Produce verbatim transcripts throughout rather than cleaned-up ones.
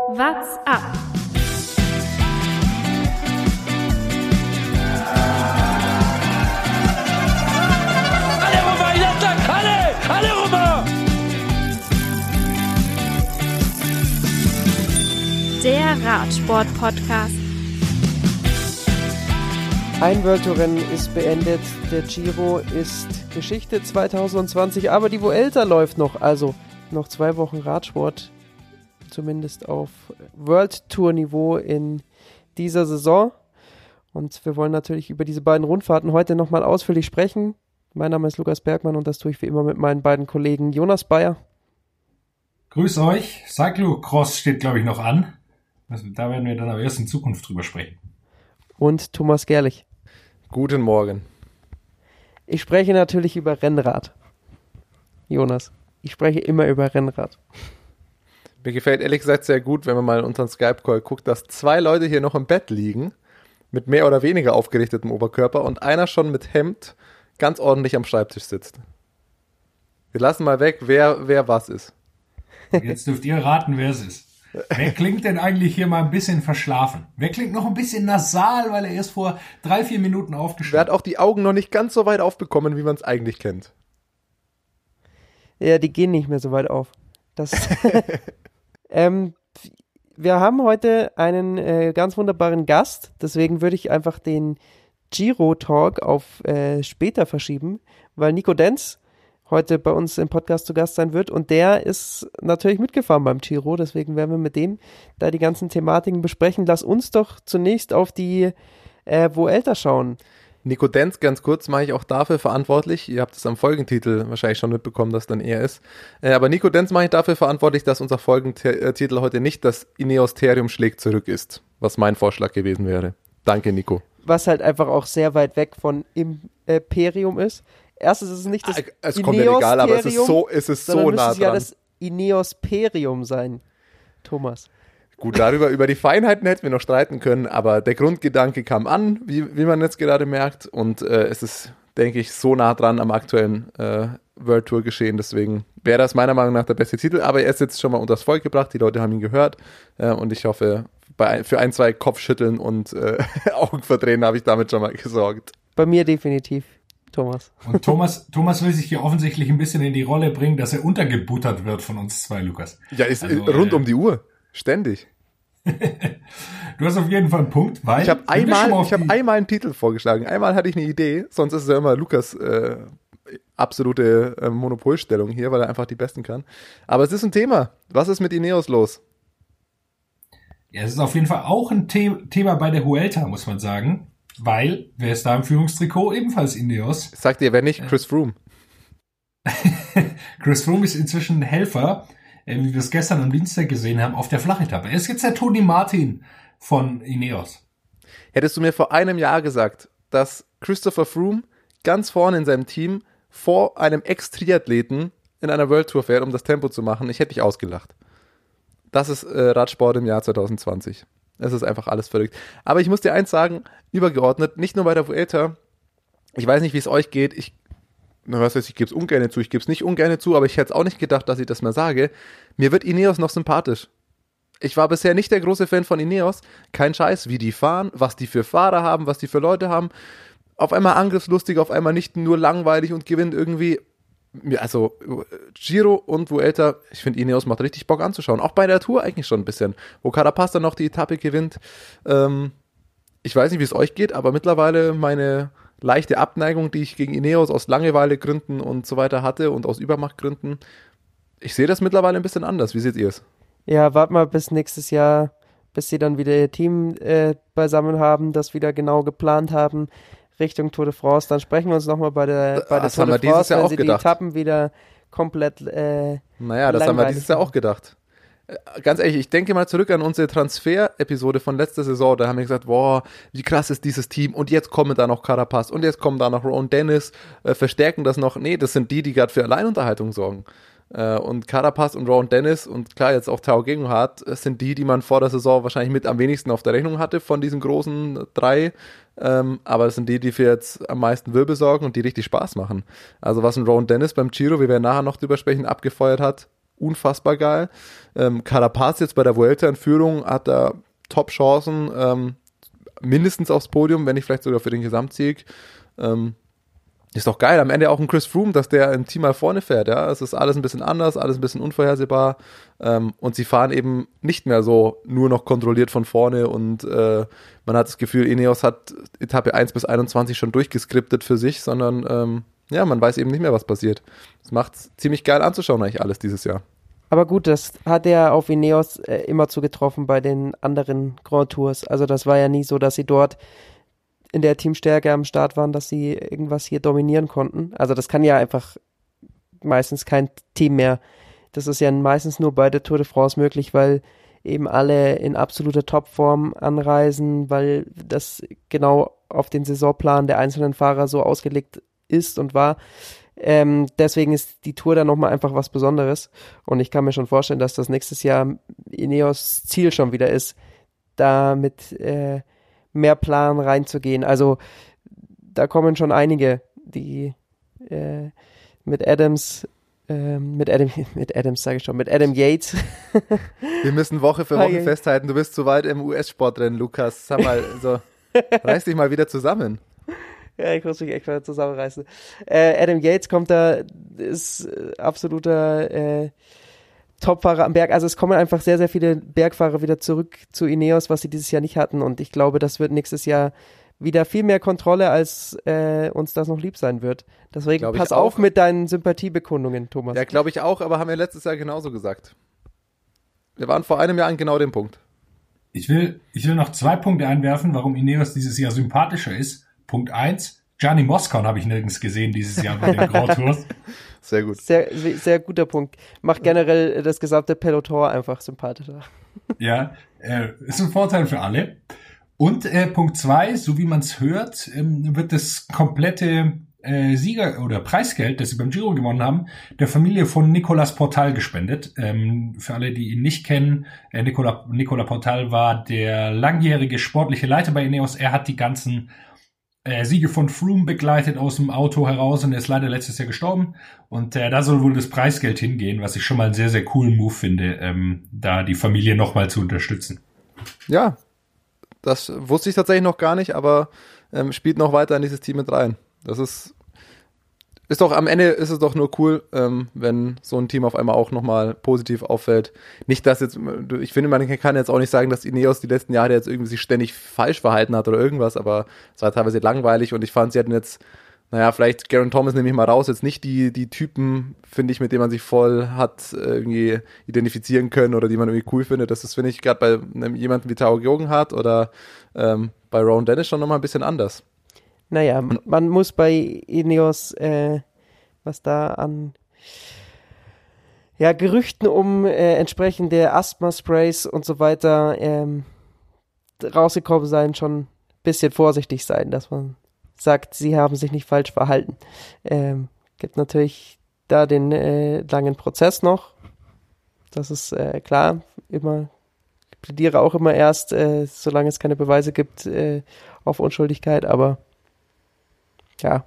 What's up? Alle rüber, Jattak, alle! Alle rüber! Der Radsport-Podcast. Ein World Tour Rennen ist beendet, der Giro ist Geschichte zwanzig zwanzig, aber die Vuelta läuft noch, also noch zwei Wochen Radsport, zumindest auf World Tour Niveau in dieser Saison. Und wir wollen natürlich über diese beiden Rundfahrten heute nochmal ausführlich sprechen. Mein Name ist Lukas Bergmann und das tue ich wie immer mit meinen beiden Kollegen Jonas Bayer. Grüß euch, Cyclocross steht glaube ich noch an. Da werden wir dann aber erst in Zukunft drüber sprechen. Und Thomas Gerlich. Guten Morgen. Ich spreche natürlich über Rennrad. Jonas, ich spreche immer über Rennrad. Mir gefällt ehrlich gesagt sehr gut, wenn man mal in unseren Skype-Call guckt, dass zwei Leute hier noch im Bett liegen, mit mehr oder weniger aufgerichtetem Oberkörper und einer schon mit Hemd ganz ordentlich am Schreibtisch sitzt. Wir lassen mal weg, wer, wer was ist. Jetzt dürft ihr raten, wer es ist. Wer klingt denn eigentlich hier mal ein bisschen verschlafen? Wer klingt noch ein bisschen nasal, weil er erst vor drei, vier Minuten Wer aufgestanden hat auch die Augen noch nicht ganz so weit aufbekommen, wie man es eigentlich kennt? Ja, die gehen nicht mehr so weit auf. Das ähm, wir haben heute einen äh, ganz wunderbaren Gast, deswegen würde ich einfach den Giro-Talk auf äh, später verschieben, weil Nico Denz heute bei uns im Podcast zu Gast sein wird und der ist natürlich mitgefahren beim Giro, deswegen werden wir mit dem da die ganzen Thematiken besprechen. Lass uns doch zunächst auf die äh, Vuelta schauen. Nico Denz, ganz kurz, mache ich auch dafür verantwortlich. Ihr habt es am Folgentitel wahrscheinlich schon mitbekommen, dass dann er ist. Äh, aber Nico Denz mache ich dafür verantwortlich, dass unser Folgentitel heute nicht das Ineos-Terium schlägt zurück ist, was mein Vorschlag gewesen wäre. Danke, Nico. Was halt einfach auch sehr weit weg von Imperium ist. Erstens ist es nicht das Es kommt mir egal, aber es ist so, es ist so nah dran. Es ja das Ineosperium sein, Thomas. Gut, darüber, über die Feinheiten hätten wir noch streiten können, aber der Grundgedanke kam an, wie, wie man jetzt gerade merkt, und äh, es ist, denke ich, so nah dran am aktuellen äh, World Tour geschehen, deswegen wäre das meiner Meinung nach der beste Titel, aber er ist jetzt schon mal unters Volk gebracht, die Leute haben ihn gehört äh, und ich hoffe, bei, für ein, zwei Kopfschütteln und äh, Augenverdrehen habe ich damit schon mal gesorgt. Bei mir definitiv. Thomas. Und Thomas, Thomas will sich hier offensichtlich ein bisschen in die Rolle bringen, dass er untergebuttert wird von uns zwei, Lukas. Ja, ist also, rund äh, um die Uhr. Ständig. Du hast auf jeden Fall einen Punkt, weil... Ich habe einmal, ich hab die... einmal einen Titel vorgeschlagen. Einmal hatte ich eine Idee. Sonst ist es ja immer Lukas äh, absolute äh, Monopolstellung hier, weil er einfach die Besten kann. Aber es ist ein Thema. Was ist mit Ineos los? Ja, es ist auf jeden Fall auch ein The- Thema bei der Vuelta, muss man sagen. Weil, wer ist da im Führungstrikot? Ebenfalls Ineos. Sagt ihr, wer nicht? Chris Froome. Chris Froome ist inzwischen Helfer, äh, wie wir es gestern am Dienstag gesehen haben, auf der Flachetappe. Er ist jetzt der Tony Martin von Ineos. Hättest du mir vor einem Jahr gesagt, dass Christopher Froome ganz vorne in seinem Team vor einem Ex-Triathleten in einer World Tour fährt, um das Tempo zu machen, ich hätte dich ausgelacht. Das ist äh, Radsport im Jahr zwanzig zwanzig. Es ist einfach alles verrückt. Aber ich muss dir eins sagen, übergeordnet, nicht nur bei der Vuelta, ich weiß nicht, wie es euch geht, ich, na was heißt, ich gebe es ungerne zu, ich gebe es nicht ungerne zu, aber ich hätte es auch nicht gedacht, dass ich das mal sage, mir wird Ineos noch sympathisch. Ich war bisher nicht der große Fan von Ineos, kein Scheiß, wie die fahren, was die für Fahrer haben, was die für Leute haben, auf einmal angriffslustig, auf einmal nicht nur langweilig und gewinnt irgendwie. Also Giro und Vuelta, ich finde Ineos macht richtig Bock anzuschauen. Auch bei der Tour eigentlich schon ein bisschen. Wo Carapaz dann noch die Etappe gewinnt. Ähm, ich weiß nicht, wie es euch geht, aber mittlerweile meine leichte Abneigung, die ich gegen Ineos aus Langeweilegründen und so weiter hatte und aus Übermachtgründen, ich sehe das mittlerweile ein bisschen anders. Wie seht ihr es? Ja, wart mal bis nächstes Jahr, bis sie dann wieder ihr Team äh, beisammen haben, das wieder genau geplant haben. Richtung Tour de France, dann sprechen wir uns nochmal bei der, bei der Tour de France, wenn sie die Etappen wieder komplett äh, Naja, das haben wir dieses Jahr auch gedacht. Äh, ganz ehrlich, ich denke mal zurück an unsere Transfer-Episode von letzter Saison, da haben wir gesagt, boah, wie krass ist dieses Team und jetzt kommen da noch Carapaz und jetzt kommen da noch Rowan Dennis, äh, verstärken das noch. Nee, das sind die, die gerade für Alleinunterhaltung sorgen. Äh, und Carapaz und Rowan Dennis und klar jetzt auch Tao Gegenhardt sind die, die man vor der Saison wahrscheinlich mit am wenigsten auf der Rechnung hatte von diesen großen drei, ähm, aber es sind die, die für jetzt am meisten Wirbel sorgen und die richtig Spaß machen. Also was ein Rowan Dennis beim Giro, wie wir nachher noch drüber sprechen, abgefeuert hat, unfassbar geil. Ähm, Carapaz jetzt bei der Vuelta in Führung hat da Top-Chancen, ähm, mindestens aufs Podium, wenn nicht vielleicht sogar für den Gesamtsieg. Ähm, ist doch geil. Am Ende auch ein Chris Froome, dass der im Team mal vorne fährt. Ja, es ist alles ein bisschen anders, alles ein bisschen unvorhersehbar. Ähm, und sie fahren eben nicht mehr so nur noch kontrolliert von vorne. Und äh, man hat das Gefühl, Ineos hat Etappe eins bis einundzwanzig schon durchgeskriptet für sich, sondern ähm, ja, man weiß eben nicht mehr, was passiert. Das macht ziemlich geil anzuschauen eigentlich alles dieses Jahr. Aber gut, das hat er auf Ineos äh, immer zugetroffen bei den anderen Grand Tours. Also das war ja nie so, dass sie dort in der Teamstärke am Start waren, dass sie irgendwas hier dominieren konnten. Also das kann ja einfach meistens kein Team mehr. Das ist ja meistens nur bei der Tour de France möglich, weil eben alle in absoluter Topform anreisen, weil das genau auf den Saisonplan der einzelnen Fahrer so ausgelegt ist und war. Ähm, deswegen ist die Tour dann nochmal einfach was Besonderes. Und ich kann mir schon vorstellen, dass das nächstes Jahr Ineos Ziel schon wieder ist, da mit äh, mehr Plan reinzugehen. Also da kommen schon einige, die äh, mit Adams, äh, mit Adam, mit Adams sage ich schon, mit Adam Yates. Wir müssen Woche für Woche festhalten, du bist zu weit im U S-Sport drin, Lukas. Sag mal, so, reiß dich mal wieder zusammen. Ja, ich muss mich echt mal zusammenreißen. Äh, Adam Yates kommt da, ist äh, absoluter äh, Topfahrer am Berg. Also es kommen einfach sehr, sehr viele Bergfahrer wieder zurück zu Ineos, was sie dieses Jahr nicht hatten. Und ich glaube, das wird nächstes Jahr wieder viel mehr Kontrolle, als äh, uns das noch lieb sein wird. Deswegen pass auf mit deinen Sympathiebekundungen, Thomas. Ja, glaube ich auch, aber haben wir letztes Jahr genauso gesagt. Wir waren vor einem Jahr an genau dem Punkt. Ich will, ich will noch zwei Punkte einwerfen, warum Ineos dieses Jahr sympathischer ist. Punkt eins, Gianni Moscon habe ich nirgends gesehen dieses Jahr bei den Grand Tours. Sehr gut. Sehr, sehr guter Punkt. Macht generell das gesamte Peloton einfach sympathischer. Ja, äh, ist ein Vorteil für alle. Und äh, Punkt zwei, so wie man es hört, ähm, wird das komplette äh, Sieger- oder Preisgeld, das sie beim Giro gewonnen haben, der Familie von Nicolas Portal gespendet. Ähm, für alle, die ihn nicht kennen, äh, Nicolas, Nicolas Portal war der langjährige sportliche Leiter bei Ineos. Er hat die ganzen Äh, Siege von Froome begleitet aus dem Auto heraus und er ist leider letztes Jahr gestorben. Und äh, da soll wohl das Preisgeld hingehen, was ich schon mal einen sehr, sehr coolen Move finde, ähm, da die Familie nochmal zu unterstützen. Ja, das wusste ich tatsächlich noch gar nicht, aber ähm, spielt noch weiter in dieses Team mit rein. Das ist Ist doch, am Ende ist es doch nur cool, ähm, wenn so ein Team auf einmal auch nochmal positiv auffällt. Nicht, dass jetzt, ich finde, man kann jetzt auch nicht sagen, dass Ineos die letzten Jahre jetzt irgendwie sich ständig falsch verhalten hat oder irgendwas, aber es war teilweise langweilig und ich fand, sie hatten jetzt, naja, vielleicht Geraint Thomas nehme ich mal raus, jetzt nicht die, die Typen, finde ich, mit denen man sich voll hat irgendwie identifizieren können oder die man irgendwie cool findet. Das ist, finde ich, gerade bei einem, jemandem wie Tao Geoghegan hat oder ähm, bei Rowan Dennis schon nochmal ein bisschen anders. Naja, man muss bei Ineos, äh, was da an ja, Gerüchten um äh, entsprechende Asthma-Sprays und so weiter ähm, rausgekommen sein, schon ein bisschen vorsichtig sein, dass man sagt, sie haben sich nicht falsch verhalten. Ähm, gibt natürlich da den äh, langen Prozess noch. Das ist äh, klar, immer, ich plädiere auch immer erst, äh, solange es keine Beweise gibt, äh, auf Unschuldigkeit, aber ja.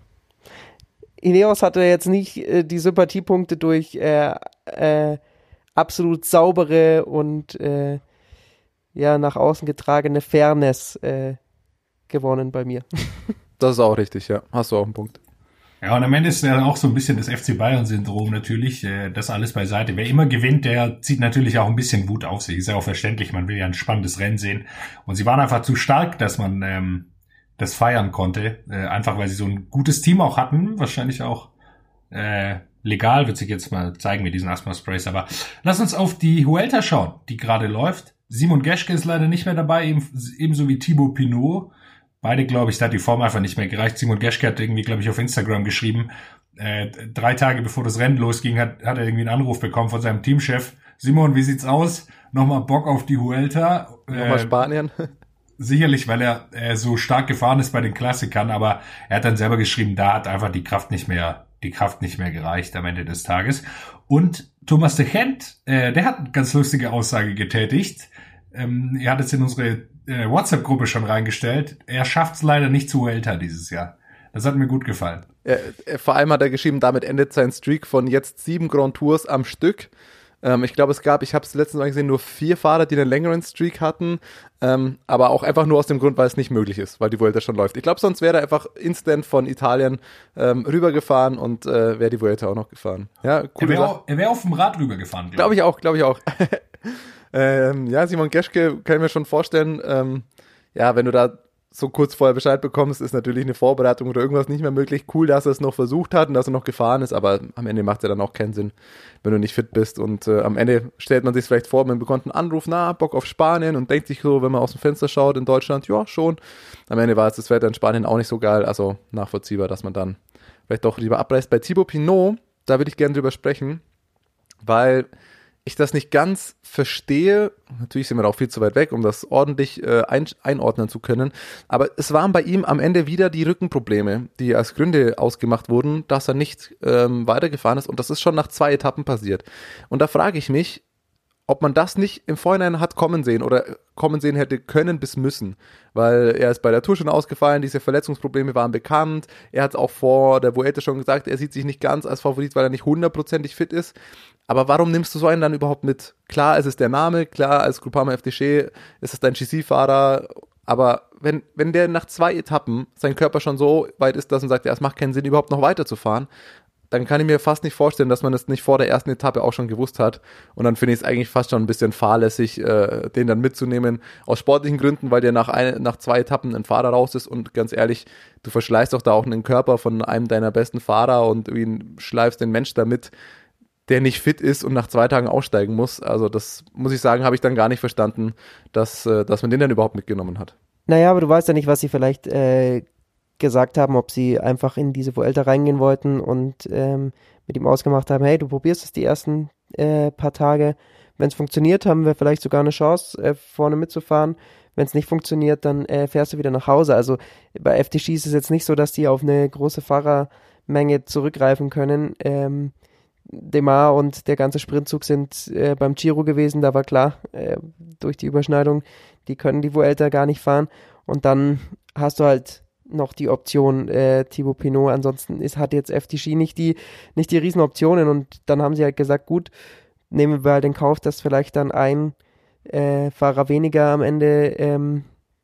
Ineos hatte jetzt nicht äh, die Sympathiepunkte durch äh, äh, absolut saubere und äh, ja nach außen getragene Fairness äh, gewonnen bei mir. Das ist auch richtig, ja. Hast du auch einen Punkt. Ja, und am Ende ist ja auch so ein bisschen das F C Bayern-Syndrom natürlich, äh, das alles beiseite. Wer immer gewinnt, der zieht natürlich auch ein bisschen Wut auf sich. Ist ja auch verständlich, man will ja ein spannendes Rennen sehen. Und sie waren einfach zu stark, dass man ähm, das feiern konnte, äh, einfach weil sie so ein gutes Team auch hatten, wahrscheinlich auch äh, legal, wird sich jetzt mal zeigen mit diesen Asthma-Sprays, aber lass uns auf die Vuelta schauen, die gerade läuft. Simon Geschke ist leider nicht mehr dabei, eben, ebenso wie Thibaut Pinot. Beide, glaube ich, da hat die Form einfach nicht mehr gereicht. Simon Geschke hat irgendwie, glaube ich, auf Instagram geschrieben, äh, drei Tage bevor das Rennen losging, hat, hat er irgendwie einen Anruf bekommen von seinem Teamchef. Simon, wie sieht's aus? Nochmal Bock auf die Vuelta? Nochmal äh, Spanien? Sicherlich, weil er äh, so stark gefahren ist bei den Klassikern, aber er hat dann selber geschrieben, da hat einfach die Kraft nicht mehr, die Kraft nicht mehr gereicht am Ende des Tages. Und Thomas de Gendt, äh, der hat eine ganz lustige Aussage getätigt. Ähm, er hat es in unsere äh, WhatsApp-Gruppe schon reingestellt. Er schafft es leider nicht zu Vuelta dieses Jahr. Das hat mir gut gefallen. Er, er, vor allem hat er geschrieben, damit endet sein Streak von jetzt sieben Grand Tours am Stück. Ähm, ich glaube, es gab, ich habe es letztens Mal gesehen, nur vier Fahrer, die einen längeren Streak hatten, ähm, aber auch einfach nur aus dem Grund, weil es nicht möglich ist, weil die Vuelta schon läuft. Ich glaube, sonst wäre er einfach instant von Italien ähm, rübergefahren und äh, wäre die Vuelta auch noch gefahren. Ja, cool. Er wäre wär auf dem Rad rübergefahren, glaube glaub ich. Glaube ich auch, glaube ich auch. ähm, ja, Simon Geschke kann ich mir schon vorstellen, ähm, ja, wenn du da so kurz vorher Bescheid bekommst, ist natürlich eine Vorbereitung oder irgendwas nicht mehr möglich. Cool, dass er es noch versucht hat und dass er noch gefahren ist, aber am Ende macht es ja dann auch keinen Sinn, wenn du nicht fit bist. Und äh, am Ende stellt man sich vielleicht vor, man bekommt einen Anruf, na, Bock auf Spanien und denkt sich so, wenn man aus dem Fenster schaut in Deutschland, ja, schon. Am Ende war es das Wetter in Spanien auch nicht so geil, also nachvollziehbar, dass man dann vielleicht doch lieber abreist. Bei Thibaut Pinot, da würde ich gerne drüber sprechen, weil ich das nicht ganz verstehe. Natürlich sind wir auch viel zu weit weg, um das ordentlich äh, ein, einordnen zu können. Aber es waren bei ihm am Ende wieder die Rückenprobleme, die als Gründe ausgemacht wurden, dass er nicht ähm, weitergefahren ist. Und das ist schon nach zwei Etappen passiert. Und da frage ich mich, ob man das nicht im Vorhinein hat kommen sehen oder kommen sehen hätte können bis müssen, weil er ist bei der Tour schon ausgefallen, diese Verletzungsprobleme waren bekannt, er hat auch vor der Vuelta schon gesagt, er sieht sich nicht ganz als Favorit, weil er nicht hundertprozentig fit ist, aber warum nimmst du so einen dann überhaupt mit? Klar, es ist der Name, klar, als Groupama F D G ist es dein G C-Fahrer, aber wenn, wenn der nach zwei Etappen sein Körper schon so weit ist, dass man sagt, ja, es macht keinen Sinn, überhaupt noch weiterzufahren, dann kann ich mir fast nicht vorstellen, dass man das nicht vor der ersten Etappe auch schon gewusst hat. Und dann finde ich es eigentlich fast schon ein bisschen fahrlässig, äh, den dann mitzunehmen. Aus sportlichen Gründen, weil der nach, ein, nach zwei Etappen ein Fahrer raus ist. Und ganz ehrlich, du verschleißt doch da auch einen Körper von einem deiner besten Fahrer und irgendwie schleifst den Mensch damit, der nicht fit ist und nach zwei Tagen aussteigen muss. Also das, muss ich sagen, habe ich dann gar nicht verstanden, dass, äh, dass man den dann überhaupt mitgenommen hat. Naja, aber du weißt ja nicht, was sie vielleicht äh, gesagt haben, ob sie einfach in diese Vuelta reingehen wollten und ähm, mit ihm ausgemacht haben, hey, du probierst es die ersten äh, paar Tage. Wenn es funktioniert, haben wir vielleicht sogar eine Chance, äh, vorne mitzufahren. Wenn es nicht funktioniert, dann äh, fährst du wieder nach Hause. Also bei F D G ist es jetzt nicht so, dass die auf eine große Fahrermenge zurückgreifen können. Ähm, Demar und der ganze Sprintzug sind äh, beim Giro gewesen, da war klar, äh, durch die Überschneidung, die können die Vuelta gar nicht fahren. Und dann hast du halt noch die Option äh, Thibaut Pinot, ansonsten ist, hat jetzt F D G nicht die, nicht die Riesenoptionen und dann haben sie halt gesagt, gut, nehmen wir halt in Kauf, dass vielleicht dann ein äh, Fahrer weniger am Ende ähm,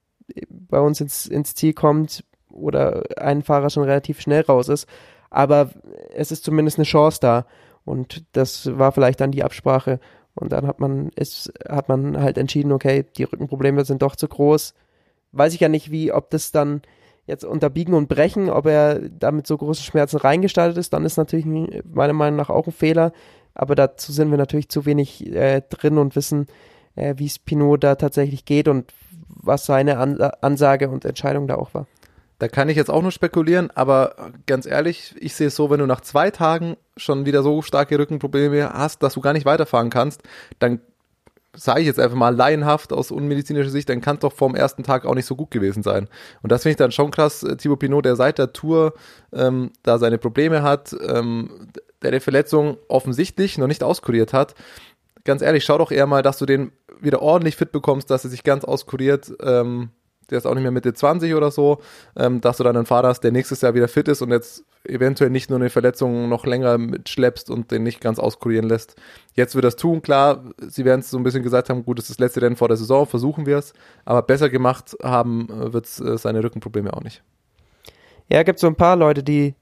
bei uns ins, ins Ziel kommt oder ein Fahrer schon relativ schnell raus ist, aber es ist zumindest eine Chance da und das war vielleicht dann die Absprache und dann hat man es hat man halt entschieden, okay, die Rückenprobleme sind doch zu groß. Weiß ich ja nicht, wie, ob das dann jetzt unter Biegen und Brechen, ob er damit so große Schmerzen reingestaltet ist, dann ist natürlich meiner Meinung nach auch ein Fehler, aber dazu sind wir natürlich zu wenig äh, drin und wissen, äh, wie es Pinot da tatsächlich geht und was seine An- Ansage und Entscheidung da auch war. Da kann ich jetzt auch nur spekulieren, aber ganz ehrlich, ich sehe es so, wenn du nach zwei Tagen schon wieder so starke Rückenprobleme hast, dass du gar nicht weiterfahren kannst, dann sage ich jetzt einfach mal laienhaft aus unmedizinischer Sicht, dann kann es doch vorm ersten Tag auch nicht so gut gewesen sein. Und das finde ich dann schon krass, Thibaut Pinot, der seit der Tour ähm, da seine Probleme hat, ähm, der die Verletzung offensichtlich noch nicht auskuriert hat. Ganz ehrlich, schau doch eher mal, dass du den wieder ordentlich fit bekommst, dass er sich ganz auskuriert, ähm, der ist auch nicht mehr Mitte zwanzig oder so, ähm, dass du dann einen Fahrer hast, der nächstes Jahr wieder fit ist und jetzt eventuell nicht nur eine Verletzung noch länger mitschleppst und den nicht ganz auskurieren lässt. Jetzt wird das tun, klar, sie werden es so ein bisschen gesagt haben, gut, das ist das letzte Rennen vor der Saison, versuchen wir es, aber besser gemacht haben wird es äh, seine Rückenprobleme auch nicht. Ja, gibt so ein paar Leute, die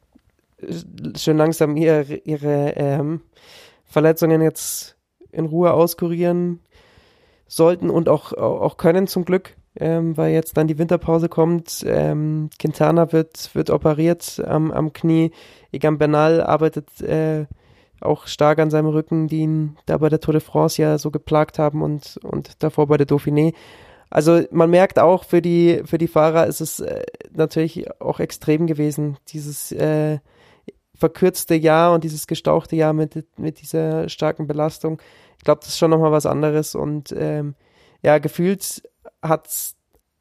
schön langsam ihre, ihre ähm, Verletzungen jetzt in Ruhe auskurieren sollten und auch, auch können zum Glück. Ähm, weil jetzt dann die Winterpause kommt. Ähm, Quintana wird, wird operiert am, am Knie. Egan Bernal arbeitet äh, auch stark an seinem Rücken, die ihn da bei der Tour de France ja so geplagt haben und, und davor bei der Dauphiné. Also man merkt auch, für die, für die Fahrer ist es äh, natürlich auch extrem gewesen, dieses äh, verkürzte Jahr und dieses gestauchte Jahr mit, mit dieser starken Belastung. Ich glaube, das ist schon nochmal was anderes und ähm, ja, gefühlt hat's,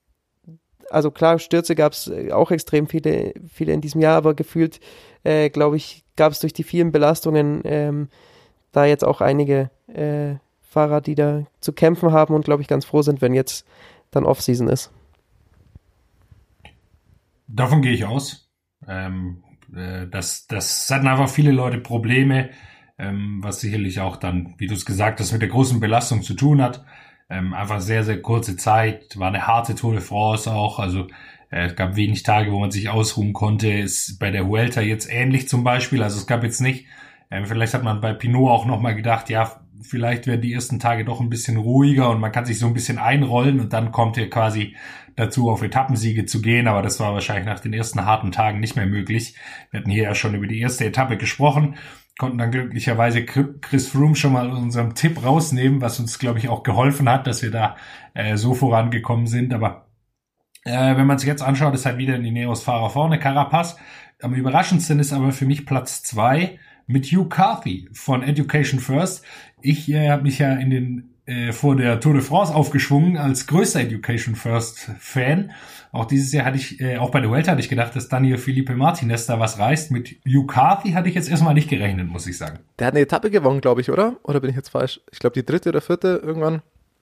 also klar, Stürze gab es auch extrem viele, viele in diesem Jahr, aber gefühlt, äh, glaube ich, gab es durch die vielen Belastungen ähm, da jetzt auch einige äh, Fahrer, die da zu kämpfen haben und, glaube ich, ganz froh sind, wenn jetzt dann Off-Season ist. Davon gehe ich aus. Ähm, Äh, das, das hatten einfach viele Leute Probleme, ähm, was sicherlich auch dann, wie du es gesagt hast, mit der großen Belastung zu tun hat. Ähm, einfach sehr, sehr kurze Zeit, war eine harte Tour de France auch, also äh, es gab wenig Tage, wo man sich ausruhen konnte. Ist bei der Vuelta jetzt ähnlich zum Beispiel, also es gab jetzt nicht, äh, vielleicht hat man bei Pinot auch nochmal gedacht, ja, vielleicht werden die ersten Tage doch ein bisschen ruhiger und man kann sich so ein bisschen einrollen und dann kommt ihr quasi dazu, auf Etappensiege zu gehen, aber das war wahrscheinlich nach den ersten harten Tagen nicht mehr möglich. Wir hatten hier ja schon über die erste Etappe gesprochen, konnten dann glücklicherweise Chris Froome schon mal unseren Tipp rausnehmen, was uns, glaube ich, auch geholfen hat, dass wir da äh, so vorangekommen sind, aber äh, wenn man sich jetzt anschaut, ist halt wieder ein Ineos-Fahrer vorne, Carapaz. Am überraschendsten ist aber für mich Platz zwei mit Hugh Carthy von Education First. Ich äh, habe mich ja in den äh, vor der Tour de France aufgeschwungen als größter Education First Fan. Auch dieses Jahr hatte ich, äh, auch bei der Vuelta hatte ich gedacht, dass Daniel Felipe Martinez da was reißt. Mit Hugh Carthy hatte ich jetzt erstmal nicht gerechnet, muss ich sagen. Der hat eine Etappe gewonnen, glaube ich, oder? Oder bin ich jetzt falsch? Ich glaube, die dritte oder vierte irgendwann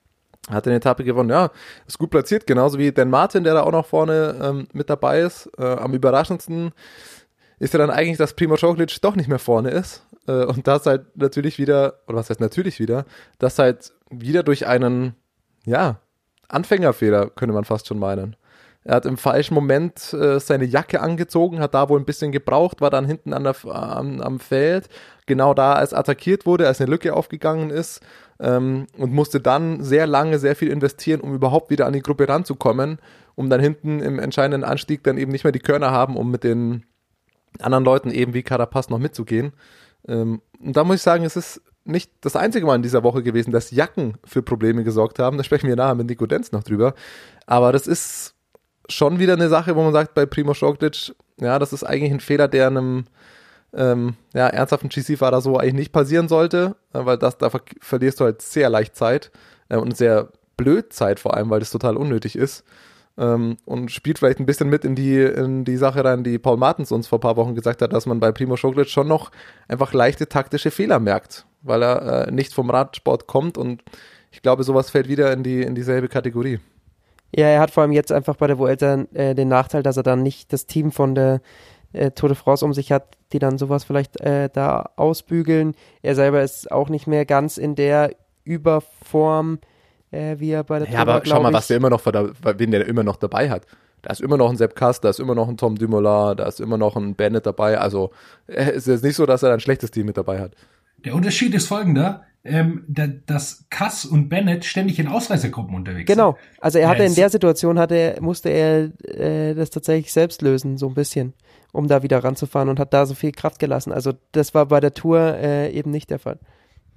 hat eine Etappe gewonnen. Ja, ist gut platziert, genauso wie Dan Martin, der da auch noch vorne ähm, mit dabei ist. Äh, am überraschendsten ist ja dann eigentlich, dass Primož Roglič doch nicht mehr vorne ist. Äh, und das halt natürlich wieder, oder was heißt natürlich wieder, das halt wieder durch einen, ja, Anfängerfehler, könnte man fast schon meinen. Er hat im falschen Moment äh, seine Jacke angezogen, hat da wohl ein bisschen gebraucht, war dann hinten an der, am, am Feld, genau da, als attackiert wurde, als eine Lücke aufgegangen ist, ähm, und musste dann sehr lange, sehr viel investieren, um überhaupt wieder an die Gruppe ranzukommen, um dann hinten im entscheidenden Anstieg dann eben nicht mehr die Körner haben, um mit den anderen Leuten eben wie Carapaz noch mitzugehen. Ähm, und da muss ich sagen, es ist nicht das einzige Mal in dieser Woche gewesen, dass Jacken für Probleme gesorgt haben. Da sprechen wir nachher mit Nico Denz noch drüber. Aber das ist schon wieder eine Sache, wo man sagt, bei Primož Roglič, ja, das ist eigentlich ein Fehler, der einem ähm, ja, ernsthaften G C-Fahrer so eigentlich nicht passieren sollte, weil das, da ver- verlierst du halt sehr leicht Zeit äh, und sehr blöd Zeit vor allem, weil das total unnötig ist. Ähm, und spielt vielleicht ein bisschen mit in die, in die Sache rein, die Paul Martens uns vor ein paar Wochen gesagt hat, dass man bei Primož Roglič schon noch einfach leichte taktische Fehler merkt, weil er äh, nicht vom Radsport kommt, und ich glaube, sowas fällt wieder in die in dieselbe Kategorie. Ja, er hat vor allem jetzt einfach bei der Vuelta äh, den Nachteil, dass er dann nicht das Team von der äh, Tour de France um sich hat, die dann sowas vielleicht äh, da ausbügeln. Er selber ist auch nicht mehr ganz in der Überform, äh, wie er bei der Ja, Tour war, aber schau mal, ich. was der immer noch, wen der immer noch dabei hat. Da ist immer noch ein Sepp Kuss, da ist immer noch ein Tom Dumoulin, da ist immer noch ein Bennett dabei. Also es ist jetzt nicht so, dass er ein schlechtes Team mit dabei hat. Der Unterschied ist folgender, ähm, da, dass Kuss und Bennett ständig in Ausreißergruppen unterwegs Genau, sind. also er hatte Ja, in der Situation, hatte, musste er äh, das tatsächlich selbst lösen, so ein bisschen, um da wieder ranzufahren, und hat da so viel Kraft gelassen. Also das war bei der Tour äh, eben nicht der Fall.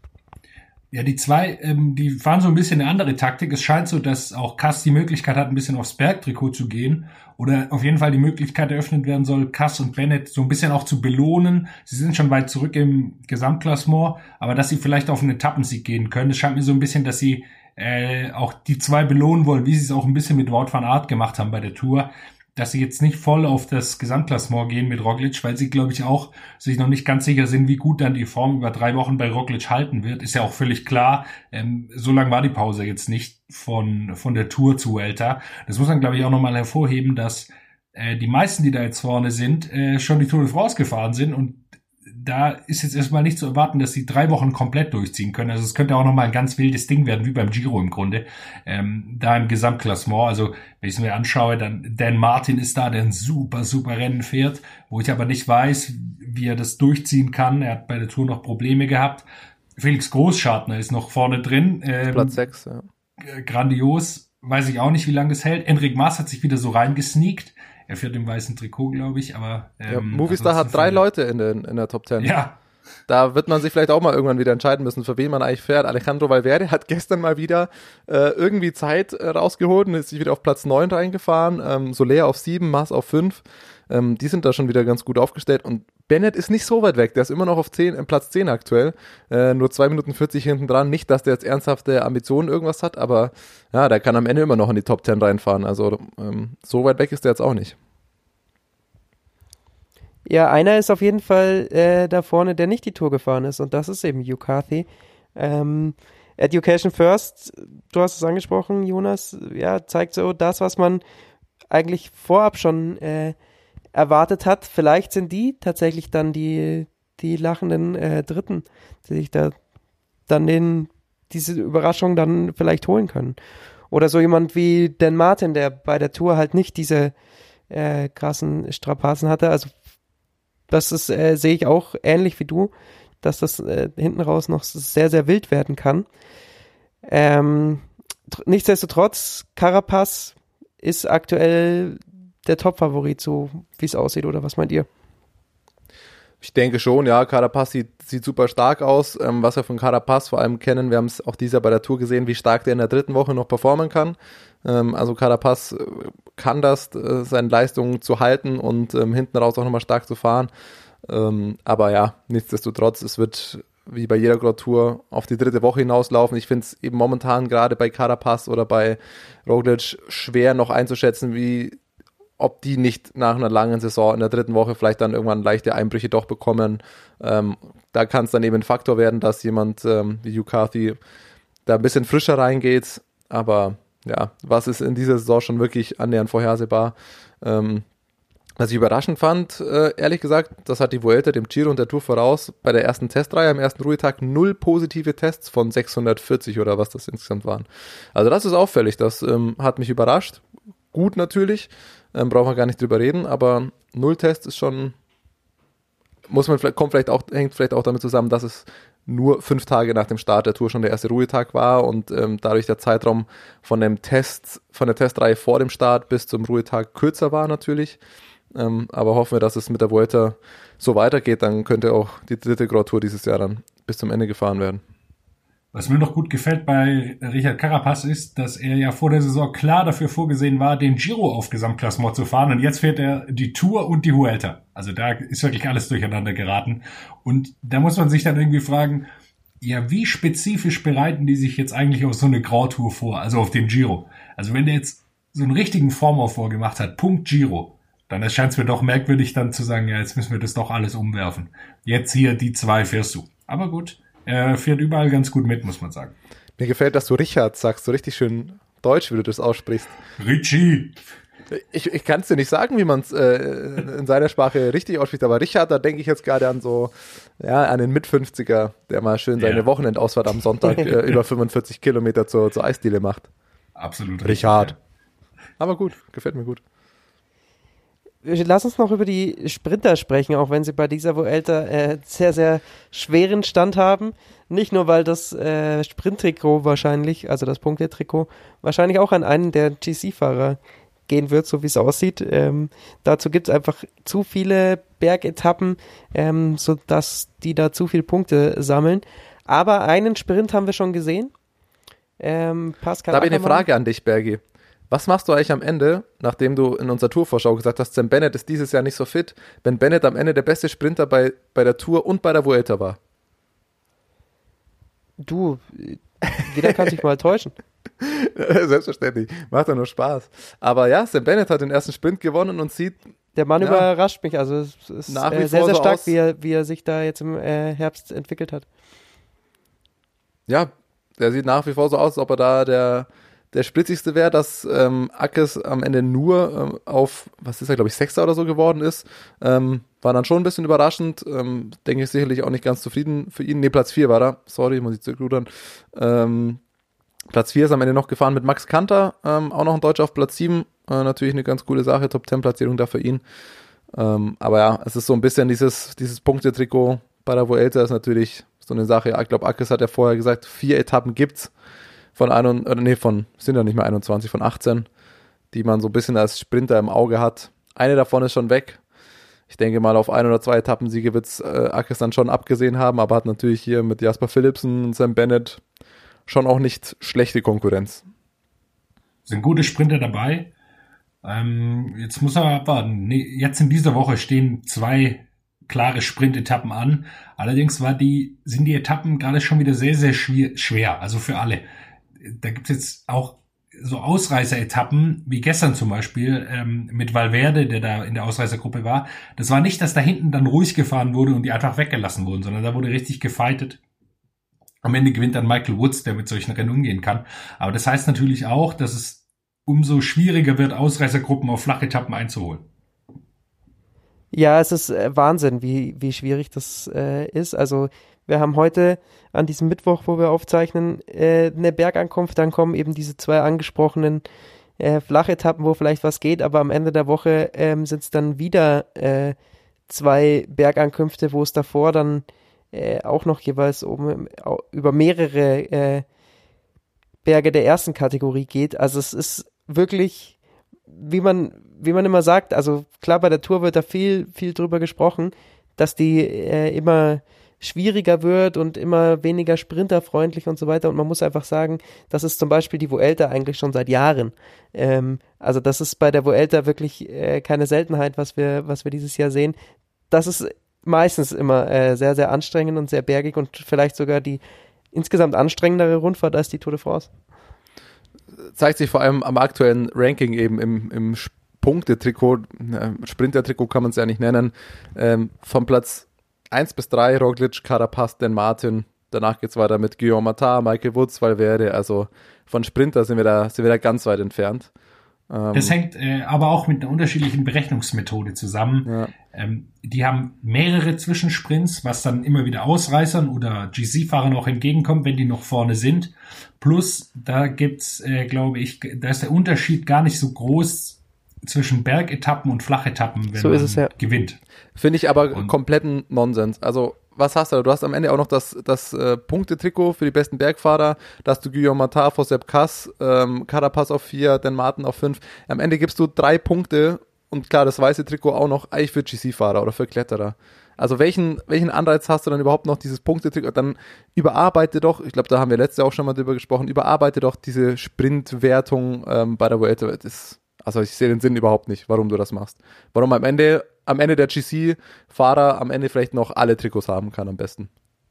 Ja, die zwei, ähm, die fahren so ein bisschen eine andere Taktik. Es scheint so, dass auch Kuss die Möglichkeit hat, ein bisschen aufs Bergtrikot zu gehen, oder auf jeden Fall die Möglichkeit eröffnet werden soll, Kuss und Bennett so ein bisschen auch zu belohnen. Sie sind schon weit zurück im Gesamtklassement, aber dass sie vielleicht auf einen Etappensieg gehen können. Es scheint mir so ein bisschen, dass sie äh, auch die zwei belohnen wollen, wie sie es auch ein bisschen mit Wout van Aert gemacht haben bei der Tour, dass sie jetzt nicht voll auf das Gesamtklassement gehen mit Roglič, weil sie, glaube ich, auch sich noch nicht ganz sicher sind, wie gut dann die Form über drei Wochen bei Roglič halten wird. Ist ja auch völlig klar. Ähm, so lang war die Pause jetzt nicht von von der Tour zu Vuelta. Das muss man, glaube ich, auch nochmal hervorheben, dass äh, die meisten, die da jetzt vorne sind, äh, schon die Tour de France gefahren sind, und da ist jetzt erstmal nicht zu erwarten, dass sie drei Wochen komplett durchziehen können. Also es könnte auch nochmal ein ganz wildes Ding werden, wie beim Giro im Grunde, ähm, da im Gesamtklassement. Also wenn ich es mir anschaue, dann Dan Martin ist da, der ein super, super Rennen fährt, wo ich aber nicht weiß, wie er das durchziehen kann. Er hat bei der Tour noch Probleme gehabt. Felix Großschartner ist noch vorne drin. Ähm, Platz sechs, ja. Grandios. Weiß ich auch nicht, wie lange das hält. Enric Mas hat sich wieder so reingesneakt. Er fährt im weißen Trikot, glaube ich, aber ähm, ja, Movistar hat drei Leute in, den, in der Top Ten. Ja. Da wird man sich vielleicht auch mal irgendwann wieder entscheiden müssen, für wen man eigentlich fährt. Alejandro Valverde hat gestern mal wieder äh, irgendwie Zeit äh, rausgeholt und ist sich wieder auf Platz neun reingefahren. Ähm, Soler auf sieben, Mas auf fünf. Ähm, die sind da schon wieder ganz gut aufgestellt. Und Bennett ist nicht so weit weg. Der ist immer noch auf zehn, äh, Platz zehn aktuell. Äh, nur zwei Minuten vierzig hinten dran. Nicht, dass der jetzt ernsthafte Ambitionen irgendwas hat, aber ja, der kann am Ende immer noch in die Top Ten reinfahren. Also ähm, so weit weg ist der jetzt auch nicht. Ja, einer ist auf jeden Fall äh, da vorne, der nicht die Tour gefahren ist, und das ist eben Hugh Carthy. Ähm, Education First, du hast es angesprochen, Jonas, ja, zeigt so das, was man eigentlich vorab schon äh, erwartet hat. Vielleicht sind die tatsächlich dann die, die lachenden äh, Dritten, die sich da dann den, diese Überraschung dann vielleicht holen können. Oder so jemand wie Dan Martin, der bei der Tour halt nicht diese äh, krassen Strapazen hatte. Also das ist, äh, sehe ich auch ähnlich wie du, dass das äh, hinten raus noch sehr, sehr wild werden kann. Ähm, tr- nichtsdestotrotz, Carapaz ist aktuell der Top-Favorit, so wie es aussieht, oder was meint ihr? Ich denke schon, ja, Carapaz sieht, sieht super stark aus. Ähm, was wir von Carapaz vor allem kennen, wir haben es auch dieses Jahr bei der Tour gesehen, wie stark der in der dritten Woche noch performen kann. Ähm, also Carapaz äh, kann das, äh, seine Leistungen zu halten und ähm, hinten raus auch nochmal stark zu fahren. Ähm, aber ja, nichtsdestotrotz, es wird wie bei jeder Grand Tour auf die dritte Woche hinauslaufen. Ich finde es eben momentan gerade bei Carapaz oder bei Roglic schwer noch einzuschätzen, wie ob die nicht nach einer langen Saison in der dritten Woche vielleicht dann irgendwann leichte Einbrüche doch bekommen. Ähm, da kann es dann eben ein Faktor werden, dass jemand ähm, wie Hugh Carthy da ein bisschen frischer reingeht. Aber ja, was ist in dieser Saison schon wirklich annähernd vorhersehbar? Ähm, was ich überraschend fand, äh, ehrlich gesagt, das hat die Vuelta dem Giro und der Tour voraus. Bei der ersten Testreihe am ersten Ruhetag null positive Tests von sechshundertvierzig oder was das insgesamt waren. Also das ist auffällig, das ähm, hat mich überrascht. Gut natürlich, ähm, brauchen wir gar nicht drüber reden, aber Null-Test ist schon, muss man vielleicht, kommt vielleicht auch, hängt vielleicht auch damit zusammen, dass es nur fünf Tage nach dem Start der Tour schon der erste Ruhetag war und ähm, dadurch der Zeitraum von dem Test, von der Testreihe vor dem Start bis zum Ruhetag kürzer war natürlich. Ähm, aber hoffen wir, dass es mit der Vuelta so weitergeht, dann könnte auch die dritte Grand Tour dieses Jahr dann bis zum Ende gefahren werden. Was mir noch gut gefällt bei Richard Carapaz ist, dass er ja vor der Saison klar dafür vorgesehen war, den Giro auf Gesamtklassement zu fahren. Und jetzt fährt er die Tour und die Vuelta. Also da ist wirklich alles durcheinander geraten. Und da muss man sich dann irgendwie fragen, ja, wie spezifisch bereiten die sich jetzt eigentlich auf so eine Grand Tour vor, also auf den Giro? Also wenn der jetzt so einen richtigen Formaufbau gemacht hat, Punkt Giro, dann erscheint es mir doch merkwürdig dann zu sagen, ja, jetzt müssen wir das doch alles umwerfen. Jetzt hier die zwei fährst du. Aber gut. Er fährt überall ganz gut mit, muss man sagen. Mir gefällt, dass du Richard sagst, so richtig schön deutsch, wie du das aussprichst. Richie! Ich, ich kann es dir nicht sagen, wie man es äh, in seiner Sprache richtig ausspricht, aber Richard, da denke ich jetzt gerade an so, ja, an den Mit-fünfziger, der mal schön seine Ja. Wochenendausfahrt am Sonntag äh, über fünfundvierzig Kilometer zur, zur Eisdiele macht. Absolut. Richard. richtig, Aber gut, gefällt mir gut. Lass uns noch über die Sprinter sprechen, auch wenn sie bei dieser Vuelta äh, sehr, sehr schweren Stand haben. Nicht nur, weil das äh, Sprinttrikot wahrscheinlich, also das Punktetrikot, wahrscheinlich auch an einen der G C-Fahrer gehen wird, so wie es aussieht. Ähm, dazu gibt es einfach zu viele Bergetappen, ähm, sodass die da zu viele Punkte sammeln. Aber einen Sprint haben wir schon gesehen. Ähm, Pascal Da habe ich eine Ackermann. Frage an dich, Bergi. Was machst du eigentlich am Ende, nachdem du in unserer Tourvorschau gesagt hast, Sam Bennett ist dieses Jahr nicht so fit, wenn Bennett am Ende der beste Sprinter bei, bei der Tour und bei der Vuelta war? Du, äh, jeder kann sich mal täuschen. Selbstverständlich, macht ja nur Spaß. Aber ja, Sam Bennett hat den ersten Sprint gewonnen und sieht, Der Mann Ja. überrascht mich, also es ist Nach wie äh, sehr, vor sehr so stark, aus- wie er, wie er sich da jetzt im äh, Herbst entwickelt hat. ja, der sieht nach wie vor so aus, als ob er da der, der spritzigste wäre, dass ähm, Ackes am Ende nur ähm, auf, was ist er, glaube ich, Sechster oder so geworden ist. Ähm, war dann schon ein bisschen überraschend. Ähm, denke ich sicherlich auch nicht ganz zufrieden für ihn. Ne, Platz vier war er. Sorry, muss ich zurückrudern. Ähm, Platz vier ist am Ende noch gefahren mit Max Kanter, ähm, auch noch ein Deutscher auf Platz sieben. Äh, natürlich eine ganz coole Sache, Top zehn Platzierung da für ihn. Ähm, aber ja, es ist so ein bisschen dieses, dieses Punktetrikot bei der Vuelta ist natürlich so eine Sache. Ich glaube, Ackes hat ja vorher gesagt, vier Etappen gibt's von ein, oder nee, von, sind ja nicht mehr einundzwanzig, von achtzehn, die man so ein bisschen als Sprinter im Auge hat. Eine davon ist schon weg. Ich denke mal, auf ein oder zwei Etappensiege wird's äh, Ackes dann schon abgesehen haben, aber hat natürlich hier mit Jasper Philipsen und Sam Bennett schon auch nicht schlechte Konkurrenz. Sind gute Sprinter dabei. Ähm, jetzt muss man abwarten. Nee, jetzt in dieser Woche stehen zwei klare Sprintetappen an. Allerdings war die, sind die Etappen gerade schon wieder sehr, sehr schwer, schwer. Also für alle. Da gibt es jetzt auch so Ausreißer-Etappen, wie gestern zum Beispiel, ähm, mit Valverde, der da in der Ausreißergruppe war. Das war nicht, dass da hinten dann ruhig gefahren wurde und die einfach weggelassen wurden, sondern da wurde richtig gefightet. Am Ende gewinnt dann Michael Woods, der mit solchen Rennen umgehen kann. Aber das heißt natürlich auch, dass es umso schwieriger wird, Ausreißergruppen auf Flachetappen einzuholen. Ja, es ist äh, Wahnsinn, wie, wie schwierig das äh, ist. Also wir haben heute an diesem Mittwoch, wo wir aufzeichnen, äh, eine Bergankunft, dann kommen eben diese zwei angesprochenen äh, Flachetappen, wo vielleicht was geht, aber am Ende der Woche ähm, sind es dann wieder äh, zwei Bergankünfte, wo es davor dann äh, auch noch jeweils um, über mehrere äh, Berge der ersten Kategorie geht. Also es ist wirklich, wie man, wie man immer sagt, also klar, bei der Tour wird da viel, viel drüber gesprochen, dass die äh, immer schwieriger wird und immer weniger sprinterfreundlich und so weiter. Und man muss einfach sagen, das ist zum Beispiel die Vuelta eigentlich schon seit Jahren. Ähm, also das ist bei der Vuelta wirklich äh, keine Seltenheit, was wir, was wir dieses Jahr sehen. Das ist meistens immer äh, sehr, sehr anstrengend und sehr bergig und vielleicht sogar die insgesamt anstrengendere Rundfahrt als die Tour de France. Zeigt sich vor allem am aktuellen Ranking eben im, im Punktetrikot, äh, Sprintertrikot kann man es ja nicht nennen, ähm, vom Platz eins bis drei, Roglic, Carapaz, Dan Martin, danach geht's weiter mit Guillaume Martin, Michael Woods, Valverde, also von Sprinter sind wir da, sind wir da ganz weit entfernt. Ähm, das hängt äh, aber auch mit einer unterschiedlichen Berechnungsmethode zusammen. Ja. Ähm, die haben mehrere Zwischensprints, was dann immer wieder Ausreißern oder G C-Fahrern auch entgegenkommt, wenn die noch vorne sind. Plus, da gibt's, äh, glaube ich, da ist der Unterschied gar nicht so groß zwischen Bergetappen und Flachetappen, wenn so ist es, man ja. gewinnt. Finde ich aber Und kompletten Nonsens. Also, was hast du da? Du hast am Ende auch noch das, das äh, Punktetrikot für die besten Bergfahrer. Da hast du Guillaume Martin vor Sepp Kuss, ähm, Carapaz auf vier, Dan Martin auf fünf. Am Ende gibst du drei Punkte und klar, das weiße Trikot auch noch eigentlich für G C-Fahrer oder für Kletterer. Also welchen, welchen Anreiz hast du dann überhaupt noch, dieses Punktetrikot? Dann überarbeite doch, ich glaube, da haben wir letztes Jahr auch schon mal drüber gesprochen, überarbeite doch diese Sprintwertung ähm, bei der Vuelta. Das Also ich sehe den Sinn überhaupt nicht, warum du das machst. Warum am Ende, am Ende der G C-Fahrer am Ende vielleicht noch alle Trikots haben kann am besten.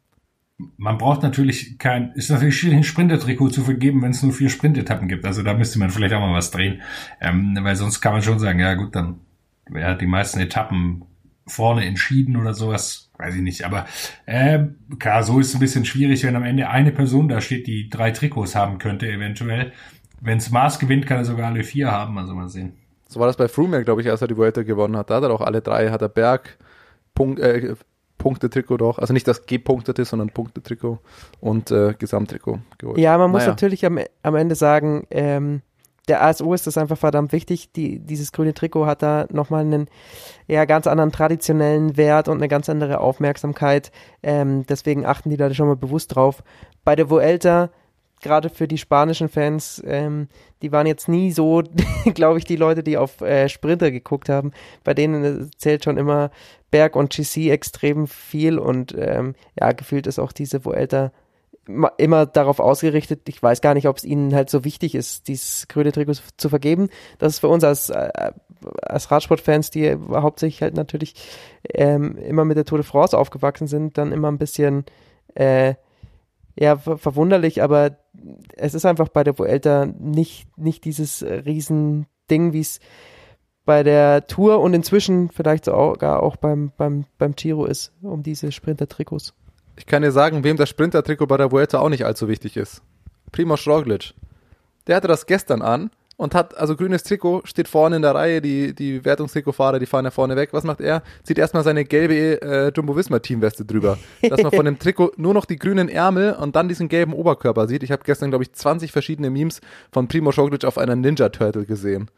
Man braucht natürlich kein, ist natürlich schwierig, ein Sprintertrikot zu vergeben, wenn es nur vier Sprintetappen gibt. Also da müsste man vielleicht auch mal was drehen. Ähm, weil sonst kann man schon sagen, ja gut, dann wer hat die meisten Etappen vorne entschieden oder sowas, weiß ich nicht. Aber äh, klar, so ist es ein bisschen schwierig, wenn am Ende eine Person da steht, die drei Trikots haben könnte eventuell. Wenn's Mars gewinnt, kann er sogar alle vier haben, also mal sehen. So war das bei Froome, glaube ich, als er die Vuelta gewonnen hat. Da hat er auch alle drei, hat er Berg, Punkt, äh, Punktetrikot doch. Also nicht das G-Punktete, sondern Punktetrikot und äh, Gesamttrikot geholt. Ja, man muss naja. natürlich am, am Ende sagen, ähm, der A S O ist das einfach verdammt wichtig. Die, dieses grüne Trikot hat da nochmal einen ja, ganz anderen traditionellen Wert und eine ganz andere Aufmerksamkeit. Ähm, deswegen achten die da schon mal bewusst drauf. Bei der Vuelta, gerade für die spanischen Fans, ähm, die waren jetzt nie so, glaube ich, die Leute, die auf äh, Sprinter geguckt haben. Bei denen zählt schon immer Berg und G C extrem viel und ähm, ja, gefühlt ist auch diese Vuelta immer darauf ausgerichtet. Ich weiß gar nicht, ob es ihnen halt so wichtig ist, dieses grüne Trikot zu vergeben. Das ist für uns als, äh, als Radsportfans, die hauptsächlich halt natürlich ähm, immer mit der Tour de France aufgewachsen sind, dann immer ein bisschen äh, ja, ver- verwunderlich, aber es ist einfach bei der Vuelta nicht, nicht dieses Riesending, wie es bei der Tour und inzwischen vielleicht sogar auch beim, beim, beim Giro ist, um diese Sprinter-Trikots. Ich kann dir sagen, wem das Sprinter-Trikot bei der Vuelta auch nicht allzu wichtig ist. Primož Roglic. Der hatte das gestern an und hat, also grünes Trikot, steht vorne in der Reihe, die, die Wertungstrikotfahrer, die fahren ja vorne weg. Was macht er? Zieht erstmal seine gelbe äh, Jumbo-Visma-Teamweste drüber. Dass man von dem Trikot nur noch die grünen Ärmel und dann diesen gelben Oberkörper sieht. Ich habe gestern, glaube ich, zwanzig verschiedene Memes von Primož Roglic auf einer Ninja-Turtle gesehen.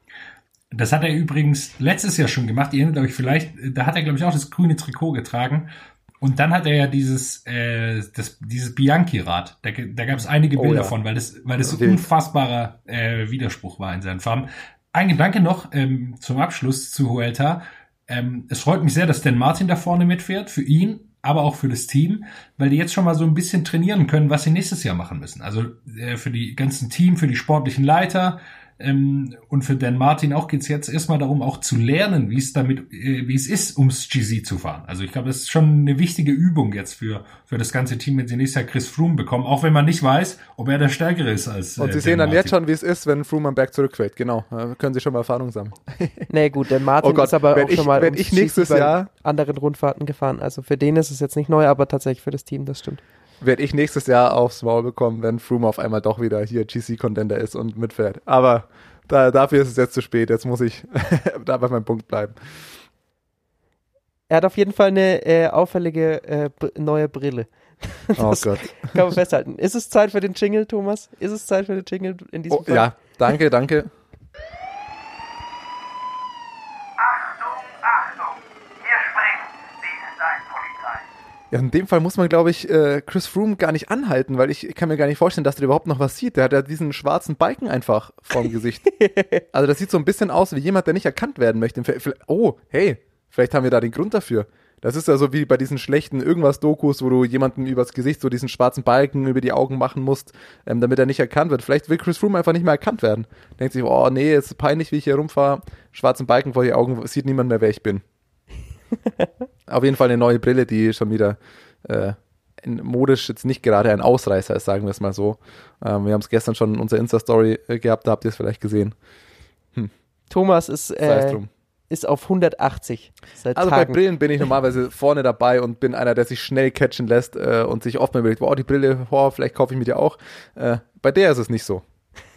Das hat er übrigens letztes Jahr schon gemacht. Ihr erinnert euch vielleicht, da hat er, glaube ich, auch das grüne Trikot getragen. Und dann hat er ja dieses, äh, das, dieses Bianchi-Rad. Da, da gab es einige Oh, Bilder ja. von, weil das, weil das so Wild. unfassbarer äh, Widerspruch war in seinen Farben. Ein Gedanke noch ähm, zum Abschluss zu Vuelta. Ähm, es freut mich sehr, dass Dan Martin da vorne mitfährt, für ihn, aber auch für das Team, weil die jetzt schon mal so ein bisschen trainieren können, was sie nächstes Jahr machen müssen. Also äh, für die ganzen Team, für die sportlichen Leiter, Ähm, und für Dan Martin auch geht's jetzt erstmal darum, auch zu lernen, wie es damit, äh, wie es ist, ums G C zu fahren. Also ich glaube, das ist schon eine wichtige Übung jetzt für für das ganze Team, wenn sie nächstes Jahr Chris Froome bekommen, auch wenn man nicht weiß, ob er der Stärkere ist als äh, Und sie Dan sehen dann Martin. jetzt schon, wie es ist, wenn Froome am Berg zurückfällt. Genau, da können sie schon mal Erfahrung sammeln. Nee, gut, der Martin Oh Gott, ist aber wenn auch ich- schon mal wenn ums ich nächstes G C bei Jahr- anderen Rundfahrten gefahren. Also für den ist es jetzt nicht neu, aber tatsächlich für das Team, das stimmt. Werde ich nächstes Jahr aufs Maul bekommen, wenn Froome auf einmal doch wieder hier G C-Contender ist und mitfährt. Aber da, dafür ist es jetzt zu spät. Jetzt muss ich da bei meinem Punkt bleiben. Er hat auf jeden Fall eine äh, auffällige äh, b- neue Brille. Oh Das Gott. kann man festhalten. Ist es Zeit für den Jingle, Thomas? Ist es Zeit für den Jingle in diesem Oh, Fall? ja, danke, danke. Achtung, Achtung, hier spricht die Polizei. Ja, in dem Fall muss man, glaube ich, äh, Chris Froome gar nicht anhalten, weil ich kann mir gar nicht vorstellen, dass der überhaupt noch was sieht. Der hat ja diesen schwarzen Balken einfach vorm Gesicht. Also das sieht so ein bisschen aus wie jemand, der nicht erkannt werden möchte. Oh, hey, vielleicht haben wir da den Grund dafür. Das ist ja so wie bei diesen schlechten Irgendwas-Dokus, wo du jemanden übers Gesicht so diesen schwarzen Balken über die Augen machen musst, ähm, damit er nicht erkannt wird. Vielleicht will Chris Froome einfach nicht mehr erkannt werden. Denkt sich, oh nee, es ist peinlich, wie ich hier rumfahre. Schwarzen Balken vor die Augen, sieht niemand mehr, wer ich bin. Auf jeden Fall eine neue Brille, die schon wieder äh, modisch jetzt nicht gerade ein Ausreißer ist, sagen wir es mal so. Ähm, wir haben es gestern schon in unserer Insta-Story äh, gehabt, da habt ihr es vielleicht gesehen. Thomas ist, Sei es äh, drum. ist auf hundertachtzig seit Also Tagen. bei Brillen bin ich normalerweise vorne dabei und bin einer, der sich schnell catchen lässt äh, und sich oft mal überlegt, wow, die Brille, oh, vielleicht kaufe ich mir die auch. Äh, bei der ist es nicht so.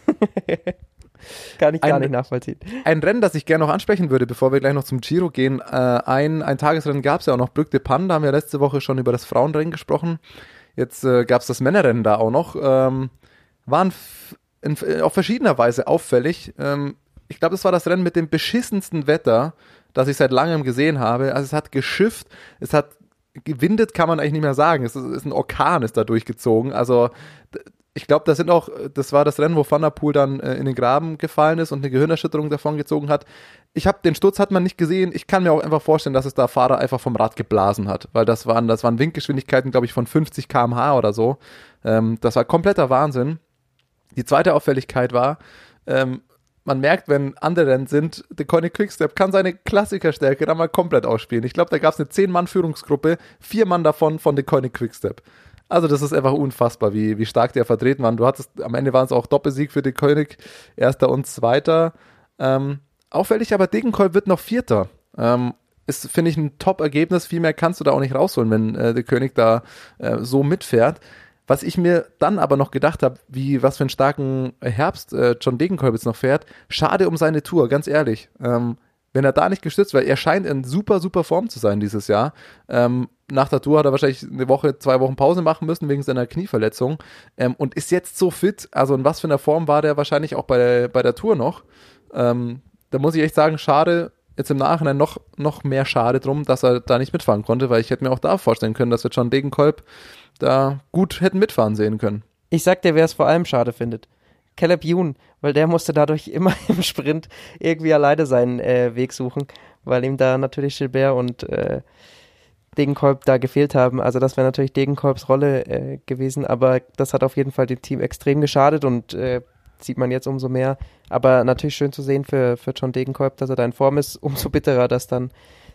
Kann ich gar Ein- nicht nachvollziehen. Ein Rennen, das ich gerne noch ansprechen würde, bevor wir gleich noch zum Giro gehen. Äh, ein, ein Tagesrennen gab es ja auch noch, Brück de Panne, da haben wir letzte Woche schon über das Frauenrennen gesprochen. Jetzt äh, gab es das Männerrennen da auch noch. Ähm, waren f- in, auf verschiedener Weise auffällig. Ähm, ich glaube, das war das Rennen mit dem beschissensten Wetter, das ich seit langem gesehen habe. Also es hat geschifft, es hat gewindet, kann man eigentlich nicht mehr sagen. Es ist, ist ein Orkan, ist da durchgezogen. Also d- ich glaube, das sind auch, das war das Rennen, wo Van der Poel dann äh, in den Graben gefallen ist und eine Gehirnerschütterung davon gezogen hat. Ich habe den Sturz hat man nicht gesehen. Ich kann mir auch einfach vorstellen, dass es da Fahrer einfach vom Rad geblasen hat, weil das waren, das waren Windgeschwindigkeiten, glaube ich, von fünfzig Kilometer pro Stunde oder so. Ähm, das war kompletter Wahnsinn. Die zweite Auffälligkeit war, ähm, man merkt, wenn andere Rennen sind, der Koenig Quickstep kann seine Klassikerstärke dann mal komplett ausspielen. Ich glaube, da gab es eine zehn-Mann-Führungsgruppe, vier Mann davon von der Koenig Quickstep. Also das ist einfach unfassbar, wie, wie stark der vertreten war. Du hattest, am Ende waren es auch Doppelsieg für den Koenig, erster und zweiter. Ähm, auffällig, aber Degenkolb wird noch Vierter. Ähm, ist, finde ich, ein Top-Ergebnis. Viel mehr kannst du da auch nicht rausholen, wenn äh, der Koenig da äh, so mitfährt. Was ich mir dann aber noch gedacht habe, wie was für einen starken Herbst äh, John Degenkolb jetzt noch fährt, schade um seine Tour, ganz ehrlich. Ähm, wenn er da nicht gestützt wird, er scheint in super, super Form zu sein dieses Jahr. Ähm, nach der Tour hat er wahrscheinlich eine Woche, zwei Wochen Pause machen müssen wegen seiner Knieverletzung ähm, und ist jetzt so fit. Also in was für einer Form war der wahrscheinlich auch bei, bei der Tour noch. Ähm, da muss ich echt sagen, schade, jetzt im Nachhinein noch, noch mehr schade drum, dass er da nicht mitfahren konnte, weil ich hätte mir auch da vorstellen können, dass wir John Degenkolb da gut hätten mitfahren sehen können. Ich sag dir, wer es vor allem schade findet. Caleb Ewan, weil der musste dadurch immer im Sprint irgendwie alleine seinen äh, Weg suchen, weil ihm da natürlich Gilbert und äh, Degenkolb da gefehlt haben. Also das wäre natürlich Degenkolbs Rolle äh, gewesen, aber das hat auf jeden Fall dem Team extrem geschadet und äh, sieht man jetzt umso mehr. Aber natürlich schön zu sehen für, für John Degenkolb, dass er da in Form ist. Umso bitterer, dass dann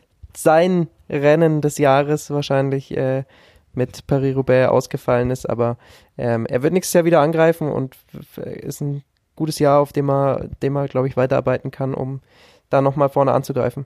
sein Rennen des Jahres wahrscheinlich äh, mit Paris-Roubaix ausgefallen ist, aber ähm, er wird nächstes Jahr wieder angreifen und f- ist ein gutes Jahr, auf dem er, dem er, glaube ich, weiterarbeiten kann, um da nochmal vorne anzugreifen.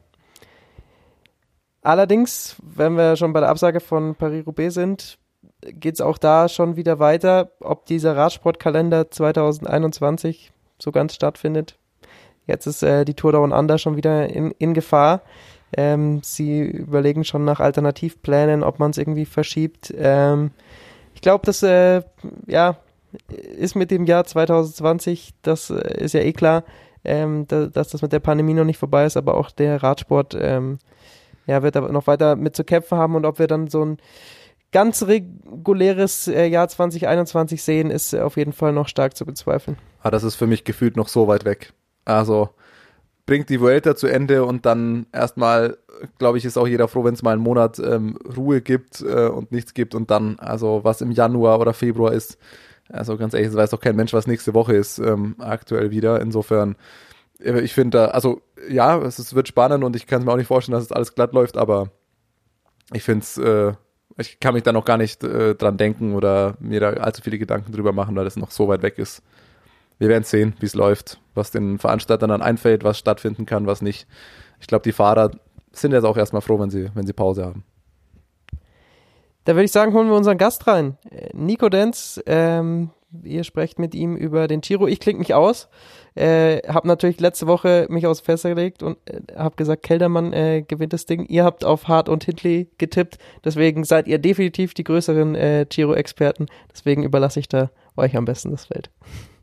Allerdings, wenn wir schon bei der Absage von Paris-Roubaix sind, geht es auch da schon wieder weiter, ob dieser Radsportkalender zwanzig einundzwanzig so ganz stattfindet. Jetzt ist äh, die Tour Down Under schon wieder in, in Gefahr. Ähm, sie überlegen schon nach Alternativplänen, ob man es irgendwie verschiebt. Ähm, ich glaube, das äh, ja, ist mit dem Jahr zwanzig zwanzig, das äh, ist ja eh klar, ähm, da, dass das mit der Pandemie noch nicht vorbei ist, aber auch der Radsport ähm, ja, wird aber noch weiter mit zu kämpfen haben und ob wir dann so ein ganz reguläres äh, Jahr zwanzig einundzwanzig sehen, ist äh, auf jeden Fall noch stark zu bezweifeln. Ah, das ist für mich gefühlt noch so weit weg. Also bringt die Vuelta zu Ende und dann erstmal, glaube ich, ist auch jeder froh, wenn es mal einen Monat ähm, Ruhe gibt äh, und nichts gibt und dann, also was im Januar oder Februar ist, also ganz ehrlich, es weiß doch kein Mensch, was nächste Woche ist, ähm, aktuell wieder. Insofern, äh, ich finde da, also ja, es, es wird spannend und ich kann mir auch nicht vorstellen, dass es alles glatt läuft, aber ich finde es, äh, ich kann mich da noch gar nicht äh, dran denken oder mir da allzu viele Gedanken drüber machen, weil es noch so weit weg ist. Wir werden sehen, wie es läuft, was den Veranstaltern dann einfällt, was stattfinden kann, was nicht. Ich glaube, die Fahrer sind jetzt auch erstmal froh, wenn sie, wenn sie Pause haben. Da würde ich sagen, holen wir unseren Gast rein. Nico Denz, ähm, ihr sprecht mit ihm über den Giro. Ich klinge mich aus. Äh, habe natürlich letzte Woche mich aufs Fenster gelegt und äh, habe gesagt, Kelderman äh, gewinnt das Ding. Ihr habt auf Hart und Hindley getippt. Deswegen seid ihr definitiv die größeren äh, Giro-Experten. Deswegen überlasse ich da euch am besten das Feld.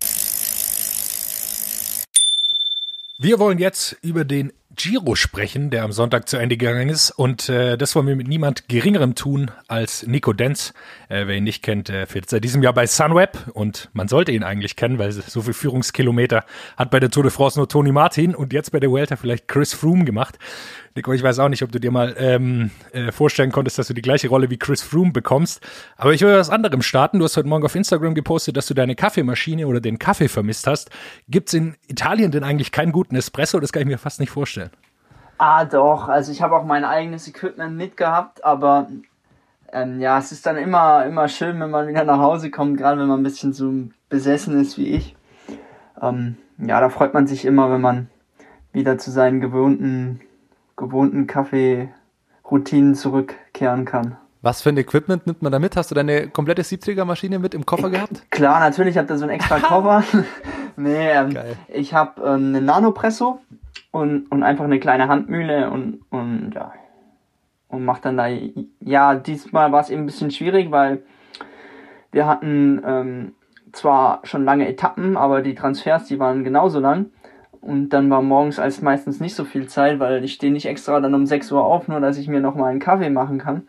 Wir wollen jetzt über den Giro sprechen, der am Sonntag zu Ende gegangen ist, und äh, das wollen wir mit niemand Geringerem tun als Nico Denz. Äh, wer ihn nicht kennt, äh, fährt seit diesem Jahr bei Sunweb und man sollte ihn eigentlich kennen, weil so viel Führungskilometer hat bei der Tour de France nur Toni Martin und jetzt bei der Vuelta vielleicht Chris Froome gemacht. Nico, ich weiß auch nicht, ob du dir mal ähm, äh, vorstellen konntest, dass du die gleiche Rolle wie Chris Froome bekommst, aber ich will was anderem starten. Du hast heute Morgen auf Instagram gepostet, dass du deine Kaffeemaschine oder den Kaffee vermisst hast. Gibt's in Italien denn eigentlich keinen guten Espresso? Das kann ich mir fast nicht vorstellen. Ah doch, also ich habe auch mein eigenes Equipment mitgehabt, aber ähm, ja, es ist dann immer immer schön, wenn man wieder nach Hause kommt, gerade wenn man ein bisschen so besessen ist wie ich. Ähm, ja, da freut man sich immer, wenn man wieder zu seinen gewohnten gewohnten Kaffeeroutinen zurückkehren kann. Was für ein Equipment nimmt man da mit? Hast du deine komplette Siebträgermaschine mit im Koffer gehabt? Klar, natürlich, ich habe da so einen extra Koffer. nee, ähm, ich habe ähm, eine Nanopresso und, und einfach eine kleine Handmühle und, und ja, und mach dann da, ja, diesmal war es eben ein bisschen schwierig, weil wir hatten ähm, zwar schon lange Etappen, aber die Transfers, die waren genauso lang. Und dann war morgens als meistens nicht so viel Zeit, weil ich stehe nicht extra dann um sechs Uhr auf, nur dass ich mir nochmal einen Kaffee machen kann.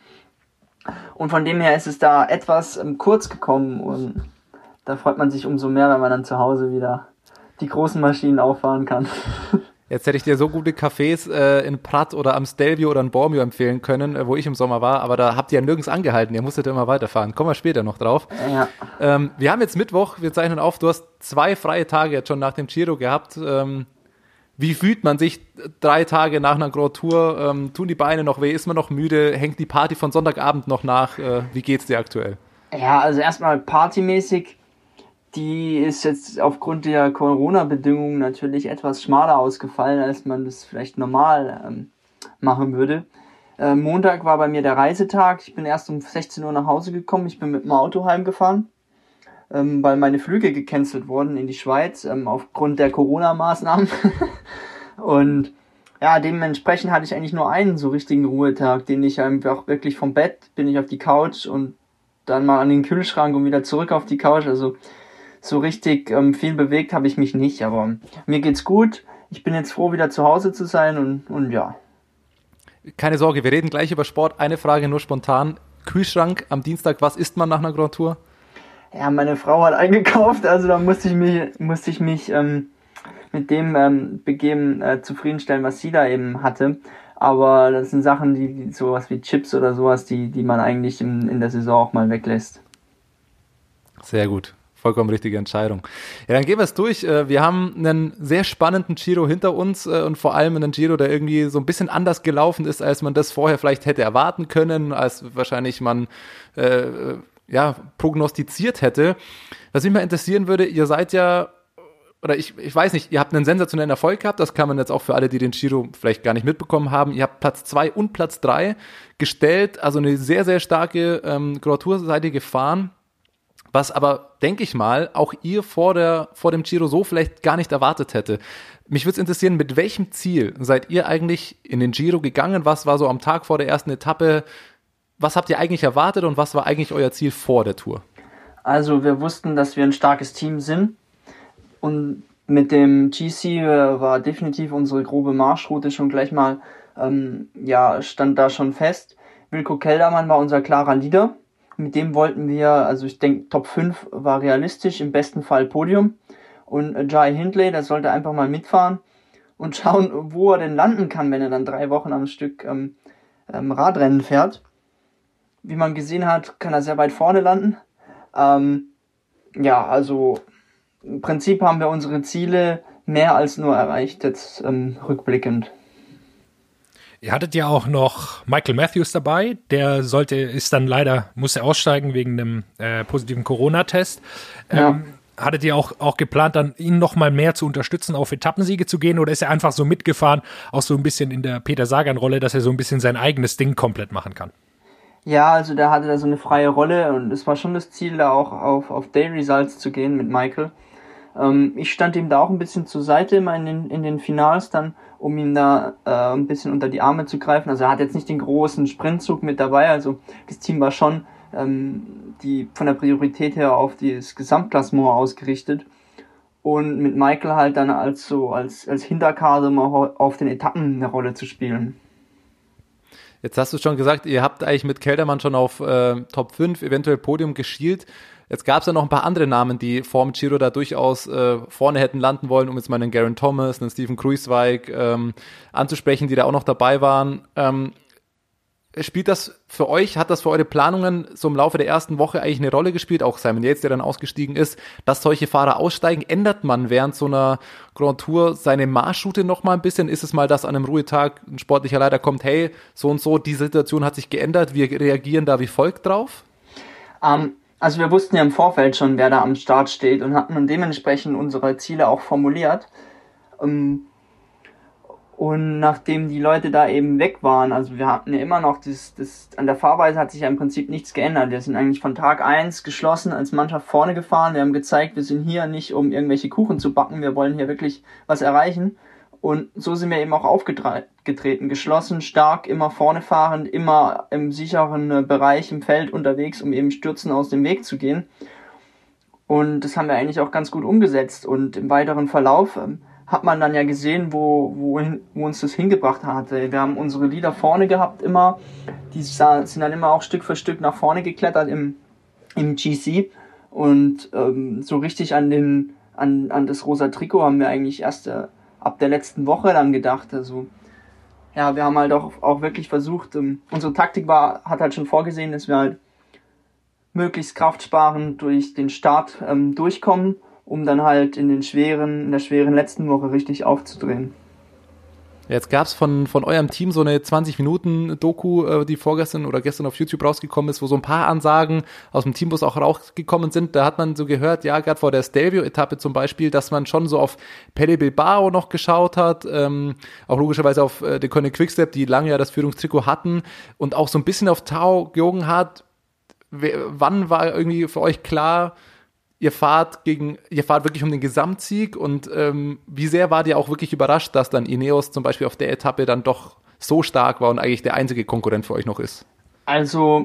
Und von dem her ist es da etwas ähm, kurz gekommen und da freut man sich umso mehr, wenn man dann zu Hause wieder die großen Maschinen auffahren kann. Jetzt hätte ich dir so gute Cafés äh, in Prat oder am Stelvio oder in Bormio empfehlen können, äh, wo ich im Sommer war, aber da habt ihr ja nirgends angehalten, ihr musstet immer weiterfahren. Kommen wir später noch drauf. Ja. Ähm, wir haben jetzt Mittwoch, wir zeichnen auf, du hast zwei freie Tage jetzt schon nach dem Giro gehabt. Ähm, wie fühlt man sich drei Tage nach einer Grand Tour? Ähm, tun die Beine noch weh? Ist man noch müde? Hängt die Party von Sonntagabend noch nach? Äh, wie geht's dir aktuell? Ja, also erstmal partymäßig. Die ist jetzt aufgrund der Corona-Bedingungen natürlich etwas schmaler ausgefallen, als man das vielleicht normal ähm, machen würde. Äh, Montag war bei mir der Reisetag. Ich bin erst um sechzehn Uhr nach Hause gekommen. Ich bin mit dem Auto heimgefahren, ähm, weil meine Flüge gecancelt wurden in die Schweiz ähm, aufgrund der Corona-Maßnahmen. Und ja, dementsprechend hatte ich eigentlich nur einen so richtigen Ruhetag, den ich einfach wirklich vom Bett bin ich auf die Couch und dann mal an den Kühlschrank und wieder zurück auf die Couch. Also so richtig ähm, viel bewegt habe ich mich nicht, aber mir geht's gut. Ich bin jetzt froh, wieder zu Hause zu sein und, und ja. Keine Sorge, wir reden gleich über Sport. Eine Frage nur spontan. Kühlschrank am Dienstag, was isst man nach einer Grand Tour? Ja, meine Frau hat eingekauft, also da musste ich mich, musste ich mich ähm, mit dem ähm, begeben, äh, zufriedenstellen, was sie da eben hatte. Aber das sind Sachen, die, die sowas wie Chips oder sowas, die, die man eigentlich in, in der Saison auch mal weglässt. Sehr gut. Vollkommen richtige Entscheidung. Ja, dann gehen wir es durch. Wir haben einen sehr spannenden Giro hinter uns und vor allem einen Giro, der irgendwie so ein bisschen anders gelaufen ist, als man das vorher vielleicht hätte erwarten können, als wahrscheinlich man äh, ja prognostiziert hätte. Was mich mal interessieren würde, ihr seid ja, oder ich, ich weiß nicht, ihr habt einen sensationellen Erfolg gehabt, das kann man jetzt auch für alle, die den Giro vielleicht gar nicht mitbekommen haben. Ihr habt Platz zwei und Platz drei gestellt, also eine sehr, sehr starke ähm, Grand Tour-Seite gefahren. Was aber, denke ich mal, auch ihr vor der vor dem Giro so vielleicht gar nicht erwartet hätte. Mich würde es interessieren, mit welchem Ziel seid ihr eigentlich in den Giro gegangen? Was war so am Tag vor der ersten Etappe? Was habt ihr eigentlich erwartet und was war eigentlich euer Ziel vor der Tour? Also wir wussten, dass wir ein starkes Team sind und mit dem G C war definitiv unsere grobe Marschroute schon gleich mal, ähm, ja, stand da schon fest. Wilco Kelderman war unser klarer Leader. Mit dem wollten wir, also ich denke, Top fünf war realistisch, im besten Fall Podium. Und Jai Hindley, der sollte einfach mal mitfahren und schauen, wo er denn landen kann, wenn er dann drei Wochen am Stück ähm, ähm, Radrennen fährt. Wie man gesehen hat, kann er sehr weit vorne landen. Ähm, ja, also im Prinzip haben wir unsere Ziele mehr als nur erreicht, jetzt ähm, rückblickend. Ihr hattet ja auch noch Michael Matthews dabei, der sollte, ist dann leider, musste aussteigen wegen einem äh, positiven Corona-Test. Ähm, ja. Hattet ihr auch, auch geplant, dann ihn noch mal mehr zu unterstützen, auf Etappensiege zu gehen, oder ist er einfach so mitgefahren, auch so ein bisschen in der Peter Sagan-Rolle, dass er so ein bisschen sein eigenes Ding komplett machen kann? Ja, also der hatte da so eine freie Rolle und es war schon das Ziel, da auch auf, auf Day Results zu gehen mit Michael. Ähm, ich stand ihm da auch ein bisschen zur Seite immer in den, in den Finals dann, um ihm da äh, ein bisschen unter die Arme zu greifen. Also er hat jetzt nicht den großen Sprintzug mit dabei, also das Team war schon ähm, die von der Priorität her auf das Gesamtklassement ausgerichtet. Und mit Michael halt dann als so als, als Hinterkader mal auf den Etappen eine Rolle zu spielen. Jetzt hast du schon gesagt, ihr habt eigentlich mit Kelderman schon auf äh, Top fünf, eventuell Podium geschielt. Jetzt gab es ja noch ein paar andere Namen, die vorm Giro da durchaus äh, vorne hätten landen wollen, um jetzt mal einen Geraint Thomas, einen Stephen Kruijswijk ähm, anzusprechen, die da auch noch dabei waren. Ähm, spielt das für euch, hat das für eure Planungen so im Laufe der ersten Woche eigentlich eine Rolle gespielt? Auch Simon Yates, der dann ausgestiegen ist, dass solche Fahrer aussteigen. Ändert man während so einer Grand Tour seine Marschroute noch mal ein bisschen? Ist es mal, dass an einem Ruhetag ein sportlicher Leiter kommt, hey, so und so, die Situation hat sich geändert, wir reagieren da wie folgt drauf? Um Also wir wussten ja im Vorfeld schon, wer da am Start steht und hatten dann dementsprechend unsere Ziele auch formuliert. Und nachdem die Leute da eben weg waren, also wir hatten ja immer noch, das, das, an der Fahrweise hat sich ja im Prinzip nichts geändert. Wir sind eigentlich von Tag eins geschlossen als Mannschaft vorne gefahren. Wir haben gezeigt, wir sind hier nicht, um irgendwelche Kuchen zu backen. Wir wollen hier wirklich was erreichen. Und so sind wir eben auch aufgetreten, geschlossen, stark, immer vorne fahrend, immer im sicheren Bereich im Feld unterwegs, um eben Stürzen aus dem Weg zu gehen. Und das haben wir eigentlich auch ganz gut umgesetzt. Und im weiteren Verlauf ähm, hat man dann ja gesehen, wo, wohin, wo uns das hingebracht hatte. Wir haben unsere Leader vorne gehabt immer, die sind dann immer auch Stück für Stück nach vorne geklettert im, im G C. Und ähm, so richtig an, den, an, an das rosa Trikot haben wir eigentlich erst äh, ab der letzten Woche dann gedacht. Also ja, wir haben halt auch, auch wirklich versucht, ähm, unsere Taktik war, hat halt schon vorgesehen, dass wir halt möglichst kraftsparend durch den Start ähm, durchkommen, um dann halt in den schweren, in der schweren letzten Woche richtig aufzudrehen. Jetzt gab es von, von eurem Team so eine zwanzig-Minuten-Doku, äh, die vorgestern oder gestern auf YouTube rausgekommen ist, wo so ein paar Ansagen aus dem Teambus auch rausgekommen sind. Da hat man so gehört, ja, gerade vor der Stelvio-Etappe zum Beispiel, dass man schon so auf Pelle Bilbao noch geschaut hat, ähm, auch logischerweise auf äh, den Koenig Quickstep, die lange ja das Führungstrikot hatten und auch so ein bisschen auf Tao gejogen hat. W- wann war irgendwie für euch klar, ihr fahrt gegen, ihr fahrt wirklich um den Gesamtsieg und ähm, wie sehr wart ihr auch wirklich überrascht, dass dann Ineos zum Beispiel auf der Etappe dann doch so stark war und eigentlich der einzige Konkurrent für euch noch ist? Also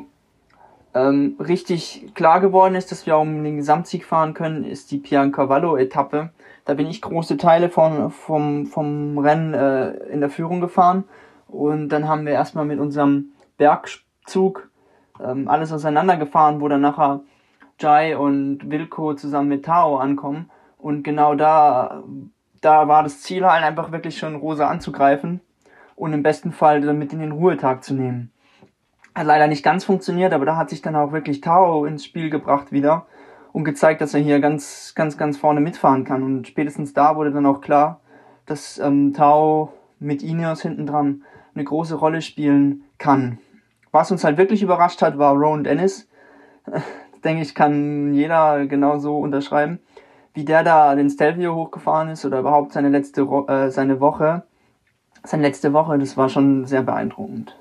ähm, richtig klar geworden ist, dass wir um den Gesamtsieg fahren können, ist die Piancavallo-Etappe. Da bin ich große Teile von, vom, vom Rennen äh, in der Führung gefahren und dann haben wir erstmal mit unserem Bergzug ähm, alles auseinandergefahren, wo dann nachher Jai und Wilco zusammen mit Tao ankommen und genau da da war das Ziel halt einfach wirklich schon rosa anzugreifen und im besten Fall damit in den Ruhetag zu nehmen. Hat leider nicht ganz funktioniert, aber da hat sich dann auch wirklich Tao ins Spiel gebracht wieder und gezeigt, dass er hier ganz ganz ganz vorne mitfahren kann und spätestens da wurde dann auch klar, dass ähm, Tao mit Ineos hinten dran eine große Rolle spielen kann. Was uns halt wirklich überrascht hat, war Rowan Dennis. Denke ich, kann jeder genauso unterschreiben, wie der da den Stelvio hochgefahren ist oder überhaupt seine letzte äh, seine Woche, seine letzte Woche, das war schon sehr beeindruckend.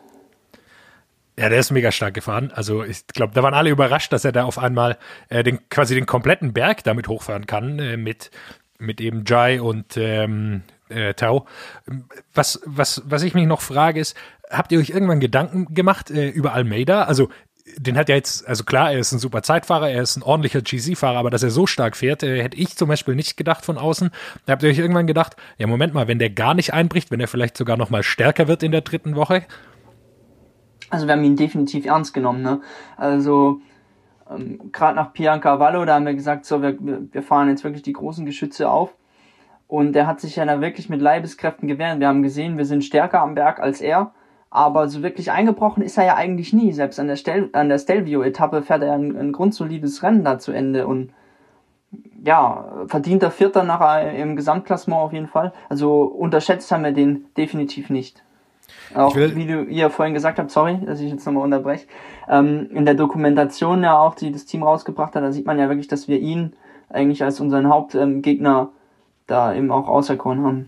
Ja, der ist mega stark gefahren. Also ich glaube, da waren alle überrascht, dass er da auf einmal äh, den quasi den kompletten Berg damit hochfahren kann äh, mit mit eben Jai und ähm, äh, Tao. Was was was ich mich noch frage ist, habt ihr euch irgendwann Gedanken gemacht äh, über Almeida? Also den hat ja jetzt, also klar, er ist ein super Zeitfahrer, er ist ein ordentlicher G C-Fahrer, aber dass er so stark fährt, äh, hätte ich zum Beispiel nicht gedacht von außen. Da habt ihr euch irgendwann gedacht, ja Moment mal, wenn der gar nicht einbricht, wenn er vielleicht sogar noch mal stärker wird in der dritten Woche? Also wir haben ihn definitiv ernst genommen, ne? Also ähm, gerade nach Piancavallo, da haben wir gesagt, so wir, wir fahren jetzt wirklich die großen Geschütze auf und der hat sich ja da wirklich mit Leibeskräften gewehrt. Wir haben gesehen, wir sind stärker am Berg als er. Aber so wirklich eingebrochen ist er ja eigentlich nie. Selbst an der, Stel- an der Stelvio-Etappe fährt er ein, ein grundsolides Rennen da zu Ende. Und ja, verdienter Vierter nachher im Gesamtklassement auf jeden Fall. Also unterschätzt haben wir den definitiv nicht. Auch wie du ihr vorhin gesagt habt, sorry, dass ich jetzt nochmal unterbreche, ähm, in der Dokumentation ja auch, die das Team rausgebracht hat, da sieht man ja wirklich, dass wir ihn eigentlich als unseren Hauptgegner ähm, da eben auch auserkoren haben.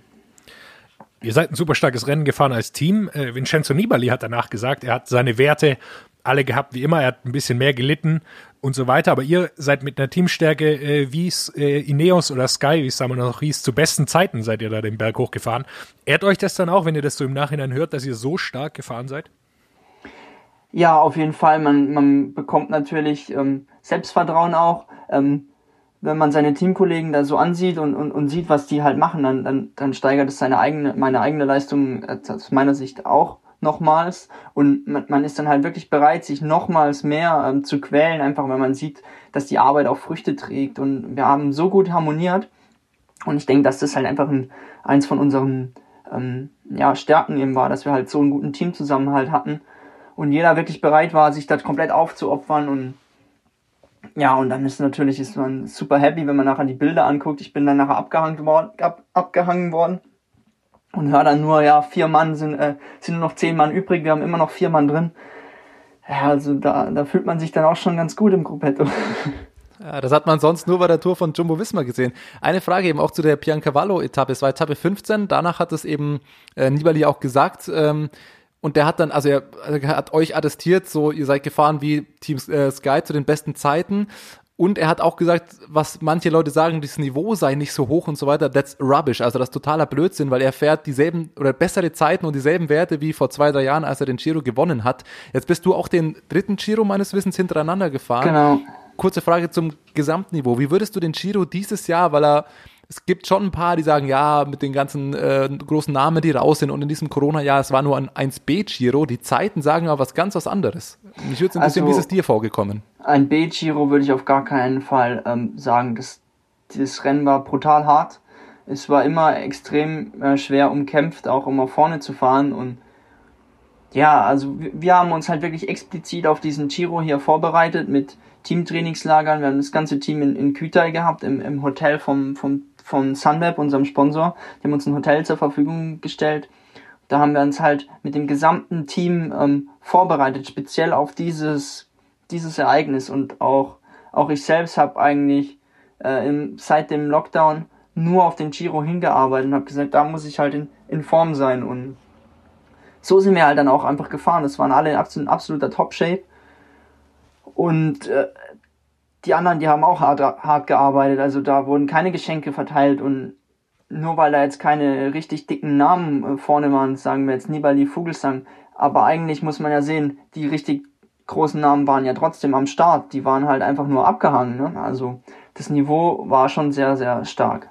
Ihr seid ein super starkes Rennen gefahren als Team. Äh, Vincenzo Nibali hat danach gesagt, er hat seine Werte alle gehabt, wie immer. Er hat ein bisschen mehr gelitten und so weiter. Aber ihr seid mit einer Teamstärke, äh, wie es äh, Ineos oder Sky, wie es damals noch hieß, zu besten Zeiten seid ihr da den Berg hochgefahren. Ehrt euch das dann auch, wenn ihr das so im Nachhinein hört, dass ihr so stark gefahren seid? Ja, auf jeden Fall. Man, man bekommt natürlich ähm, Selbstvertrauen auch. Ähm, wenn man seine Teamkollegen da so ansieht und, und, und sieht, was die halt machen, dann, dann, dann steigert es seine eigene, meine eigene Leistung äh, aus meiner Sicht auch nochmals. Und man, man ist dann halt wirklich bereit, sich nochmals mehr ähm, zu quälen, einfach weil man sieht, dass die Arbeit auch Früchte trägt. Und wir haben so gut harmoniert. Und ich denke, dass das halt einfach ein, eins von unseren ähm, ja, Stärken eben war, dass wir halt so einen guten Teamzusammenhalt hatten. Und jeder wirklich bereit war, sich das komplett aufzuopfern. Und ja, und dann ist natürlich ist man super happy, wenn man nachher die Bilder anguckt. Ich bin dann nachher abgehangen worden, ab, abgehangen worden und höre dann nur, ja, vier Mann sind, äh, sind nur noch zehn Mann übrig, wir haben immer noch vier Mann drin. Ja, also da, da fühlt man sich dann auch schon ganz gut im Gruppetto. Ja, das hat man sonst nur bei der Tour von Jumbo-Visma gesehen. Eine Frage eben auch zu der Piancavallo-Etappe. Es war Etappe fünfzehn, danach hat es eben äh, Nibali auch gesagt, ähm, und der hat dann, also er, er hat euch attestiert, so ihr seid gefahren wie Team äh, Sky zu den besten Zeiten. Und er hat auch gesagt, was manche Leute sagen, das Niveau sei nicht so hoch und so weiter, that's rubbish, also das ist totaler Blödsinn, weil er fährt dieselben oder bessere Zeiten und dieselben Werte wie vor zwei, drei Jahren, als er den Giro gewonnen hat. Jetzt bist du auch den dritten Giro meines Wissens hintereinander gefahren. Genau. Kurze Frage zum Gesamtniveau. Wie würdest du den Giro dieses Jahr, weil er es gibt schon ein paar, die sagen, ja, mit den ganzen äh, großen Namen, die raus sind und in diesem Corona-Jahr, es war nur ein eins B-Giro, die Zeiten sagen aber was ganz was anderes. Mich würde es interessieren, Also, wie ist es dir vorgekommen? Ein B-Giro würde ich auf gar keinen Fall ähm, sagen. Das, dieses Rennen war brutal hart. Es war immer extrem äh, schwer umkämpft, auch um nach vorne zu fahren. Und ja, also wir, wir haben uns halt wirklich explizit auf diesen Giro hier vorbereitet mit Teamtrainingslagern. Wir haben das ganze Team in, in Kütai gehabt, im, im Hotel vom, vom, von Sunweb, unserem Sponsor. Die haben uns ein Hotel zur Verfügung gestellt. Da haben wir uns halt mit dem gesamten Team ähm, vorbereitet, speziell auf dieses, dieses Ereignis. Und auch, auch ich selbst habe eigentlich äh, im, seit dem Lockdown nur auf den Giro hingearbeitet und habe gesagt, da muss ich halt in, in Form sein. Und so sind wir halt dann auch einfach gefahren. Das waren alle in absolut, absoluter Top-Shape. Und äh, die anderen, die haben auch hart, hart gearbeitet, also da wurden keine Geschenke verteilt und nur weil da jetzt keine richtig dicken Namen äh, vorne waren, sagen wir jetzt Nibali, Vogelsang, aber eigentlich muss man ja sehen, die richtig großen Namen waren ja trotzdem am Start, die waren halt einfach nur abgehangen, ne? Also das Niveau war schon sehr, sehr stark.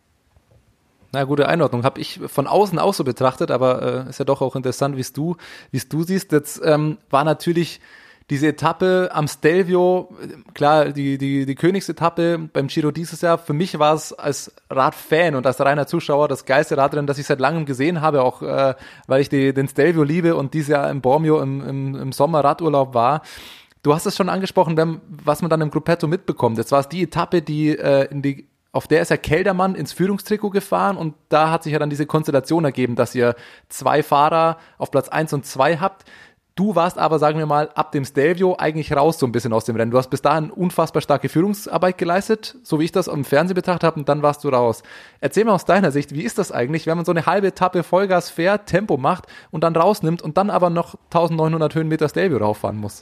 Na, gute Einordnung. Habe ich von außen auch so betrachtet, aber äh, ist ja doch auch interessant, wie es du, wie es du siehst. Jetzt ähm, war natürlich diese Etappe am Stelvio, klar, die, die, die Königsetappe beim Giro dieses Jahr, für mich war es als Radfan und als reiner Zuschauer das geilste Radrennen, das ich seit langem gesehen habe, auch äh, weil ich die, den Stelvio liebe und dieses Jahr im Bormio im, im, im Sommer Radurlaub war. Du hast es schon angesprochen, was man dann im Gruppetto mitbekommt. Jetzt war es die Etappe, die äh, in die auf der ist ja Keldermann ins Führungstrikot gefahren und da hat sich ja dann diese Konstellation ergeben, dass ihr zwei Fahrer auf Platz eins und zwei habt. Du warst aber, sagen wir mal, ab dem Stelvio eigentlich raus so ein bisschen aus dem Rennen. Du hast bis dahin unfassbar starke Führungsarbeit geleistet, so wie ich das im Fernsehen betrachtet habe, und dann warst du raus. Erzähl mir aus deiner Sicht, wie ist das eigentlich, wenn man so eine halbe Etappe Vollgas fährt, Tempo macht und dann rausnimmt und dann aber noch neunzehnhundert Höhenmeter Stelvio rauffahren muss?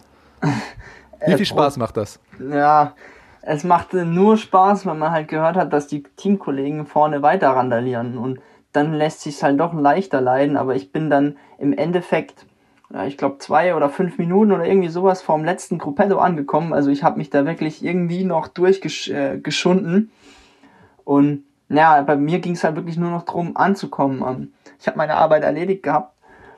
Wie viel Spaß macht das? Ja, es machte nur Spaß, weil man halt gehört hat, dass die Teamkollegen vorne weiter randalieren und dann lässt sich's halt doch leichter leiden, aber ich bin dann im Endeffekt, ja, ich glaube zwei oder fünf Minuten oder irgendwie sowas vorm letzten Gruppetto angekommen, also ich habe mich da wirklich irgendwie noch durchgeschunden und ja, bei mir ging's halt wirklich nur noch drum anzukommen. Ich habe meine Arbeit erledigt gehabt,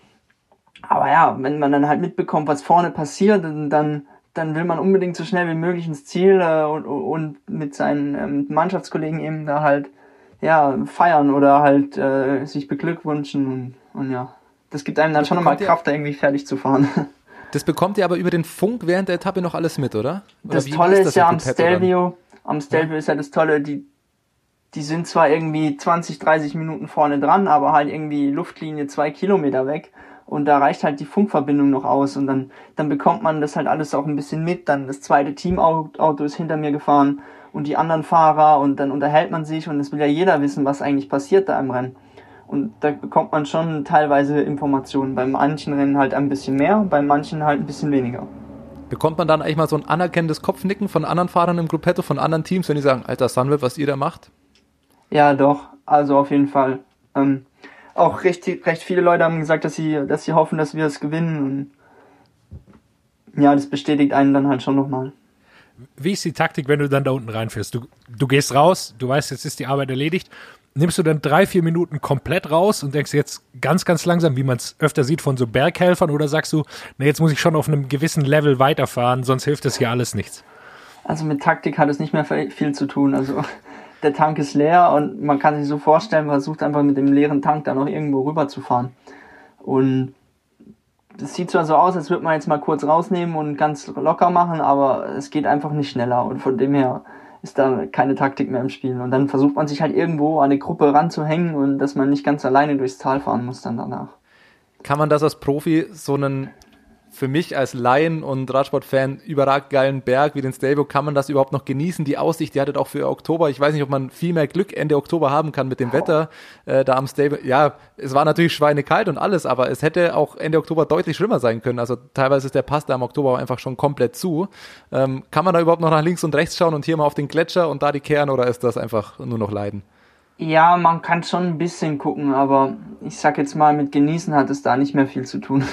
aber ja, wenn man dann halt mitbekommt, was vorne passiert, dann dann will man unbedingt so schnell wie möglich ins Ziel äh, und, und mit seinen ähm, Mannschaftskollegen eben da halt ja feiern oder halt äh, sich beglückwünschen und, und ja, das gibt einem dann das schon nochmal Kraft, da irgendwie fertig zu fahren. Das bekommt ihr aber über den Funk während der Etappe noch alles mit, oder? oder das wie, Tolle wie ist, ist das ja am Stelvio, am Stelvio ja. ist ja das Tolle, die die sind zwar irgendwie zwanzig, dreißig Minuten vorne dran, aber halt irgendwie Luftlinie zwei Kilometer weg. Und da reicht halt die Funkverbindung noch aus und dann, dann bekommt man das halt alles auch ein bisschen mit. Dann das zweite Teamauto ist hinter mir gefahren und die anderen Fahrer und dann unterhält man sich und es will ja jeder wissen, was eigentlich passiert da im Rennen. Und da bekommt man schon teilweise Informationen. Bei manchen Rennen halt ein bisschen mehr, bei manchen halt ein bisschen weniger. Bekommt man dann eigentlich mal so ein anerkennendes Kopfnicken von anderen Fahrern im Gruppetto, von anderen Teams, wenn die sagen, Alter Sunweb, was ihr da macht? Ja, doch. Also auf jeden Fall. Ähm, auch recht, recht viele Leute haben gesagt, dass sie, dass sie hoffen, dass wir es gewinnen. Und ja, das bestätigt einen dann halt schon nochmal. Wie ist die Taktik, wenn du dann da unten reinfährst? Du, du gehst raus, du weißt, jetzt ist die Arbeit erledigt. Nimmst du dann drei, vier Minuten komplett raus und denkst jetzt ganz, ganz langsam, wie man es öfter sieht von so Berghelfern, oder sagst du, na, jetzt muss ich schon auf einem gewissen Level weiterfahren, sonst hilft das hier alles nichts? Also mit Taktik hat es nicht mehr viel zu tun. Also der Tank ist leer und man kann sich so vorstellen, man versucht einfach mit dem leeren Tank da noch irgendwo rüberzufahren. Und das sieht zwar so aus, als würde man jetzt mal kurz rausnehmen und ganz locker machen, aber es geht einfach nicht schneller und von dem her ist da keine Taktik mehr im Spiel. Und dann versucht man sich halt irgendwo an eine Gruppe ranzuhängen und dass man nicht ganz alleine durchs Tal fahren muss dann danach. Kann man das als Profi, so einen für mich als Laien und Radsportfan überragend geilen Berg wie den Stelvio, kann man das überhaupt noch genießen? Die Aussicht, die hattet auch für Oktober. Ich weiß nicht, ob man viel mehr Glück Ende Oktober haben kann mit dem Wetter äh, da am Stelvio. Ja, es war natürlich schweinekalt und alles, aber es hätte auch Ende Oktober deutlich schlimmer sein können. Also teilweise ist der Pass da im Oktober auch einfach schon komplett zu. Ähm, kann man da überhaupt noch nach links und rechts schauen und hier mal auf den Gletscher und da die kehren, oder ist das einfach nur noch Leiden? Ja, man kann schon ein bisschen gucken, aber ich sag jetzt mal, mit Genießen hat es da nicht mehr viel zu tun.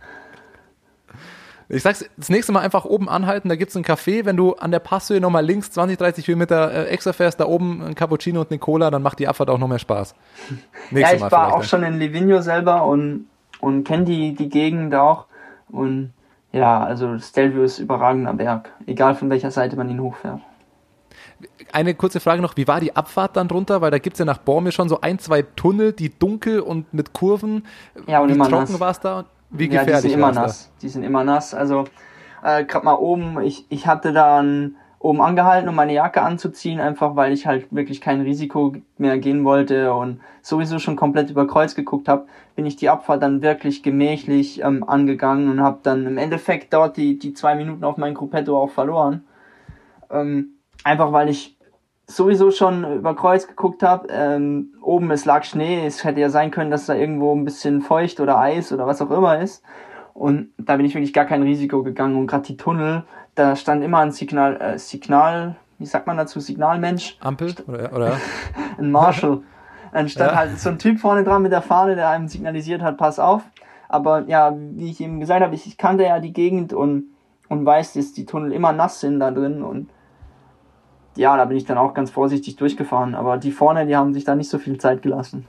Ich sag's, das nächste Mal einfach oben anhalten, da gibt's ein Café, wenn du an der Passhöhe nochmal links zwanzig, dreißig Kilometer äh, extra fährst, da oben ein Cappuccino und eine Cola, dann macht die Abfahrt auch noch mehr Spaß. Ja, ich war auch schon in Livigno selber und, und kenne die, die Gegend auch. Und ja, also Stelvio ist überragender Berg, egal von welcher Seite man ihn hochfährt. Eine kurze Frage noch, wie war die Abfahrt dann drunter? Weil da gibt's ja nach Bormio schon so ein, zwei Tunnel, die dunkel und mit Kurven. Ja, und wie immer trocken nass. war's da? Wie Ja, gefährlich die sind immer war's nass. Da? Die sind immer nass. Also äh, gerade mal oben, ich, ich hatte dann oben angehalten, um meine Jacke anzuziehen, einfach weil ich halt wirklich kein Risiko mehr gehen wollte und sowieso schon komplett über Kreuz geguckt habe, bin ich die Abfahrt dann wirklich gemächlich ähm, angegangen und habe dann im Endeffekt dort die, die zwei Minuten auf mein Gruppetto auch verloren. Ähm, einfach weil ich sowieso schon über Kreuz geguckt habe. Ähm, oben, es lag Schnee, es hätte ja sein können, dass da irgendwo ein bisschen feucht oder Eis oder was auch immer ist. Und da bin ich wirklich gar kein Risiko gegangen. Und gerade die Tunnel, da stand immer ein Signal, äh, Signal, wie sagt man dazu, Signalmensch? Ampel? Oder, oder? Ein Marshal. Dann stand Ja. halt so ein Typ vorne dran mit der Fahne, der einem signalisiert hat, pass auf. Aber ja, wie ich eben gesagt habe, ich, ich kannte ja die Gegend und, und weiß, dass die Tunnel immer nass sind da drin und ja, da bin ich dann auch ganz vorsichtig durchgefahren. Aber die vorne, die haben sich da nicht so viel Zeit gelassen.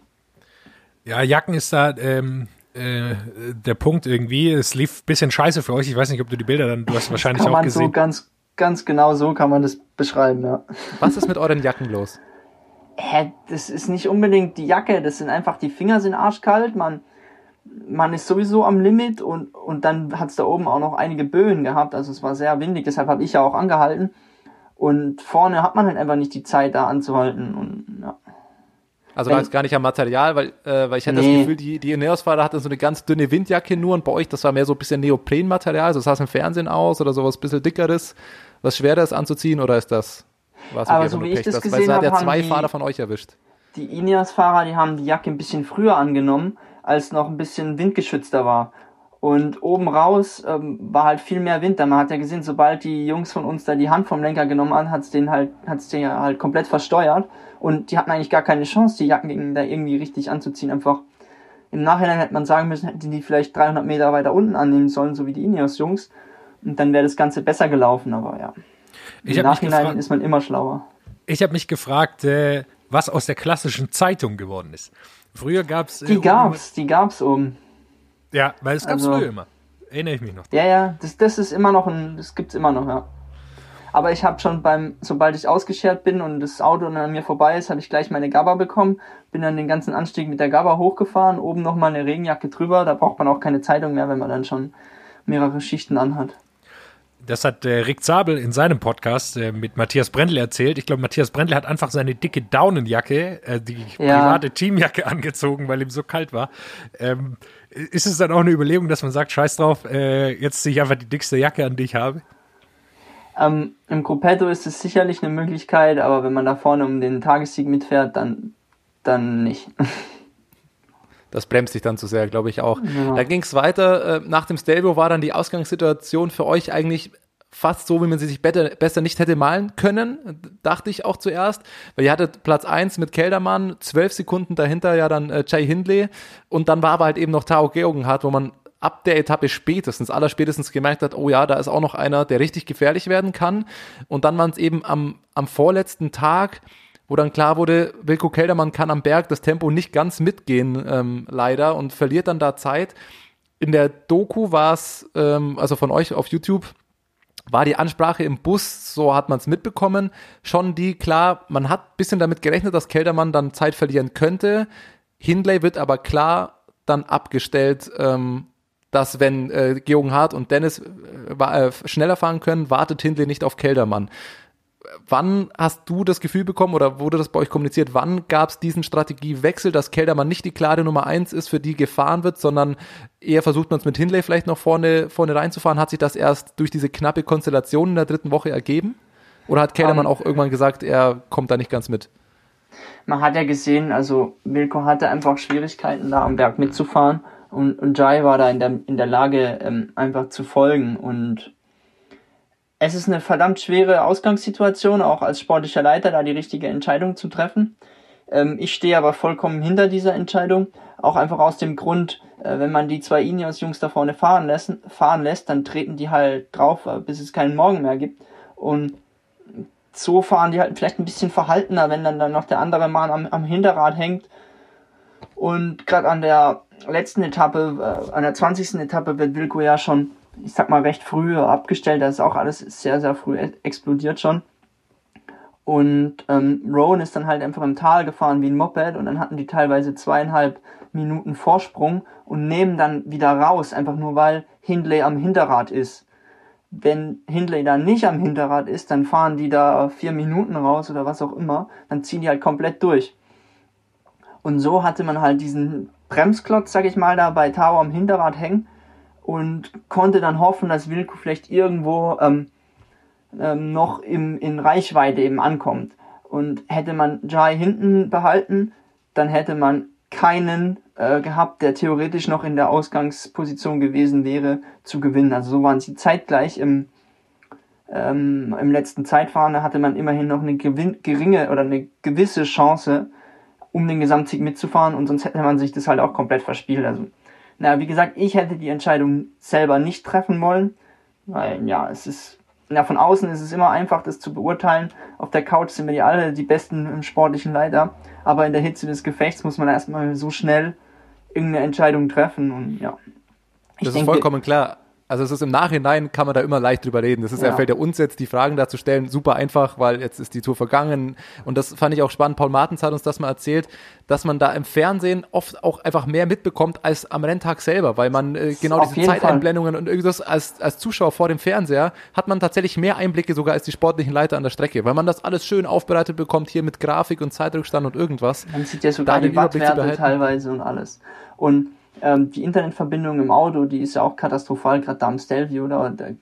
Ja, Jacken ist da ähm, äh, der Punkt irgendwie. Es lief ein bisschen scheiße für euch. Ich weiß nicht, ob du die Bilder dann, du hast wahrscheinlich kann auch man gesehen. So ganz, ganz genau so kann man das beschreiben, ja. Was ist mit euren Jacken los? Hä, das ist nicht unbedingt die Jacke, das sind einfach, die Finger sind arschkalt, man, man ist sowieso am Limit und, und dann hat es da oben auch noch einige Böen gehabt, also es war sehr windig, deshalb habe ich ja auch angehalten. Und vorne hat man halt einfach nicht die Zeit, da anzuhalten. Und, ja. Also lag es gar nicht am Material, weil, äh, weil ich hatte Nee. das Gefühl, die, die Ineos-Fahrer hatten so eine ganz dünne Windjacke nur und bei euch, das war mehr so ein bisschen Neoprenmaterial, so sah es im Fernsehen aus oder sowas ein bisschen dickeres, was schwerer ist anzuziehen, oder ist das, war es Aber wirklich so einfach wie nur ich Pech? das Das, weil gesehen es hat habe, ja haben zwei die- Fahrer von euch erwischt. Die Ineos-Fahrer, die haben die Jacke ein bisschen früher angenommen, als noch ein bisschen windgeschützter war. Und oben raus ähm, war halt viel mehr Wind. Man hat ja gesehen, sobald die Jungs von uns da die Hand vom Lenker genommen haben, hat's den halt, hat's den halt komplett versteuert. Und die hatten eigentlich gar keine Chance, die Jacken da irgendwie richtig anzuziehen. Einfach im Nachhinein hätte man sagen müssen, hätten die vielleicht dreihundert Meter weiter unten annehmen sollen, so wie die Ineos-Jungs. Und dann wäre das Ganze besser gelaufen, aber ja. Ich Im hab mich Nachhinein gefragt- ist man immer schlauer. Ich habe mich gefragt, äh, was aus der klassischen Zeitung geworden ist. Früher gab's äh, Die gab's, die gab's oben. Ja, weil es gab's Also- früher immer. Erinnere ich mich noch. Ja, ja, das, das ist immer noch ein, das gibt's immer noch, ja. Aber ich habe schon beim, sobald ich ausgeschert bin und das Auto dann an mir vorbei ist, habe ich gleich meine Gabba bekommen, bin dann den ganzen Anstieg mit der Gabba hochgefahren, oben nochmal eine Regenjacke drüber, da braucht man auch keine Zeitung mehr, wenn man dann schon mehrere Schichten anhat. Das hat äh, Rick Zabel in seinem Podcast äh, mit Matthias Brendle erzählt. Ich glaube, Matthias Brendle hat einfach seine dicke Daunenjacke, äh, die Ja. private Teamjacke angezogen, weil ihm so kalt war. Ähm, ist es dann auch eine Überlegung, dass man sagt, scheiß drauf, äh, jetzt ziehe ich einfach die dickste Jacke an, die ich habe? Ähm, im Gruppetto ist es sicherlich eine Möglichkeit, aber wenn man da vorne um den Tagessieg mitfährt, dann, dann nicht. Das bremst sich dann zu sehr, glaube ich auch. Ja. Da ging es weiter. Äh, nach dem Stelvio war dann die Ausgangssituation für euch eigentlich fast so, wie man sie sich better, besser nicht hätte malen können, dachte ich auch zuerst. Weil ihr hattet Platz eins mit Kelderman, zwölf Sekunden dahinter ja dann äh, Jai Hindley und dann war aber halt eben noch Tao Geoghegan, wo man ab der Etappe spätestens, allerspätestens gemerkt hat, oh ja, da ist auch noch einer, der richtig gefährlich werden kann. Und dann waren es eben am, am vorletzten Tag, wo dann klar wurde, Wilco Kelderman kann am Berg das Tempo nicht ganz mitgehen, ähm, leider, und verliert dann da Zeit. In der Doku war es, ähm, also von euch auf YouTube, war die Ansprache im Bus, so hat man es mitbekommen, schon die, klar, man hat ein bisschen damit gerechnet, dass Kelderman dann Zeit verlieren könnte. Hindley wird aber klar dann abgestellt, ähm, dass wenn äh, Geoghegan und Dennis äh, äh, schneller fahren können, wartet Hindley nicht auf Kelderman. Wann hast du das Gefühl bekommen oder wurde das bei euch kommuniziert, wann gab es diesen Strategiewechsel, dass Kelderman nicht die klare Nummer eins ist, für die gefahren wird, sondern eher versucht man es mit Hindley vielleicht noch vorne, vorne reinzufahren? Hat sich das erst durch diese knappe Konstellation in der dritten Woche ergeben? Oder hat Kelderman um, auch irgendwann gesagt, er kommt da nicht ganz mit? Man hat ja gesehen, also Wilco hatte einfach Schwierigkeiten, da am Berg mitzufahren. Und, und Jai war da in der, in der Lage, ähm, einfach zu folgen. Und es ist eine verdammt schwere Ausgangssituation, auch als sportlicher Leiter, da die richtige Entscheidung zu treffen. Ähm, ich stehe aber vollkommen hinter dieser Entscheidung. Auch einfach aus dem Grund, äh, wenn man die zwei Ineos-Jungs da vorne fahren lässt, fahren lässt, dann treten die halt drauf, bis es keinen Morgen mehr gibt. Und so fahren die halt vielleicht ein bisschen verhaltener, wenn dann, dann noch der andere Mann am, am Hinterrad hängt. Und gerade an der letzten Etappe, äh, an der zwanzigsten Etappe wird Wilco ja schon, ich sag mal, recht früh abgestellt. Da ist auch alles sehr, sehr früh explodiert schon. Und ähm, Rowan ist dann halt einfach im Tal gefahren wie ein Moped und dann hatten die teilweise zweieinhalb Minuten Vorsprung und nehmen dann wieder raus, einfach nur weil Hindley am Hinterrad ist. Wenn Hindley da nicht am Hinterrad ist, dann fahren die da vier Minuten raus oder was auch immer, dann ziehen die halt komplett durch. Und so hatte man halt diesen Bremsklotz, sag ich mal, da bei Tao am Hinterrad hängen und konnte dann hoffen, dass Wilco vielleicht irgendwo ähm, ähm, noch im, in Reichweite eben ankommt. Und hätte man Jai hinten behalten, dann hätte man keinen äh, gehabt, der theoretisch noch in der Ausgangsposition gewesen wäre, zu gewinnen. Also so waren sie zeitgleich im, ähm, im letzten Zeitfahren. Da hatte man immerhin noch eine gewin- geringe oder eine gewisse Chance, um den Gesamtsieg mitzufahren, und sonst hätte man sich das halt auch komplett verspielt. Also, naja, wie gesagt, ich hätte die Entscheidung selber nicht treffen wollen, weil, ja, es ist, ja, von außen ist es immer einfach, das zu beurteilen. Auf der Couch sind wir ja alle die besten sportlichen Leiter, aber in der Hitze des Gefechts muss man erstmal so schnell irgendeine Entscheidung treffen, und ja. Ich das denke, ist vollkommen klar. Also es ist im Nachhinein, kann man da immer leicht drüber reden. Das ist ja, ja fällt ja uns jetzt, die Fragen dazu stellen, super einfach, weil jetzt ist die Tour vergangen. Und das fand ich auch spannend. Paul Martens hat uns das mal erzählt, dass man da im Fernsehen oft auch einfach mehr mitbekommt als am Renntag selber, weil man äh, genau Auf diese jeden Zeiteinblendungen und irgendwas als, als Zuschauer vor dem Fernseher hat man tatsächlich mehr Einblicke sogar als die sportlichen Leiter an der Strecke, weil man das alles schön aufbereitet bekommt, hier mit Grafik und Zeitrückstand und irgendwas. Man sieht ja sogar da die Wattwerte teilweise und alles. Und Ähm, die Internetverbindung im Auto, die ist ja auch katastrophal, gerade da am Stelvio, da, da,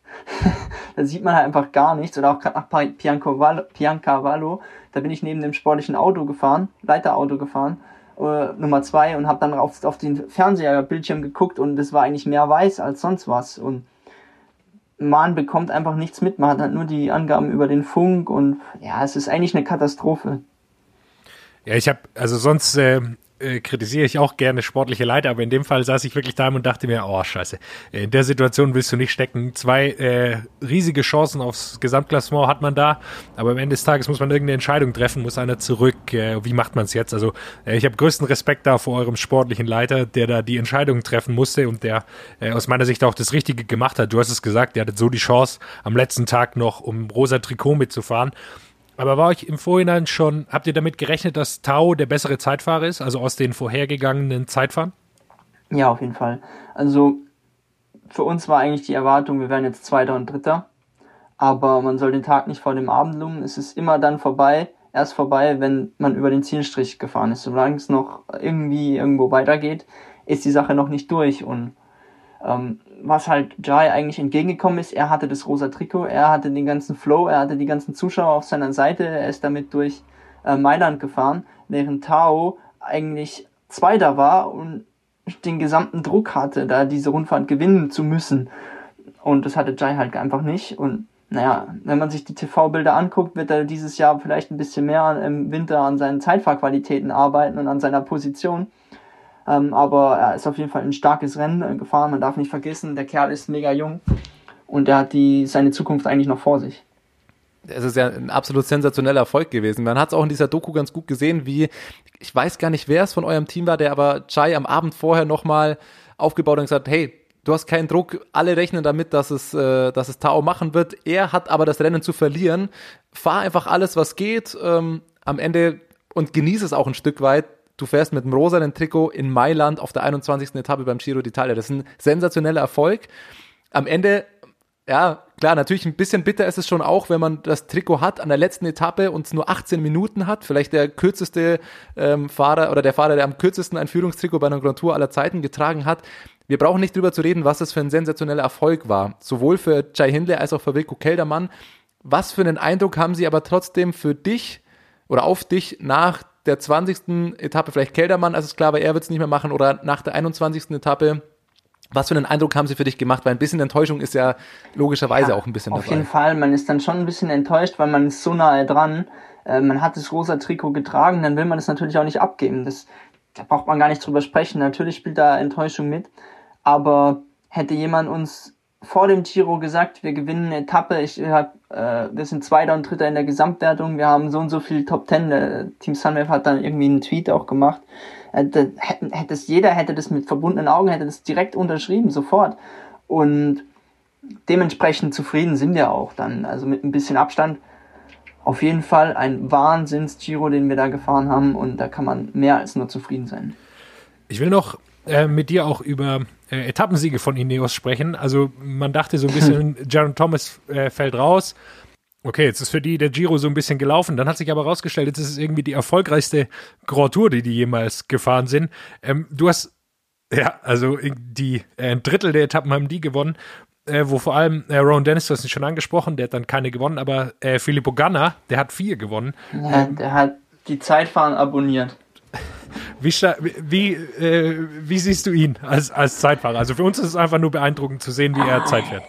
da sieht man halt einfach gar nichts. Oder auch gerade nach Piancavallo, Piancavallo, da bin ich neben dem sportlichen Auto gefahren, Leiterauto gefahren, äh, Nummer zwei, und habe dann auf, auf den Fernseherbildschirm geguckt und es war eigentlich mehr weiß als sonst was. Und man bekommt einfach nichts mit, man hat halt nur die Angaben über den Funk, und ja, es ist eigentlich eine Katastrophe. Ja, ich habe, also sonst äh, äh, kritisiere ich auch gerne sportliche Leiter, aber in dem Fall saß ich wirklich da und dachte mir, oh scheiße, in der Situation willst du nicht stecken. Zwei äh, riesige Chancen aufs Gesamtklassement hat man da, aber am Ende des Tages muss man irgendeine Entscheidung treffen, muss einer zurück. Äh, wie macht man es jetzt? Also äh, ich habe größten Respekt da vor eurem sportlichen Leiter, der da die Entscheidung treffen musste und der äh, aus meiner Sicht auch das Richtige gemacht hat. Du hast es gesagt, ihr hattet so die Chance, am letzten Tag noch um rosa Trikot mitzufahren. Aber war euch im Vorhinein schon, habt ihr damit gerechnet, dass Tao der bessere Zeitfahrer ist, also aus den vorhergegangenen Zeitfahren? Ja, auf jeden Fall. Also für uns war eigentlich die Erwartung, wir wären jetzt Zweiter und Dritter, aber man soll den Tag nicht vor dem Abend lungen. Es ist immer dann vorbei, erst vorbei, wenn man über den Zielstrich gefahren ist. Solange es noch irgendwie irgendwo weitergeht, ist die Sache noch nicht durch. Und ähm, was halt Jai eigentlich entgegengekommen ist, er hatte das rosa Trikot, er hatte den ganzen Flow, er hatte die ganzen Zuschauer auf seiner Seite, er ist damit durch äh, Mailand gefahren, während Tao eigentlich Zweiter war und den gesamten Druck hatte, da diese Rundfahrt gewinnen zu müssen. Und das hatte Jai halt einfach nicht. Und naja, wenn man sich die T V-Bilder anguckt, wird er dieses Jahr vielleicht ein bisschen mehr im Winter an seinen Zeitfahrqualitäten arbeiten und an seiner Position. Ähm, aber er ist auf jeden Fall ein starkes Rennen gefahren. Man darf nicht vergessen, der Kerl ist mega jung und er hat die, seine Zukunft eigentlich noch vor sich. Es ist ja ein absolut sensationeller Erfolg gewesen. Man hat es auch in dieser Doku ganz gut gesehen, wie, ich weiß gar nicht, wer es von eurem Team war, der aber Jai am Abend vorher nochmal aufgebaut und gesagt, hey, du hast keinen Druck, alle rechnen damit, dass es, äh, dass es Tao machen wird. Er hat aber das Rennen zu verlieren. Fahr einfach alles, was geht, ähm, am Ende und genieße es auch ein Stück weit. Du fährst mit dem rosanen Trikot in Mailand auf der einundzwanzigsten Etappe beim Giro d'Italia. Das ist ein sensationeller Erfolg. Am Ende, ja, klar, natürlich ein bisschen bitter ist es schon auch, wenn man das Trikot hat an der letzten Etappe und es nur achtzehn Minuten hat. Vielleicht der kürzeste ähm, Fahrer oder der Fahrer, der am kürzesten ein Führungstrikot bei einer Grand Tour aller Zeiten getragen hat. Wir brauchen nicht drüber zu reden, was das für ein sensationeller Erfolg war. Sowohl für Jai Hindley als auch für Wilco Kelderman. Was für einen Eindruck haben sie aber trotzdem für dich oder auf dich nach der zwanzigsten Etappe, vielleicht Kelderman, als es klar war, er wird es nicht mehr machen, oder nach der einundzwanzigsten Etappe, was für einen Eindruck haben sie für dich gemacht? Weil ein bisschen Enttäuschung ist ja logischerweise ja, auch ein bisschen auf dabei. Auf jeden Fall, man ist dann schon ein bisschen enttäuscht, weil man ist so nahe dran. Äh, man hat das rosa Trikot getragen, dann will man es natürlich auch nicht abgeben. Das, da braucht man gar nicht drüber sprechen. Natürlich spielt da Enttäuschung mit, aber hätte jemand uns vor dem Giro gesagt, wir gewinnen eine Etappe, ich hab, äh, wir sind Zweiter und Dritter in der Gesamtwertung, wir haben so und so viel Top Ten, der Team Sunweb hat dann irgendwie einen Tweet auch gemacht, hätte, hätte es jeder, hätte das mit verbundenen Augen, hätte das direkt unterschrieben, sofort. Und dementsprechend zufrieden sind wir auch dann, also mit ein bisschen Abstand. Auf jeden Fall ein Wahnsinns-Giro, den wir da gefahren haben, und da kann man mehr als nur zufrieden sein. Ich will noch äh, mit dir auch über äh, Etappensiege von Ineos sprechen. Also man dachte so ein bisschen, Geraint Thomas äh, fällt raus. Okay, jetzt ist für die der Giro so ein bisschen gelaufen. Dann hat sich aber rausgestellt, jetzt ist es irgendwie die erfolgreichste Grand Tour, die die jemals gefahren sind. Ähm, du hast, ja, also die äh, ein Drittel der Etappen haben die gewonnen, äh, wo vor allem äh, Rowan Dennis, du hast ihn schon angesprochen, der hat dann keine gewonnen, aber äh, Filippo Ganna, der hat vier gewonnen. Ja, der hat die Zeitfahren abonniert. Wie, wie, äh, wie siehst du ihn als, als Zeitfahrer? Also für uns ist es einfach nur beeindruckend zu sehen, wie er Zeit fährt.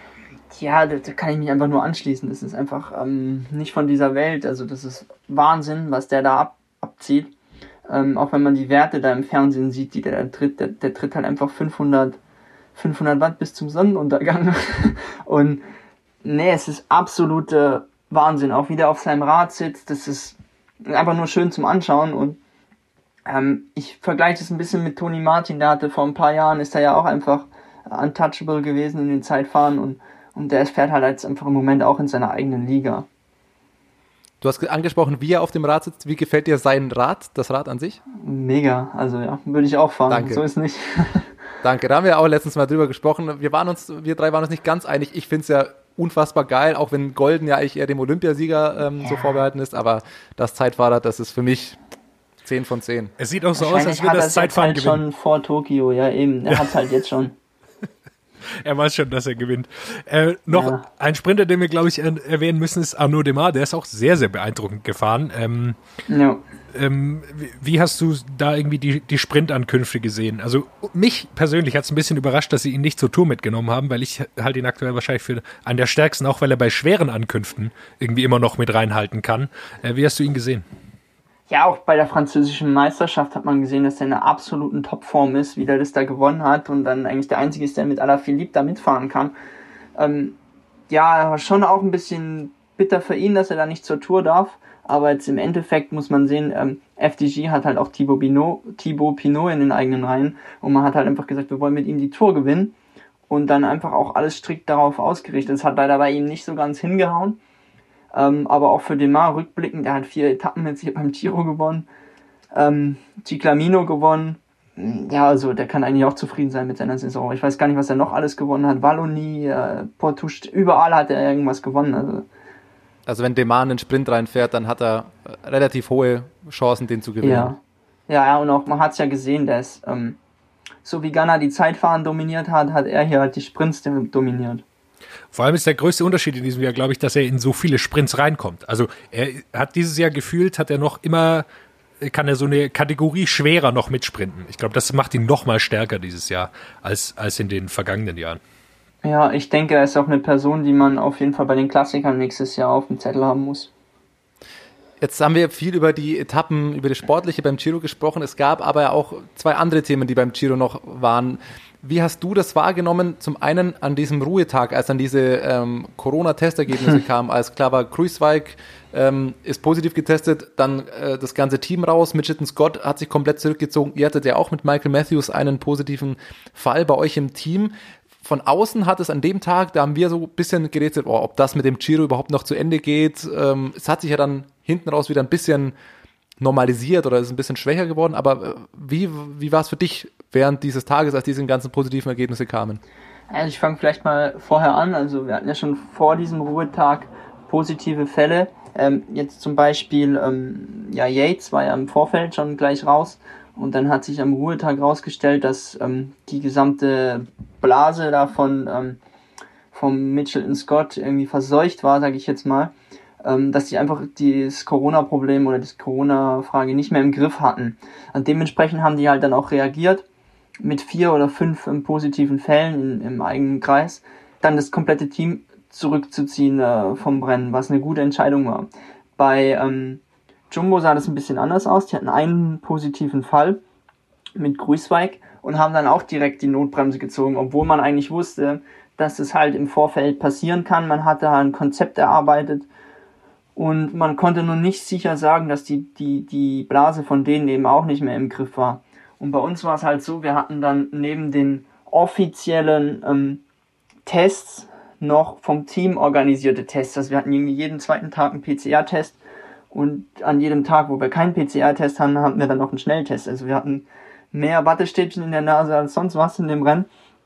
Ja, da, da kann ich mich einfach nur anschließen. Das ist einfach ähm, nicht von dieser Welt. Also das ist Wahnsinn, was der da ab, abzieht. Ähm, auch wenn man die Werte da im Fernsehen sieht, die der, der tritt, der, der tritt halt einfach fünfhundert Watt bis zum Sonnenuntergang. Und nee, es ist absolute Wahnsinn. Auch wie der auf seinem Rad sitzt, das ist einfach nur schön zum Anschauen. Und ähm, ich vergleiche das ein bisschen mit Tony Martin. Der hatte vor ein paar Jahren, ist er ja auch einfach untouchable gewesen in den Zeitfahren, und Und der fährt halt jetzt einfach im Moment auch in seiner eigenen Liga. Du hast angesprochen, wie er auf dem Rad sitzt. Wie gefällt dir sein Rad, das Rad an sich? Mega, also ja, würde ich auch fahren. Danke. So ist nicht. Danke, da haben wir auch letztens mal drüber gesprochen. Wir waren uns, wir drei waren uns nicht ganz einig. Ich finde es ja unfassbar geil, auch wenn Golden ja eigentlich eher dem Olympiasieger ähm, ja. so vorbehalten ist. Aber das Zeitfahrrad, das ist für mich zehn von zehn. Es sieht auch so aus, als würde das Zeitfahren halt gewinnen. Schon vor Tokio, ja eben. Er ja. hat es halt jetzt schon. Er weiß schon, dass er gewinnt. Äh, noch ja. ein Sprinter, den wir, glaube ich, er- erwähnen müssen, ist Arnaud Démare. Der ist auch sehr, sehr beeindruckend gefahren. Ähm, ja. ähm, wie, wie hast du da irgendwie die, die Sprintankünfte gesehen? Also mich persönlich hat es ein bisschen überrascht, dass sie ihn nicht zur Tour mitgenommen haben, weil ich halte ihn aktuell wahrscheinlich für einen der stärksten, auch weil er bei schweren Ankünften irgendwie immer noch mit reinhalten kann. Äh, wie hast du ihn gesehen? Ja, auch bei der französischen Meisterschaft hat man gesehen, dass er in einer absoluten Topform ist, wie der das da gewonnen hat und dann eigentlich der Einzige ist, der mit Alaphilippe da mitfahren kann. Ähm, ja, schon auch ein bisschen bitter für ihn, dass er da nicht zur Tour darf, aber jetzt im Endeffekt muss man sehen, ähm, F D G hat halt auch Thibaut Pinot, Thibaut Pinot in den eigenen Reihen, und man hat halt einfach gesagt, wir wollen mit ihm die Tour gewinnen, und dann einfach auch alles strikt darauf ausgerichtet. Das hat leider bei ihm nicht so ganz hingehauen. Ähm, aber auch für Démare rückblickend, der hat vier Etappen jetzt hier beim Giro gewonnen, ähm, Ciclamino gewonnen, ja, also der kann eigentlich auch zufrieden sein mit seiner Saison. Ich weiß gar nicht, was er noch alles gewonnen hat, Wallonie, äh, Portouche, überall hat er irgendwas gewonnen. Also, also wenn Démare in den Sprint reinfährt, dann hat er relativ hohe Chancen, den zu gewinnen. Ja, ja, ja, und auch, man hat es ja gesehen, der ist, ähm, so wie Ganna die Zeitfahren dominiert hat, hat er hier halt die Sprints dominiert. Vor allem ist der größte Unterschied in diesem Jahr, glaube ich, dass er in so viele Sprints reinkommt. Also er hat dieses Jahr gefühlt, hat er noch immer kann er so eine Kategorie schwerer noch mitsprinten. Ich glaube, das macht ihn noch mal stärker dieses Jahr als, als in den vergangenen Jahren. Ja, ich denke, er ist auch eine Person, die man auf jeden Fall bei den Klassikern nächstes Jahr auf dem Zettel haben muss. Jetzt haben wir viel über die Etappen, über das Sportliche beim Giro gesprochen. Es gab aber auch zwei andere Themen, die beim Giro noch waren. Wie hast du das wahrgenommen? Zum einen an diesem Ruhetag, als dann diese ähm, Corona-Testergebnisse hm. kamen, als klar war, Kruijswijk ähm, ist positiv getestet, dann äh, das ganze Team raus. Mitchelton Scott hat sich komplett zurückgezogen. Ihr hattet ja auch mit Michael Matthews einen positiven Fall bei euch im Team. Von außen hat es an dem Tag, da haben wir so ein bisschen gerätselt, oh, ob das mit dem Giro überhaupt noch zu Ende geht. Ähm, es hat sich ja dann hinten raus wieder ein bisschen normalisiert oder ist ein bisschen schwächer geworden. Aber wie, wie war es für dich während dieses Tages, als diese ganzen positiven Ergebnisse kamen? Also ich fange vielleicht mal vorher an. Also wir hatten ja schon vor diesem Ruhetag positive Fälle. Ähm, jetzt zum Beispiel, ähm, ja, Yates war ja im Vorfeld schon gleich raus. Und dann hat sich am Ruhetag rausgestellt, dass ähm, die gesamte Blase da von ähm, vom Mitchelton Scott irgendwie verseucht war, sage ich jetzt mal, ähm, dass die einfach das Corona-Problem oder die Corona-Frage nicht mehr im Griff hatten. Und dementsprechend haben die halt dann auch reagiert mit vier oder fünf ähm, positiven Fällen in, im eigenen Kreis, dann das komplette Team zurückzuziehen äh, vom Rennen, was eine gute Entscheidung war. Bei ähm, Jumbo sah das ein bisschen anders aus. Die hatten einen positiven Fall mit Kruijswijk und haben dann auch direkt die Notbremse gezogen, obwohl man eigentlich wusste, dass es halt im Vorfeld passieren kann. Man hatte ein Konzept erarbeitet und man konnte nur nicht sicher sagen, dass die, die, die Blase von denen eben auch nicht mehr im Griff war. Und bei uns war es halt so, wir hatten dann neben den offiziellen ähm, Tests noch vom Team organisierte Tests. Also wir hatten irgendwie jeden zweiten Tag einen P C R-Test. Und an jedem Tag, wo wir keinen P C R-Test hatten, hatten wir dann noch einen Schnelltest. Also wir hatten mehr Wattestäbchen in der Nase als sonst was in dem Rennen.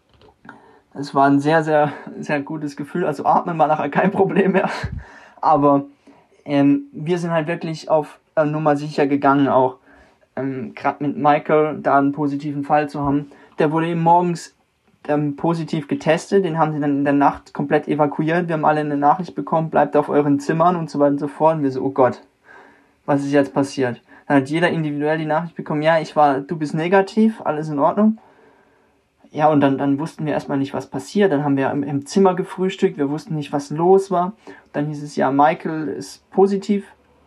Es war ein sehr, sehr, sehr gutes Gefühl. Also atmen war nachher kein Problem mehr. Aber ähm, wir sind halt wirklich auf äh, Nummer sicher gegangen auch. Ähm, Gerade mit Michael da einen positiven Fall zu haben. Der wurde eben morgens ähm, positiv getestet. Den haben sie dann in der Nacht komplett evakuiert. Wir haben alle eine Nachricht bekommen, bleibt auf euren Zimmern und so weiter und so fort. Und wir so, oh Gott, was ist jetzt passiert? Dann hat jeder individuell die Nachricht bekommen, ja, ich war, du bist negativ, alles in Ordnung. Ja, und dann, dann wussten wir erstmal nicht, was passiert. Dann haben wir im, im Zimmer gefrühstückt, wir wussten nicht, was los war. Dann hieß es, ja, Michael ist positiv.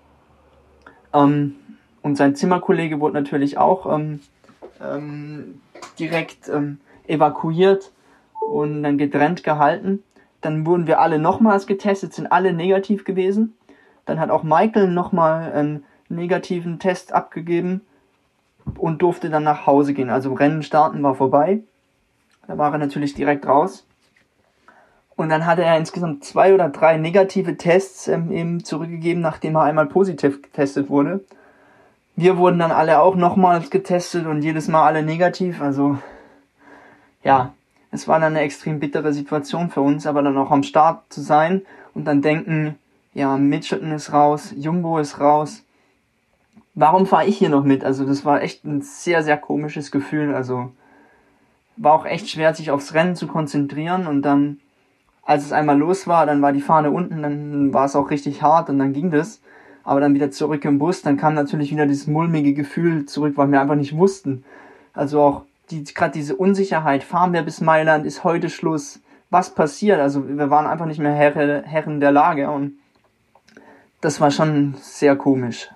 Ähm, und sein Zimmerkollege wurde natürlich auch ähm, ähm, direkt ähm, evakuiert und dann getrennt gehalten. Dann wurden wir alle nochmals getestet, sind alle negativ gewesen. Dann hat auch Michael nochmal einen negativen Test abgegeben und durfte dann nach Hause gehen. Also Rennen starten war vorbei. Da war er natürlich direkt raus. Und dann hatte er insgesamt zwei oder drei negative Tests ähm, eben zurückgegeben, nachdem er einmal positiv getestet wurde. Wir wurden dann alle auch nochmals getestet und jedes Mal alle negativ. Also ja, es war dann eine extrem bittere Situation für uns, aber dann auch am Start zu sein und dann denken, ja, Mitchelton ist raus, Jumbo ist raus. Warum fahre ich hier noch mit? Also das war echt ein sehr, sehr komisches Gefühl. Also war auch echt schwer, sich aufs Rennen zu konzentrieren. Und dann, als es einmal los war, dann war die Fahne unten, dann war es auch richtig hart und dann ging das. Aber dann wieder zurück im Bus, dann kam natürlich wieder dieses mulmige Gefühl zurück, weil wir einfach nicht wussten. Also auch die, gerade diese Unsicherheit, fahren wir bis Mailand, ist heute Schluss, was passiert? Also wir waren einfach nicht mehr Herr, Herren der Lage und das war schon sehr komisch.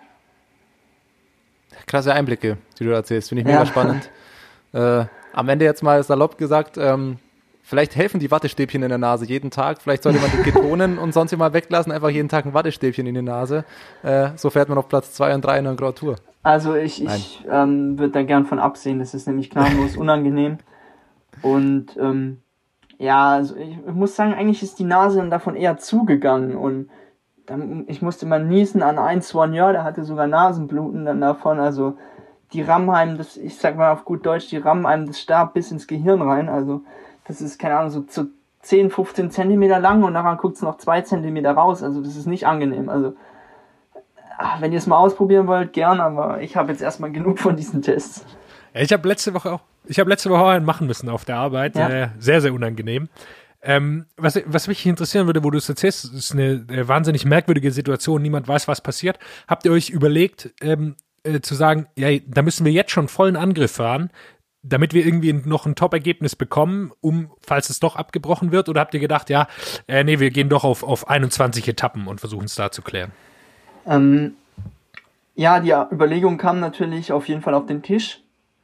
Krasse Einblicke, die du erzählst, finde ich mega ja. spannend. Äh, am Ende jetzt mal salopp gesagt, ähm, vielleicht helfen die Wattestäbchen in der Nase jeden Tag. Vielleicht sollte man die Ketonen und sonst immer weglassen, einfach jeden Tag ein Wattestäbchen in die Nase. Äh, so fährt man auf Platz zwei und drei in der Grand Tour. Also ich, ich ähm, würde da gern von absehen. Das ist nämlich gnadenlos unangenehm. Und ähm, ja, also ich, ich muss sagen, eigentlich ist die Nase dann davon eher zugegangen. Und dann, ich musste mal niesen an ein Soigneur, der hatte sogar Nasenbluten dann davon. Also die rammen einem, das, ich sag mal auf gut Deutsch, die rammen einem das Stab bis ins Gehirn rein. Also das ist, keine Ahnung, so, so zehn, fünfzehn Zentimeter lang und daran guckt es noch zwei Zentimeter raus. Also das ist nicht angenehm. Also ach, wenn ihr es mal ausprobieren wollt, gern, aber ich habe jetzt erstmal genug von diesen Tests. Ja, ich habe letzte Woche auch, ich habe letzte Woche auch einen machen müssen auf der Arbeit. Ja. Äh, sehr, sehr unangenehm. Ähm, was, was mich interessieren würde, wo du es erzählst, ist eine äh, wahnsinnig merkwürdige Situation. Niemand weiß, was passiert. Habt ihr euch überlegt, ähm, äh, zu sagen, ja, da müssen wir jetzt schon vollen Angriff fahren, damit wir irgendwie noch ein Top-Ergebnis bekommen, um, falls es doch abgebrochen wird? Oder habt ihr gedacht, ja, äh, nee, wir gehen doch auf, auf einundzwanzig Etappen und versuchen es da zu klären? Ähm, ja, die Überlegung kam natürlich auf jeden Fall auf den Tisch.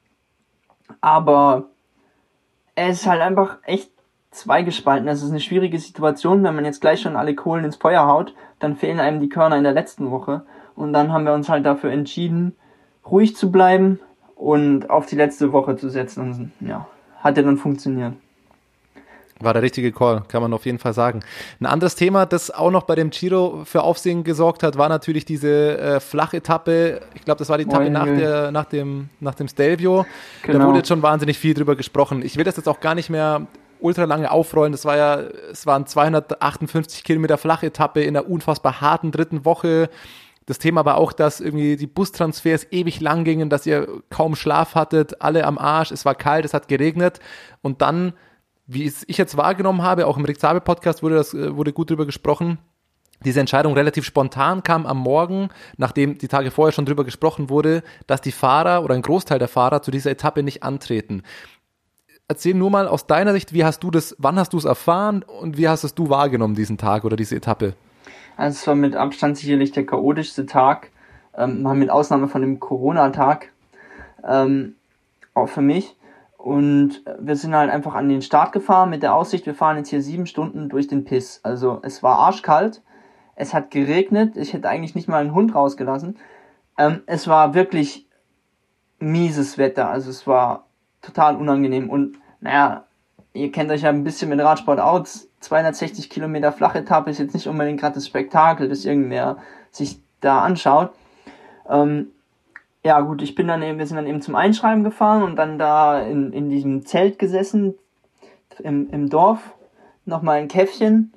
Aber es ist halt einfach echt zweigespalten. Es ist eine schwierige Situation, wenn man jetzt gleich schon alle Kohlen ins Feuer haut, dann fehlen einem die Körner in der letzten Woche. Und dann haben wir uns halt dafür entschieden, ruhig zu bleiben und auf die letzte Woche zu setzen. Und ja, hat ja dann funktioniert. War der richtige Call, kann man auf jeden Fall sagen. Ein anderes Thema, das auch noch bei dem Giro für Aufsehen gesorgt hat, war natürlich diese äh, Flachetappe. Ich glaube, das war die Etappe nach, der, nach dem, nach dem Stelvio. Genau. Da wurde jetzt schon wahnsinnig viel drüber gesprochen. Ich will das jetzt auch gar nicht mehr ultra lange aufrollen. Das war ja, es waren zweihundertachtundfünfzig Kilometer Flachetappe in einer unfassbar harten dritten Woche. Das Thema war auch, dass irgendwie die Bustransfers ewig lang gingen, dass ihr kaum Schlaf hattet, alle am Arsch, es war kalt, es hat geregnet und dann, wie es ich jetzt wahrgenommen habe, auch im Rick Zabel-Podcast wurde das wurde gut drüber gesprochen, diese Entscheidung relativ spontan kam am Morgen, nachdem die Tage vorher schon drüber gesprochen wurde, dass die Fahrer oder ein Großteil der Fahrer zu dieser Etappe nicht antreten. Erzähl nur mal aus deiner Sicht, wie hast du das, wann hast du es erfahren und wie hast es du wahrgenommen, diesen Tag oder diese Etappe? Also es war mit Abstand sicherlich der chaotischste Tag, ähm, mal mit Ausnahme von dem Corona-Tag, ähm, auch für mich. Und wir sind halt einfach an den Start gefahren mit der Aussicht, wir fahren jetzt hier sieben Stunden durch den Piss. Also es war arschkalt, es hat geregnet, ich hätte eigentlich nicht mal einen Hund rausgelassen. Ähm, es war wirklich mieses Wetter, also es war total unangenehm. Und naja, ihr kennt euch ja ein bisschen mit Radsport aus, zweihundertsechzig Kilometer Flachetappe ist jetzt nicht unbedingt gerade das Spektakel, das irgendwer sich da anschaut. Ähm, ja gut, ich bin dann eben, wir sind dann eben zum Einschreiben gefahren und dann da in, in diesem Zelt gesessen, im, im Dorf, nochmal ein Käffchen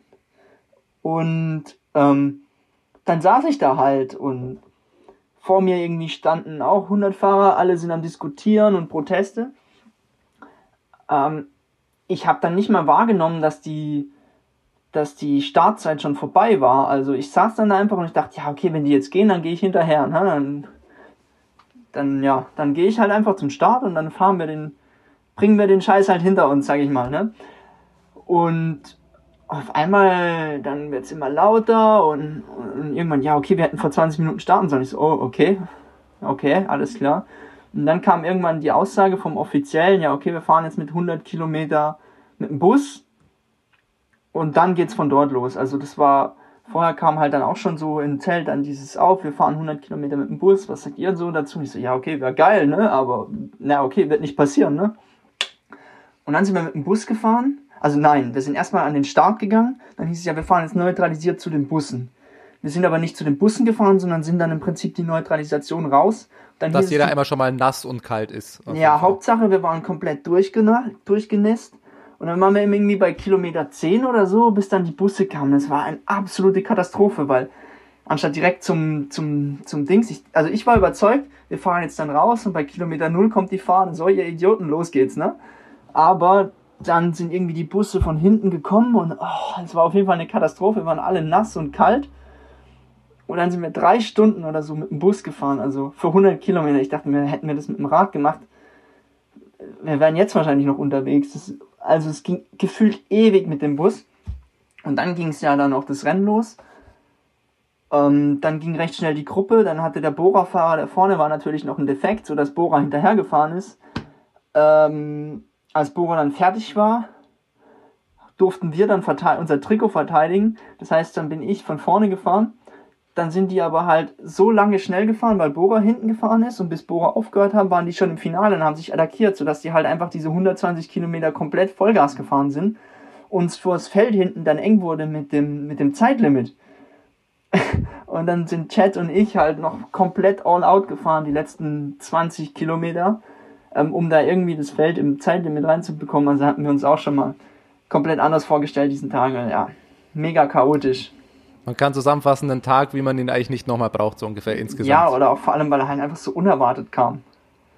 und ähm, dann saß ich da halt und vor mir irgendwie standen auch hundert Fahrer, alle sind am Diskutieren und Proteste. Ähm, ich habe dann nicht mal wahrgenommen, dass die dass die Startzeit schon vorbei war. Also ich saß dann einfach und ich dachte, ja okay, wenn die jetzt gehen, dann gehe ich hinterher. Ne? Dann, dann ja, dann gehe ich halt einfach zum Start und dann fahren wir den, bringen wir den Scheiß halt hinter uns, sag ich mal. Ne? Und auf einmal, dann wird's immer lauter und, und irgendwann, ja okay, wir hätten vor zwanzig Minuten starten sollen. Ich so, oh okay, okay, alles klar. Und dann kam irgendwann die Aussage vom Offiziellen, ja okay, wir fahren jetzt mit hundert Kilometer mit dem Bus. Und dann geht's von dort los. Also das war, vorher kam halt dann auch schon so im Zelt dann dieses auf, wir fahren hundert Kilometer mit dem Bus, was sagt ihr so dazu? Ich so, ja okay, wäre geil, ne, aber na okay, wird nicht passieren, ne. Und dann sind wir mit dem Bus gefahren, also nein, wir sind erstmal an den Start gegangen, dann hieß es ja, wir fahren jetzt neutralisiert zu den Bussen. Wir sind aber nicht zu den Bussen gefahren, sondern sind dann im Prinzip die Neutralisation raus. Dann Dass jeder einmal schon mal nass und kalt ist. Ja, Hauptsache, wir waren komplett durchgena- durchgenässt. Und dann waren wir irgendwie bei Kilometer zehn oder so, bis dann die Busse kamen. Das war eine absolute Katastrophe, weil anstatt direkt zum, zum, zum Dings, ich, also ich war überzeugt, wir fahren jetzt dann raus und bei Kilometer null kommt die Fahne, so ihr Idioten, los geht's, ne? Aber dann sind irgendwie die Busse von hinten gekommen und oh, es war auf jeden Fall eine Katastrophe, wir waren alle nass und kalt. Und dann sind wir drei Stunden oder so mit dem Bus gefahren, also für hundert Kilometer. Ich dachte, wir hätten wir das mit dem Rad gemacht, wir wären jetzt wahrscheinlich noch unterwegs. Das, also es ging gefühlt ewig mit dem Bus. Und dann ging es ja dann auch das Rennen los. Ähm, dann ging recht schnell die Gruppe. Dann hatte der Bora-Fahrer, der vorne war, natürlich noch ein Defekt, sodass Bora hinterhergefahren ist. Ähm, als Bora dann fertig war, durften wir dann verte- unser Trikot verteidigen. Das heißt, dann bin ich von vorne gefahren. Dann sind die aber halt so lange schnell gefahren, weil Bora hinten gefahren ist und bis Bora aufgehört haben, waren die schon im Finale und haben sich attackiert, sodass die halt einfach diese hundertzwanzig Kilometer komplett Vollgas gefahren sind und es vor das Feld hinten dann eng wurde mit dem, mit dem Zeitlimit. Und dann sind Chad und ich halt noch komplett all out gefahren, die letzten zwanzig Kilometer, ähm, um da irgendwie das Feld im Zeitlimit reinzubekommen. Also hatten wir uns auch schon mal komplett anders vorgestellt diesen Tag. Ja, mega chaotisch. Man kann zusammenfassen, einen Tag, wie man ihn eigentlich nicht nochmal braucht, so ungefähr insgesamt. Ja, oder auch vor allem, weil er halt einfach so unerwartet kam.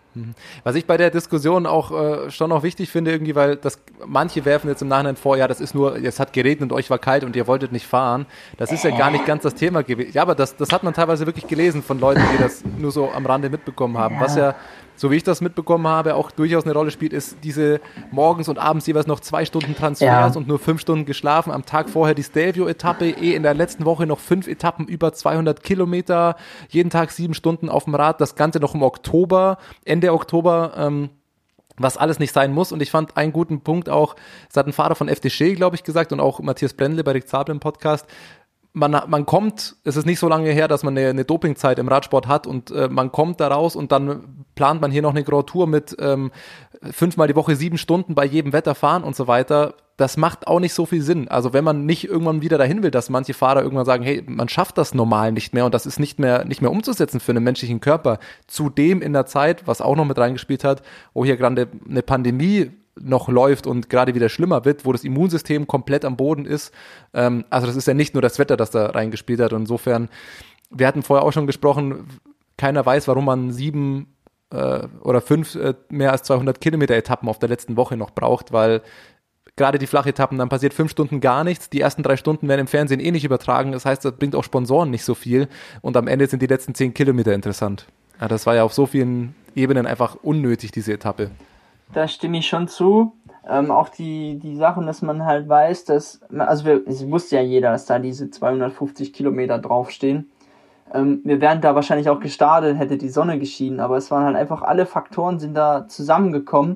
Was ich bei der Diskussion auch äh, schon noch wichtig finde, irgendwie, weil das manche werfen jetzt im Nachhinein vor, ja, das ist nur, es hat geregnet und euch war kalt und ihr wolltet nicht fahren. Das ist ja gar nicht ganz das Thema gewesen. Ja, aber das, das hat man teilweise wirklich gelesen von Leuten, die das nur so am Rande mitbekommen haben. Ja. Was ja, so wie ich das mitbekommen habe, auch durchaus eine Rolle spielt, ist diese morgens und abends jeweils noch zwei Stunden Transfers ja. und nur fünf Stunden geschlafen. Am Tag vorher die Stelvio-Etappe, eh in der letzten Woche noch fünf Etappen, über zweihundert Kilometer, jeden Tag sieben Stunden auf dem Rad, das Ganze noch im Oktober, Ende Oktober, ähm, was alles nicht sein muss. Und ich fand einen guten Punkt auch, es hat ein Fahrer von F D G, glaube ich, gesagt und auch Matthias Brendle bei Rick Zabel im Podcast, Man, man kommt, es ist nicht so lange her, dass man eine, eine Dopingzeit im Radsport hat und äh, man kommt da raus und dann plant man hier noch eine Grand Tour mit ähm, fünfmal die Woche sieben Stunden bei jedem Wetter fahren und so weiter. Das macht auch nicht so viel Sinn. Also wenn man nicht irgendwann wieder dahin will, dass manche Fahrer irgendwann sagen, hey, man schafft das normal nicht mehr und das ist nicht mehr nicht mehr umzusetzen für einen menschlichen Körper. Zudem in der Zeit, was auch noch mit reingespielt hat, wo hier gerade eine Pandemie noch läuft und gerade wieder schlimmer wird, wo das Immunsystem komplett am Boden ist. Ähm, also das ist ja nicht nur das Wetter, das da reingespielt hat. Und insofern, wir hatten vorher auch schon gesprochen, keiner weiß, warum man sieben äh, oder fünf äh, mehr als zweihundert Kilometer Etappen auf der letzten Woche noch braucht, weil gerade die Flachetappen, dann passiert fünf Stunden gar nichts. Die ersten drei Stunden werden im Fernsehen eh nicht übertragen. Das heißt, das bringt auch Sponsoren nicht so viel. Und am Ende sind die letzten zehn Kilometer interessant. Ja, das war ja auf so vielen Ebenen einfach unnötig, diese Etappe. Da stimme ich schon zu. Ähm, auch die, die Sachen, dass man halt weiß, dass, also wir, es wusste ja jeder, dass da diese zweihundertfünfzig Kilometer draufstehen. Ähm, wir wären da wahrscheinlich auch gestartet, hätte die Sonne geschienen, aber es waren halt einfach alle Faktoren sind da zusammengekommen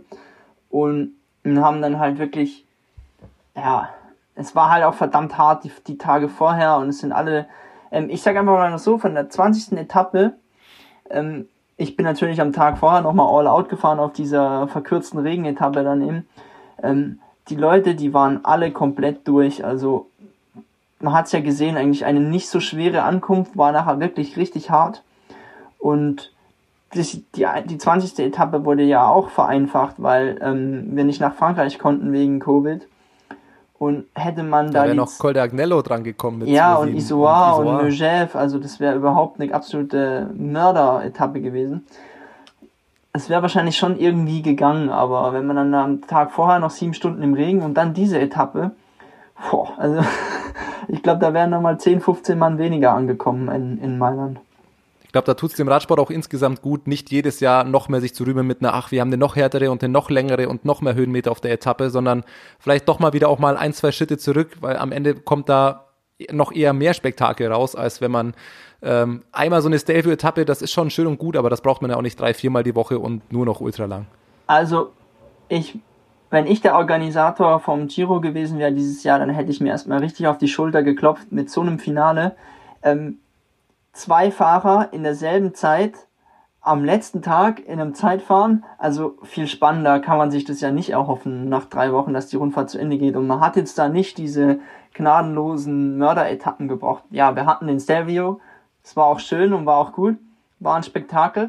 und haben dann halt wirklich, ja, es war halt auch verdammt hart die, die Tage vorher und es sind alle, ähm, ich sag einfach mal so, von der zwanzigsten Etappe, ähm, ich bin natürlich am Tag vorher nochmal all out gefahren auf dieser verkürzten Regenetappe dann eben. Ähm, die Leute, die waren alle komplett durch. Also man hat es ja gesehen, eigentlich eine nicht so schwere Ankunft war nachher wirklich richtig hart. Und das, die, die zwanzigste Etappe wurde ja auch vereinfacht, weil ähm, wir nicht nach Frankreich konnten wegen Covid. Und hätte man da, da wäre noch Col d'Agnello dran gekommen. Mit ja, und Isoar und, und Megève, also das wäre überhaupt eine absolute Mörder-Etappe gewesen. Es wäre wahrscheinlich schon irgendwie gegangen, aber wenn man dann am Tag vorher noch sieben Stunden im Regen und dann diese Etappe, boah, also ich glaube, da wären nochmal zehn, fünfzehn Mann weniger angekommen in, in Mailand. Ich glaube, da tut es dem Radsport auch insgesamt gut, nicht jedes Jahr noch mehr sich zu rühmen mit einer, ach, wir haben eine noch härtere und eine noch längere und noch mehr Höhenmeter auf der Etappe, sondern vielleicht doch mal wieder auch mal ein, zwei Schritte zurück, weil am Ende kommt da noch eher mehr Spektakel raus, als wenn man ähm, einmal so eine Stelvio-Etappe, das ist schon schön und gut, aber das braucht man ja auch nicht drei, viermal die Woche und nur noch ultra lang. Also, ich, wenn ich der Organisator vom Giro gewesen wäre dieses Jahr, dann hätte ich mir erstmal richtig auf die Schulter geklopft mit so einem Finale. Ähm, Zwei Fahrer in derselben Zeit am letzten Tag in einem Zeitfahren, also viel spannender kann man sich das ja nicht erhoffen nach drei Wochen, dass die Rundfahrt zu Ende geht und man hat jetzt da nicht diese gnadenlosen Mörderetappen gebraucht. Ja, wir hatten den Stelvio, es war auch schön und war auch gut, war ein Spektakel,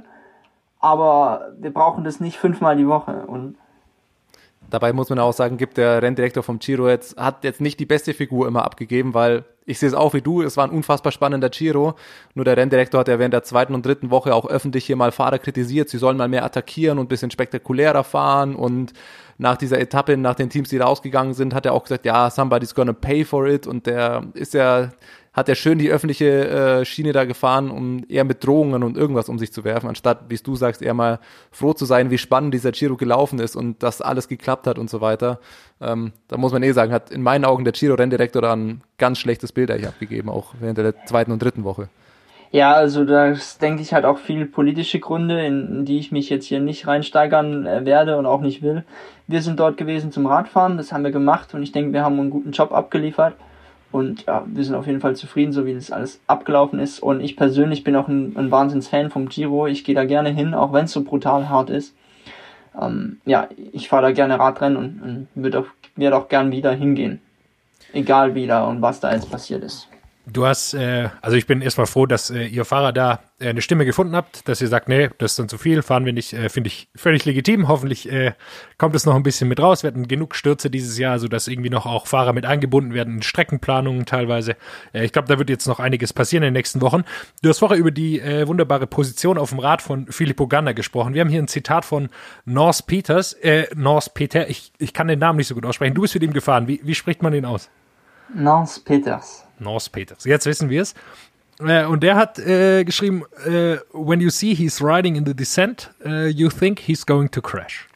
aber wir brauchen das nicht fünfmal die Woche und dabei muss man auch sagen, gibt der Renndirektor vom Giro jetzt, hat jetzt nicht die beste Figur immer abgegeben, weil ich sehe es auch wie du, es war ein unfassbar spannender Giro, nur der Renndirektor hat ja während der zweiten und dritten Woche auch öffentlich hier mal Fahrer kritisiert, sie sollen mal mehr attackieren und ein bisschen spektakulärer fahren und nach dieser Etappe, nach den Teams, die rausgegangen sind, hat er auch gesagt, ja, somebody's gonna pay for it und der ist ja, hat er schön die öffentliche äh, Schiene da gefahren, um eher mit Drohungen und irgendwas um sich zu werfen, anstatt, wie du sagst, eher mal froh zu sein, wie spannend dieser Giro gelaufen ist und dass alles geklappt hat und so weiter. Ähm, da muss man eh sagen, hat in meinen Augen der Giro-Renndirektor da ein ganz schlechtes Bild eigentlich abgegeben, auch während der zweiten und dritten Woche. Ja, also das denke ich halt auch viel politische Gründe, in die ich mich jetzt hier nicht reinsteigern werde und auch nicht will. Wir sind dort gewesen zum Radfahren, das haben wir gemacht und ich denke, wir haben einen guten Job abgeliefert. Und ja, wir sind auf jeden Fall zufrieden, so wie das alles abgelaufen ist. Und ich persönlich bin auch ein, ein Wahnsinns-Fan vom Giro. Ich gehe da gerne hin, auch wenn es so brutal hart ist. Ähm, ja, ich fahre da gerne Radrennen und, und würde auch, werd auch gern wieder hingehen. Egal wie da und was da jetzt passiert ist. Du hast, äh, also ich bin erstmal froh, dass äh, ihr Fahrer da äh, eine Stimme gefunden habt, dass ihr sagt, nee, das ist dann zu viel, fahren wir nicht, äh, finde ich völlig legitim. Hoffentlich äh, kommt es noch ein bisschen mit raus. Wir hatten genug Stürze dieses Jahr, sodass irgendwie noch auch Fahrer mit eingebunden werden in Streckenplanungen teilweise. Äh, ich glaube, da wird jetzt noch einiges passieren in den nächsten Wochen. Du hast vorher über die äh, wunderbare Position auf dem Rad von Filippo Ganna gesprochen. Wir haben hier ein Zitat von North Peters, äh, North Peter, ich, ich kann den Namen nicht so gut aussprechen. Du bist mit ihm gefahren. Wie, wie spricht man den aus? North Peters. North Peters. Jetzt wissen wir es. Äh, und der hat äh, geschrieben, äh, when you see he's riding in the descent, uh, you think he's going to crash.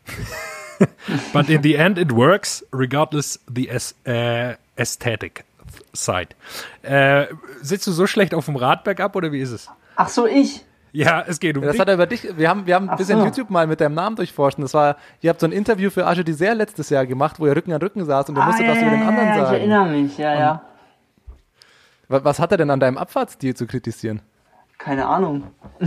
But in the end it works, regardless the as, äh, aesthetic side. Äh, sitzt du so schlecht auf dem Rad bergab oder wie ist es? Ach so, ich? Ja, es geht um Das dich. hat er über dich, wir haben, wir haben ein Ach bisschen so. YouTube mal mit deinem Namen durchforschen. Das war, ihr habt so ein Interview für Age Dessert letztes Jahr gemacht, wo ihr Rücken an Rücken saß und der Ah, musste ja, was über den ja, anderen ja, sagen. ich erinnere mich, ja, ja. Was, was hat er denn an deinem Abfahrtsstil zu kritisieren? Keine Ahnung.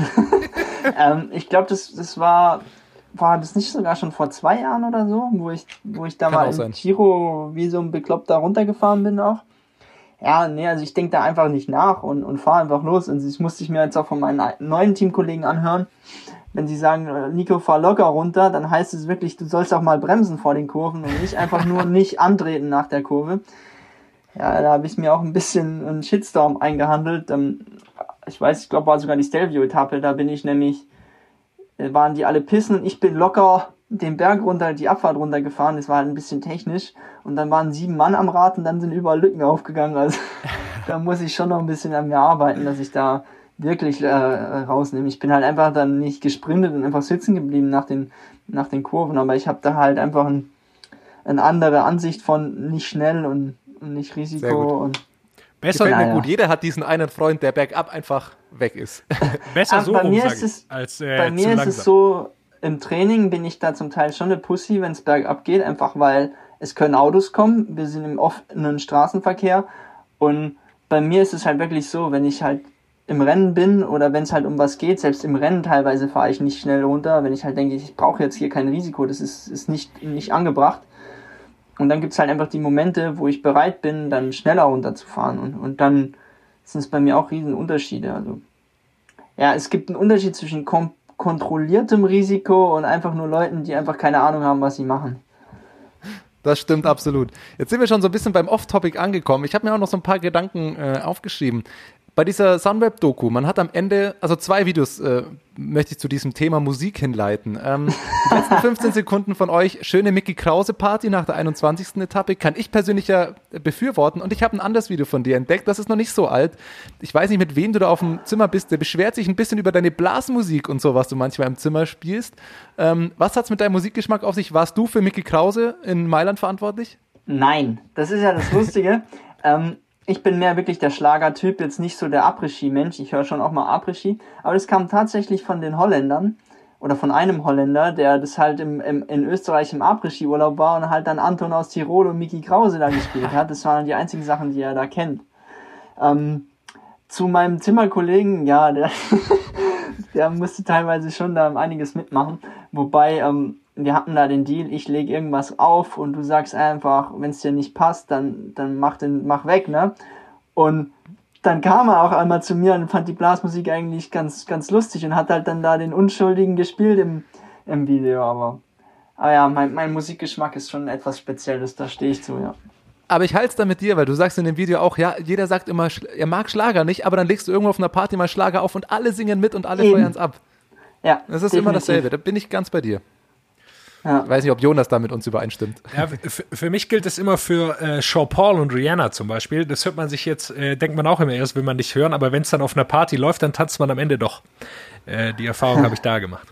ähm, ich glaube, das, das war, war das nicht sogar schon vor zwei Jahren oder so, wo ich, wo ich da Kann mal auch im sein. Giro wie so ein Bekloppter runtergefahren bin auch. Ja, nee, also ich denke da einfach nicht nach und, und fahre einfach los. Und das musste ich mir jetzt auch von meinen neuen Teamkollegen anhören. Wenn sie sagen, Nico, fahr locker runter, dann heißt es wirklich, du sollst auch mal bremsen vor den Kurven und nicht einfach nur nicht antreten nach der Kurve. Ja, da habe ich mir auch ein bisschen einen Shitstorm eingehandelt. Ich weiß, ich glaube, war sogar die Stelvio-Etappe, da bin ich nämlich, waren die alle pissen und ich bin locker den Berg runter, die Abfahrt runtergefahren. Das war halt ein bisschen technisch. Und dann waren sieben Mann am Rad und dann sind überall Lücken aufgegangen. Also da muss ich schon noch ein bisschen an mir arbeiten, dass ich da wirklich äh, rausnehme. Ich bin halt einfach dann nicht gesprintet und einfach sitzen geblieben nach den, nach den Kurven. Aber ich habe da halt einfach ein, eine andere Ansicht von nicht schnell und, und nicht Sehr Risiko. gut. Und Besser, Gefällt mir ja, gut. ja. Jeder hat diesen einen Freund, der bergab einfach weg ist. besser Aber so bei rum, mir sag ist ich, es- als äh, Bei zu mir ist langsam. es so, im Training bin ich da zum Teil schon eine Pussy, wenn es bergab geht, einfach weil es können Autos kommen, wir sind im offenen Straßenverkehr und bei mir ist es halt wirklich so, wenn ich halt im Rennen bin oder wenn es halt um was geht, selbst im Rennen teilweise fahre ich nicht schnell runter, wenn ich halt denke, ich brauche jetzt hier kein Risiko, das ist, ist nicht, nicht angebracht. Und dann gibt es halt einfach die Momente, wo ich bereit bin, dann schneller runterzufahren und, und dann sind es bei mir auch riesen Unterschiede. Also ja, es gibt einen Unterschied zwischen kom- kontrolliertem Risiko und einfach nur Leuten, die einfach keine Ahnung haben, was sie machen. Das stimmt absolut. Jetzt sind wir schon so ein bisschen beim Off-Topic angekommen. Ich habe mir auch noch so ein paar Gedanken äh, aufgeschrieben. Bei dieser Sunweb-Doku, man hat am Ende, also zwei Videos äh, möchte ich zu diesem Thema Musik hinleiten. Ähm, die letzten fünfzehn Sekunden von euch, schöne Micky Krause-Party nach der einundzwanzigsten Etappe, kann ich persönlich ja befürworten. Und ich habe ein anderes Video von dir entdeckt, das ist noch nicht so alt. Ich weiß nicht, mit wem du da auf dem Zimmer bist, der beschwert sich ein bisschen über deine Blasmusik und so, was du manchmal im Zimmer spielst. Ähm, was hat's mit deinem Musikgeschmack auf sich? Warst du für Micky Krause in Mailand verantwortlich? Nein, das ist ja das Lustige. ähm, ich bin mehr wirklich der Schlagertyp, jetzt nicht so der Après-Ski-Mensch. Ich höre schon auch mal Après-Ski. Aber das kam tatsächlich von den Holländern oder von einem Holländer, der das halt im, im, in Österreich im Après-Ski-Urlaub war und halt dann Anton aus Tirol und Micky Krause da gespielt hat. Das waren die einzigen Sachen, die er da kennt. Ähm, zu meinem Zimmerkollegen, ja, der, der musste teilweise schon da einiges mitmachen. Wobei, ähm, wir hatten da den Deal, ich lege irgendwas auf und du sagst einfach, wenn es dir nicht passt, dann, dann mach, den, mach weg, ne? Und dann kam er auch einmal zu mir und fand die Blasmusik eigentlich ganz, ganz lustig und hat halt dann da den Unschuldigen gespielt im, im Video, aber, aber ja, mein, mein Musikgeschmack ist schon etwas Spezielles, da stehe ich zu, ja. Aber ich halte es da mit dir, weil du sagst in dem Video auch, ja, jeder sagt immer, er mag Schlager nicht, aber dann legst du irgendwo auf einer Party mal Schlager auf und alle singen mit und alle Eben. feuern es ab. Ja, Das ist definitiv. immer dasselbe, da bin ich ganz bei dir. Ja. Ich weiß nicht, ob Jonas da mit uns übereinstimmt. Ja, für, für mich gilt es immer für äh, Sean Paul und Rihanna zum Beispiel. Das hört man sich jetzt, äh, denkt man auch immer erst, will man nicht hören, aber wenn es dann auf einer Party läuft, dann tanzt man am Ende doch. Äh, die Erfahrung habe ich da gemacht.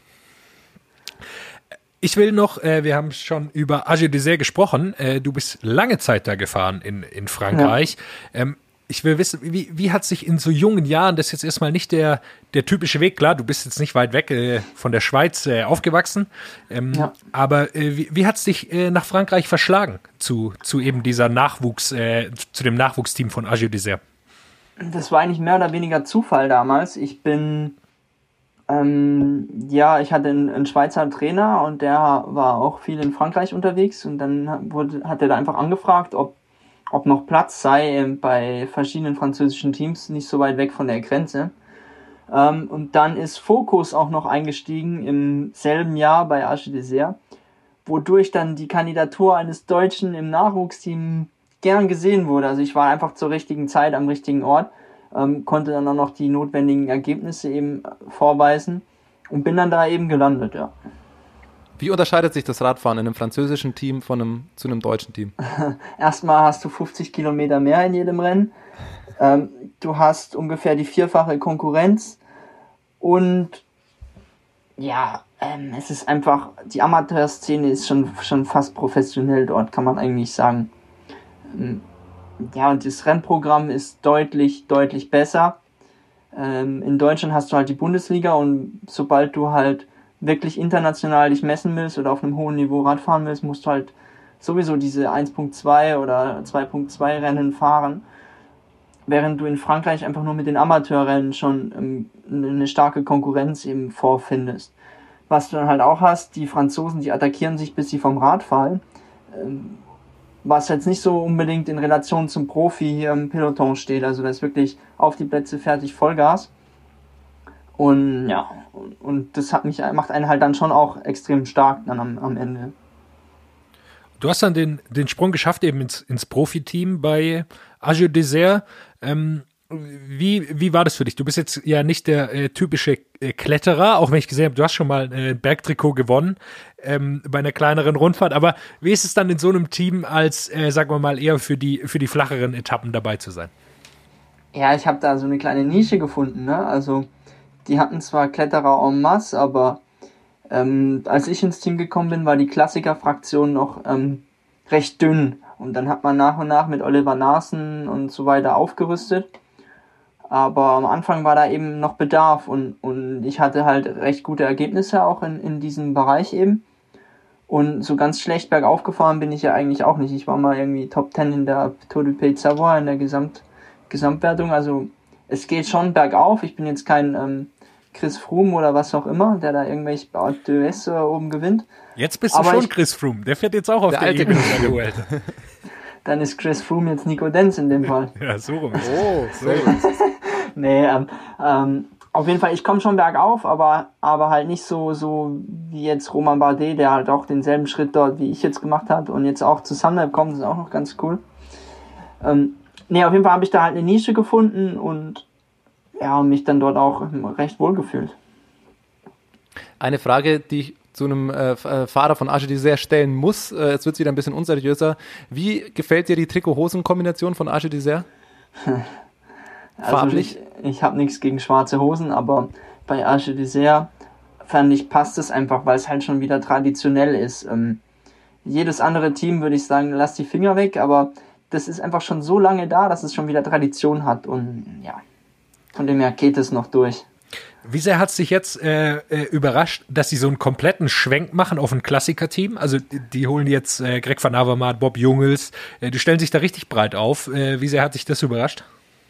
Ich will noch, äh, wir haben schon über Age Dessert gesprochen, äh, du bist lange Zeit da gefahren in, in Frankreich. Ja. Ähm, ich will wissen, wie, wie hat sich in so jungen Jahren, das ist jetzt erstmal nicht der, der typische Weg, klar, du bist jetzt nicht weit weg äh, von der Schweiz äh, aufgewachsen, ähm, Ja. aber äh, wie, wie hat es dich äh, nach Frankreich verschlagen zu, zu eben dieser Nachwuchs, äh, zu dem Nachwuchsteam von Age Dessert? Das war eigentlich mehr oder weniger Zufall damals. Ich bin, ähm, ja, ich hatte einen, einen Schweizer Trainer und der war auch viel in Frankreich unterwegs und dann wurde, hat er da einfach angefragt, ob, ob noch Platz sei äh, bei verschiedenen französischen Teams, nicht so weit weg von der Grenze. Ähm, und dann ist Focus auch noch eingestiegen im selben Jahr bei Arche Dessert, wodurch dann die Kandidatur eines Deutschen im Nachwuchsteam gern gesehen wurde. Also ich war einfach zur richtigen Zeit am richtigen Ort, ähm, konnte dann auch noch die notwendigen Ergebnisse eben vorweisen und bin dann da eben gelandet, ja. Wie unterscheidet sich das Radfahren in einem französischen Team von einem zu einem deutschen Team? Erstmal hast du fünfzig Kilometer mehr in jedem Rennen. Ähm, du hast ungefähr die vierfache Konkurrenz und ja, ähm, es ist einfach, die Amateurszene ist schon, schon fast professionell dort, kann man eigentlich sagen. Ähm, ja, und das Rennprogramm ist deutlich, deutlich besser. Ähm, in Deutschland hast du halt die Bundesliga und sobald du halt wirklich international dich messen willst oder auf einem hohen Niveau Radfahren willst, musst du halt sowieso diese eins Punkt zwei oder zwei Punkt zwei Rennen fahren, während du in Frankreich einfach nur mit den Amateurrennen schon ähm, eine starke Konkurrenz eben vorfindest. Was du dann halt auch hast, die Franzosen, die attackieren sich, bis sie vom Rad fallen, ähm, was jetzt nicht so unbedingt in Relation zum Profi hier im Peloton steht, also das ist wirklich auf die Plätze fertig, Vollgas. Und ja, und, und das hat mich, macht einen halt dann schon auch extrem stark dann am, am Ende. Du hast dann den, den Sprung geschafft eben ins, ins Profiteam bei Arche Dessert. Ähm, wie, wie war das für dich? Du bist jetzt ja nicht der äh, typische äh, Kletterer, auch wenn ich gesehen habe, du hast schon mal äh, ein Bergtrikot gewonnen ähm, bei einer kleineren Rundfahrt. Aber wie ist es dann in so einem Team als, äh, sagen wir mal, eher für die, für die flacheren Etappen dabei zu sein? Ja, ich habe da so eine kleine Nische gefunden, ne? Also die hatten zwar Kletterer en masse, aber ähm, als ich ins Team gekommen bin, war die Klassiker-Fraktion noch ähm, recht dünn. Und dann hat man nach und nach mit Oliver Naassen und so weiter aufgerüstet. Aber am Anfang war da eben noch Bedarf und, und ich hatte halt recht gute Ergebnisse auch in, in diesem Bereich eben. Und so ganz schlecht bergauf gefahren bin ich ja eigentlich auch nicht. Ich war mal irgendwie Top zehn in der Tour du Pays de Savoie in der Gesamt, Gesamtwertung. Also es geht schon bergauf. Ich bin jetzt kein ähm, Chris Froome oder was auch immer, der da irgendwelche Alpe d'Huez äh, oben gewinnt. Jetzt bist du Aber schon ich, Chris Froome. Der fährt jetzt auch auf der, der Ebene der Vuelta. Dann ist Chris Froome jetzt Nico Denz in dem Fall. Ja, so rum. Oh, sehr gut. Nee, ähm, ähm, auf jeden Fall, ich komme schon bergauf, aber, aber halt nicht so, so wie jetzt Romain Bardet, der halt auch denselben Schritt dort, wie ich jetzt gemacht habe und jetzt auch zu Sunweb kommt, ist auch noch ganz cool. Ähm, nee, auf jeden Fall habe ich da halt eine Nische gefunden und ja, mich dann dort auch recht wohl gefühlt. Eine Frage, die ich zu einem äh, Fahrer von Arche Dessert stellen muss, äh, jetzt wird es wieder ein bisschen unseriöser. Wie gefällt dir die Trikot-Hosen-Kombination von Arche Dessert? Also Farblich? ich, ich habe nichts gegen schwarze Hosen, aber bei Arche Dessert fand ich, passt es einfach, weil es halt schon wieder traditionell ist. Ähm, jedes andere Team würde ich sagen, lass die Finger weg, aber das ist einfach schon so lange da, dass es schon wieder Tradition hat und ja, von dem her geht es noch durch. Wie sehr hat es dich jetzt äh, äh, überrascht, dass sie so einen kompletten Schwenk machen auf ein Klassiker-Team? Also die, die holen jetzt äh, Greg van Avermaet, Bob Jungels, äh, die stellen sich da richtig breit auf. Äh, wie sehr hat dich das überrascht?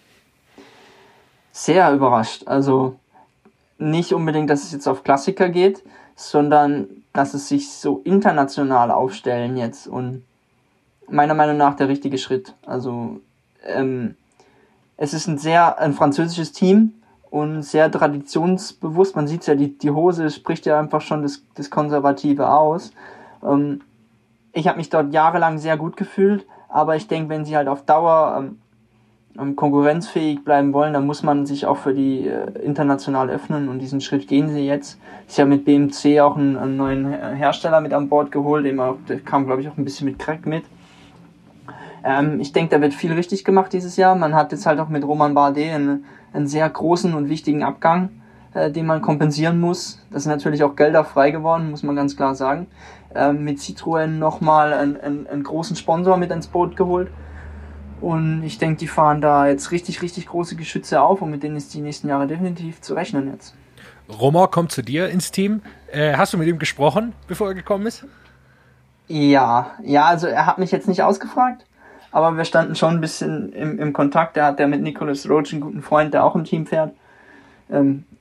Sehr überrascht. Also nicht unbedingt, dass es jetzt auf Klassiker geht, sondern dass es sich so international aufstellen jetzt und meiner Meinung nach der richtige Schritt. Also ähm, es ist ein sehr ein französisches Team und sehr traditionsbewusst. Man sieht ja, die, die Hose spricht ja einfach schon das, das Konservative aus. Ähm, ich habe mich dort jahrelang sehr gut gefühlt, aber ich denke, wenn sie halt auf Dauer ähm, konkurrenzfähig bleiben wollen, dann muss man sich auch für die äh, international öffnen und diesen Schritt gehen sie jetzt. Sie haben mit B M C auch einen, einen neuen Hersteller mit an Bord geholt, dem auch, der kam, glaube ich, auch ein bisschen mit Crack mit. Ähm, ich denke, da wird viel richtig gemacht dieses Jahr. Man hat jetzt halt auch mit Romain Bardet einen, einen sehr großen und wichtigen Abgang, äh, den man kompensieren muss. Das sind natürlich auch Gelder frei geworden, muss man ganz klar sagen. Ähm, mit Citroën nochmal einen, einen, einen großen Sponsor mit ins Boot geholt. Und ich denke, die fahren da jetzt richtig, richtig große Geschütze auf und mit denen ist die nächsten Jahre definitiv zu rechnen jetzt. Romain kommt zu dir ins Team. Äh, hast du mit ihm gesprochen, bevor er gekommen ist? Ja, ja, also er hat mich jetzt nicht ausgefragt, aber wir standen schon ein bisschen im, im Kontakt. Er hat ja mit Nicolas Roach einen guten Freund, der auch im Team fährt. Ähm,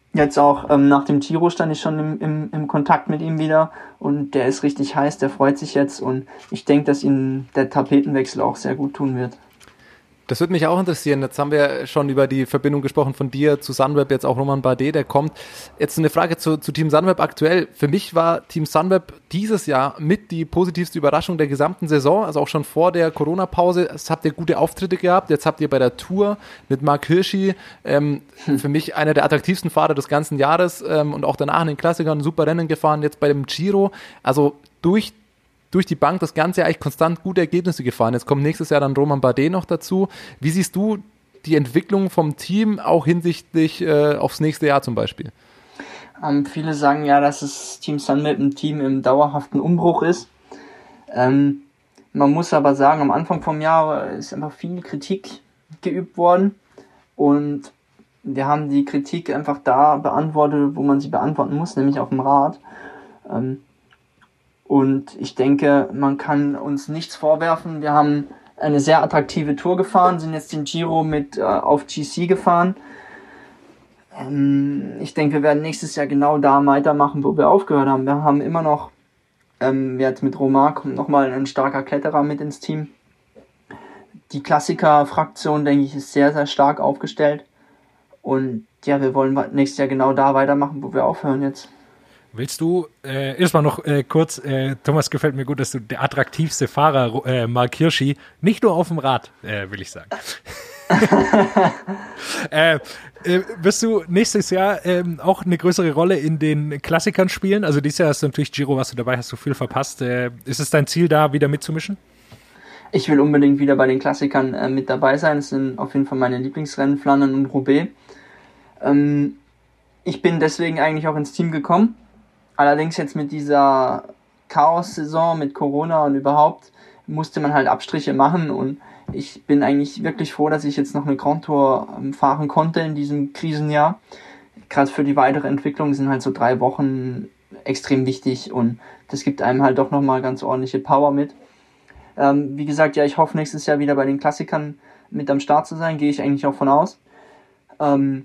Jetzt auch ähm, nach dem Giro stand ich schon im, im, im Kontakt mit ihm wieder und der ist richtig heiß, der freut sich jetzt und ich denke, dass ihm der Tapetenwechsel auch sehr gut tun wird. Das würde mich auch interessieren. Jetzt haben wir schon über die Verbindung gesprochen von dir zu Sunweb, jetzt auch Romain Bardet, der kommt. Jetzt eine Frage zu, zu Team Sunweb aktuell. Für mich war Team Sunweb dieses Jahr mit die positivste Überraschung der gesamten Saison, also auch schon vor der Corona-Pause. Es habt ihr gute Auftritte gehabt. Jetzt habt ihr bei der Tour mit Marc Hirschi ähm, hm. für mich einer der attraktivsten Fahrer des ganzen Jahres ähm, und auch danach in den Klassikern super Rennen gefahren, jetzt bei dem Giro. Also durch durch die Bank das Ganze eigentlich konstant gute Ergebnisse gefahren. Jetzt kommt nächstes Jahr dann Romain Bardet noch dazu. Wie siehst du die Entwicklung vom Team auch hinsichtlich äh, aufs nächste Jahr zum Beispiel? Ähm, viele sagen ja, dass das Team Sunweb ein Team im dauerhaften Umbruch ist. Ähm, man muss aber sagen, am Anfang vom Jahr ist einfach viel Kritik geübt worden und wir haben die Kritik einfach da beantwortet, wo man sie beantworten muss, nämlich auf dem Rad. Ähm, Und ich denke, man kann uns nichts vorwerfen. Wir haben eine sehr attraktive Tour gefahren, sind jetzt den Giro mit äh, auf G C gefahren. Ähm, ich denke, wir werden nächstes Jahr genau da weitermachen, wo wir aufgehört haben. Wir haben immer noch, ähm, jetzt mit Romain kommt nochmal ein starker Kletterer mit ins Team. Die Klassiker-Fraktion, denke ich, ist sehr, sehr stark aufgestellt. Und ja, wir wollen nächstes Jahr genau da weitermachen, wo wir aufhören jetzt. Willst du, äh, erstmal noch äh, kurz, äh, Thomas, gefällt mir gut, dass du der attraktivste Fahrer, äh, Marc Hirschi, nicht nur auf dem Rad, äh, will ich sagen. äh, äh, wirst du nächstes Jahr äh, auch eine größere Rolle in den Klassikern spielen? Also dieses Jahr hast du natürlich Giro, warst du dabei, hast du viel verpasst. Äh, ist es dein Ziel, da wieder mitzumischen? Ich will unbedingt wieder bei den Klassikern äh, mit dabei sein. Es sind auf jeden Fall meine Lieblingsrennen, Flandern und Roubaix. Ähm, ich bin deswegen eigentlich auch ins Team gekommen. Allerdings jetzt mit dieser Chaos-Saison, mit Corona und überhaupt, musste man halt Abstriche machen und ich bin eigentlich wirklich froh, dass ich jetzt noch eine Grand Tour fahren konnte in diesem Krisenjahr. Gerade für die weitere Entwicklung sind halt so drei Wochen extrem wichtig und das gibt einem halt doch nochmal ganz ordentliche Power mit. Ähm, wie gesagt, ja, ich hoffe nächstes Jahr wieder bei den Klassikern mit am Start zu sein, gehe ich eigentlich auch von aus. Ähm,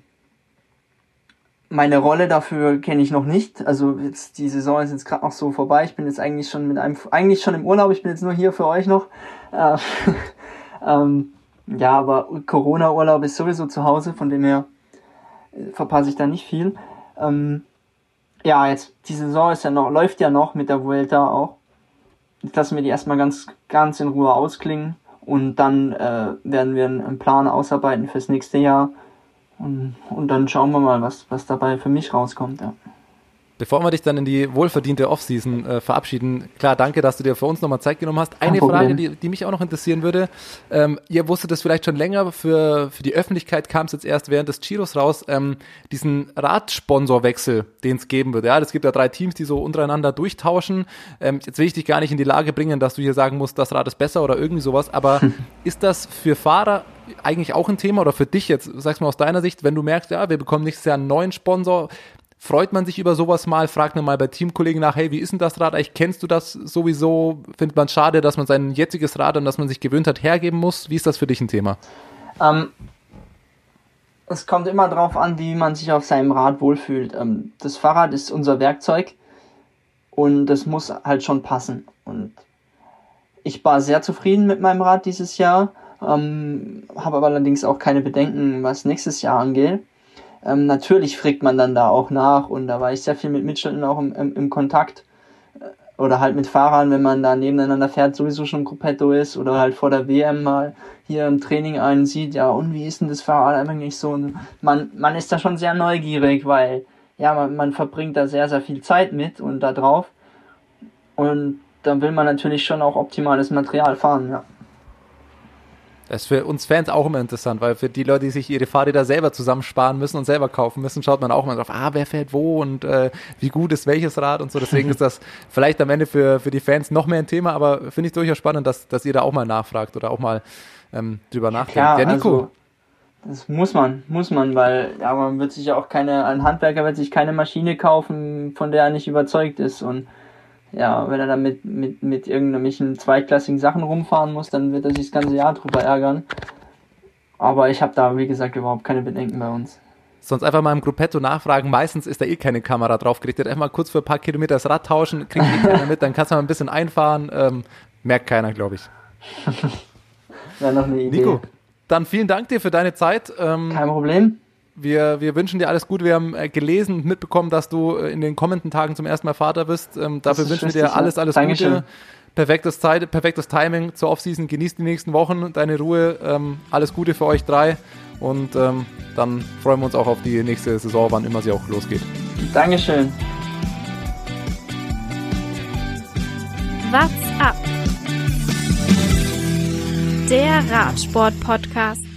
Meine Rolle dafür kenne ich noch nicht. Also jetzt die Saison ist jetzt gerade noch so vorbei. Ich bin jetzt eigentlich schon mit einem eigentlich schon im Urlaub. Ich bin jetzt nur hier für euch noch. Äh, ähm, ja, aber Corona-Urlaub ist sowieso zu Hause, von dem her verpasse ich da nicht viel. Ähm, ja, jetzt die Saison ist ja noch läuft ja noch mit der Vuelta auch. Jetzt lassen wir die erstmal ganz ganz in Ruhe ausklingen und dann äh, werden wir einen Plan ausarbeiten fürs nächste Jahr. Und, und dann schauen wir mal, was, was dabei für mich rauskommt. Ja. Bevor wir dich dann in die wohlverdiente Offseason äh, verabschieden, klar, danke, dass du dir für uns nochmal Zeit genommen hast. Eine Frage, die, die mich auch noch interessieren würde. Ähm, ihr wusstet das vielleicht schon länger, für, für die Öffentlichkeit kam es jetzt erst während des Giros raus, ähm, diesen Radsponsorwechsel, den es geben wird. Ja, es gibt ja drei Teams, die so untereinander durchtauschen. Ähm, jetzt will ich dich gar nicht in die Lage bringen, dass du hier sagen musst, das Rad ist besser oder irgendwie sowas, aber ist das für Fahrer eigentlich auch ein Thema oder für dich jetzt, sag's mal aus deiner Sicht, wenn du merkst, ja, wir bekommen nächstes Jahr einen neuen Sponsor, freut man sich über sowas mal, fragt man mal bei Teamkollegen nach, hey, wie ist denn das Rad eigentlich, kennst du das sowieso, findet man schade, dass man sein jetziges Rad, an das man sich gewöhnt hat, hergeben muss, wie ist das für dich ein Thema? Ähm, es kommt immer drauf an, wie man sich auf seinem Rad wohlfühlt. Ähm, das Fahrrad ist unser Werkzeug und das muss halt schon passen und ich war sehr zufrieden mit meinem Rad dieses Jahr. Ähm, habe aber allerdings auch keine Bedenken, was nächstes Jahr angeht. Ähm, natürlich fragt man dann da auch nach und da war ich sehr viel mit Mitschülern auch im, im, im Kontakt oder halt mit Fahrern, wenn man da nebeneinander fährt, sowieso schon im Gruppetto ist oder halt vor der W M mal hier im Training einen sieht, ja und wie ist denn das Fahrrad eigentlich so? Und man, man ist da schon sehr neugierig, weil ja man, man verbringt da sehr, sehr viel Zeit mit und da drauf und dann will man natürlich schon auch optimales Material fahren, ja. Das ist für uns Fans auch immer interessant, weil für die Leute, die sich ihre Fahrräder selber zusammensparen müssen und selber kaufen müssen, schaut man auch mal drauf, ah, wer fährt wo und äh, wie gut ist welches Rad und so. Deswegen ist das vielleicht am Ende für, für die Fans noch mehr ein Thema, aber finde ich durchaus spannend, dass, dass ihr da auch mal nachfragt oder auch mal ähm, drüber nachdenkt. Ja, ja, Nico. Also, das muss man, muss man, weil ja, man wird sich ja auch keine, ein Handwerker wird sich keine Maschine kaufen, von der er nicht überzeugt ist und ja, wenn er dann mit, mit, mit irgendwelchen zweitklassigen Sachen rumfahren muss, dann wird er sich das ganze Jahr drüber ärgern. Aber ich habe da, wie gesagt, überhaupt keine Bedenken bei uns. Sonst einfach mal im Gruppetto nachfragen. Meistens ist da eh keine Kamera drauf gerichtet. Einfach mal kurz für ein paar Kilometer das Rad tauschen, kriegt eh keiner mit, dann kannst du mal ein bisschen einfahren. Ähm, merkt keiner, glaube ich. Wäre noch eine Idee. Nico, dann vielen Dank dir für deine Zeit. Ähm, Kein Problem. Wir, wir wünschen dir alles Gute. Wir haben äh, gelesen und mitbekommen, dass du äh, in den kommenden Tagen zum ersten Mal Vater bist. Ähm, dafür ist wünschen wir richtig, dir alles, alles Dankeschön. Gute. Perfektes Zeit, perfektes Timing zur Offseason. Genießt die nächsten Wochen, deine Ruhe. Ähm, alles Gute für euch drei. Und ähm, dann freuen wir uns auch auf die nächste Saison, wann immer sie auch losgeht. Dankeschön. What's up? Der Radsport-Podcast.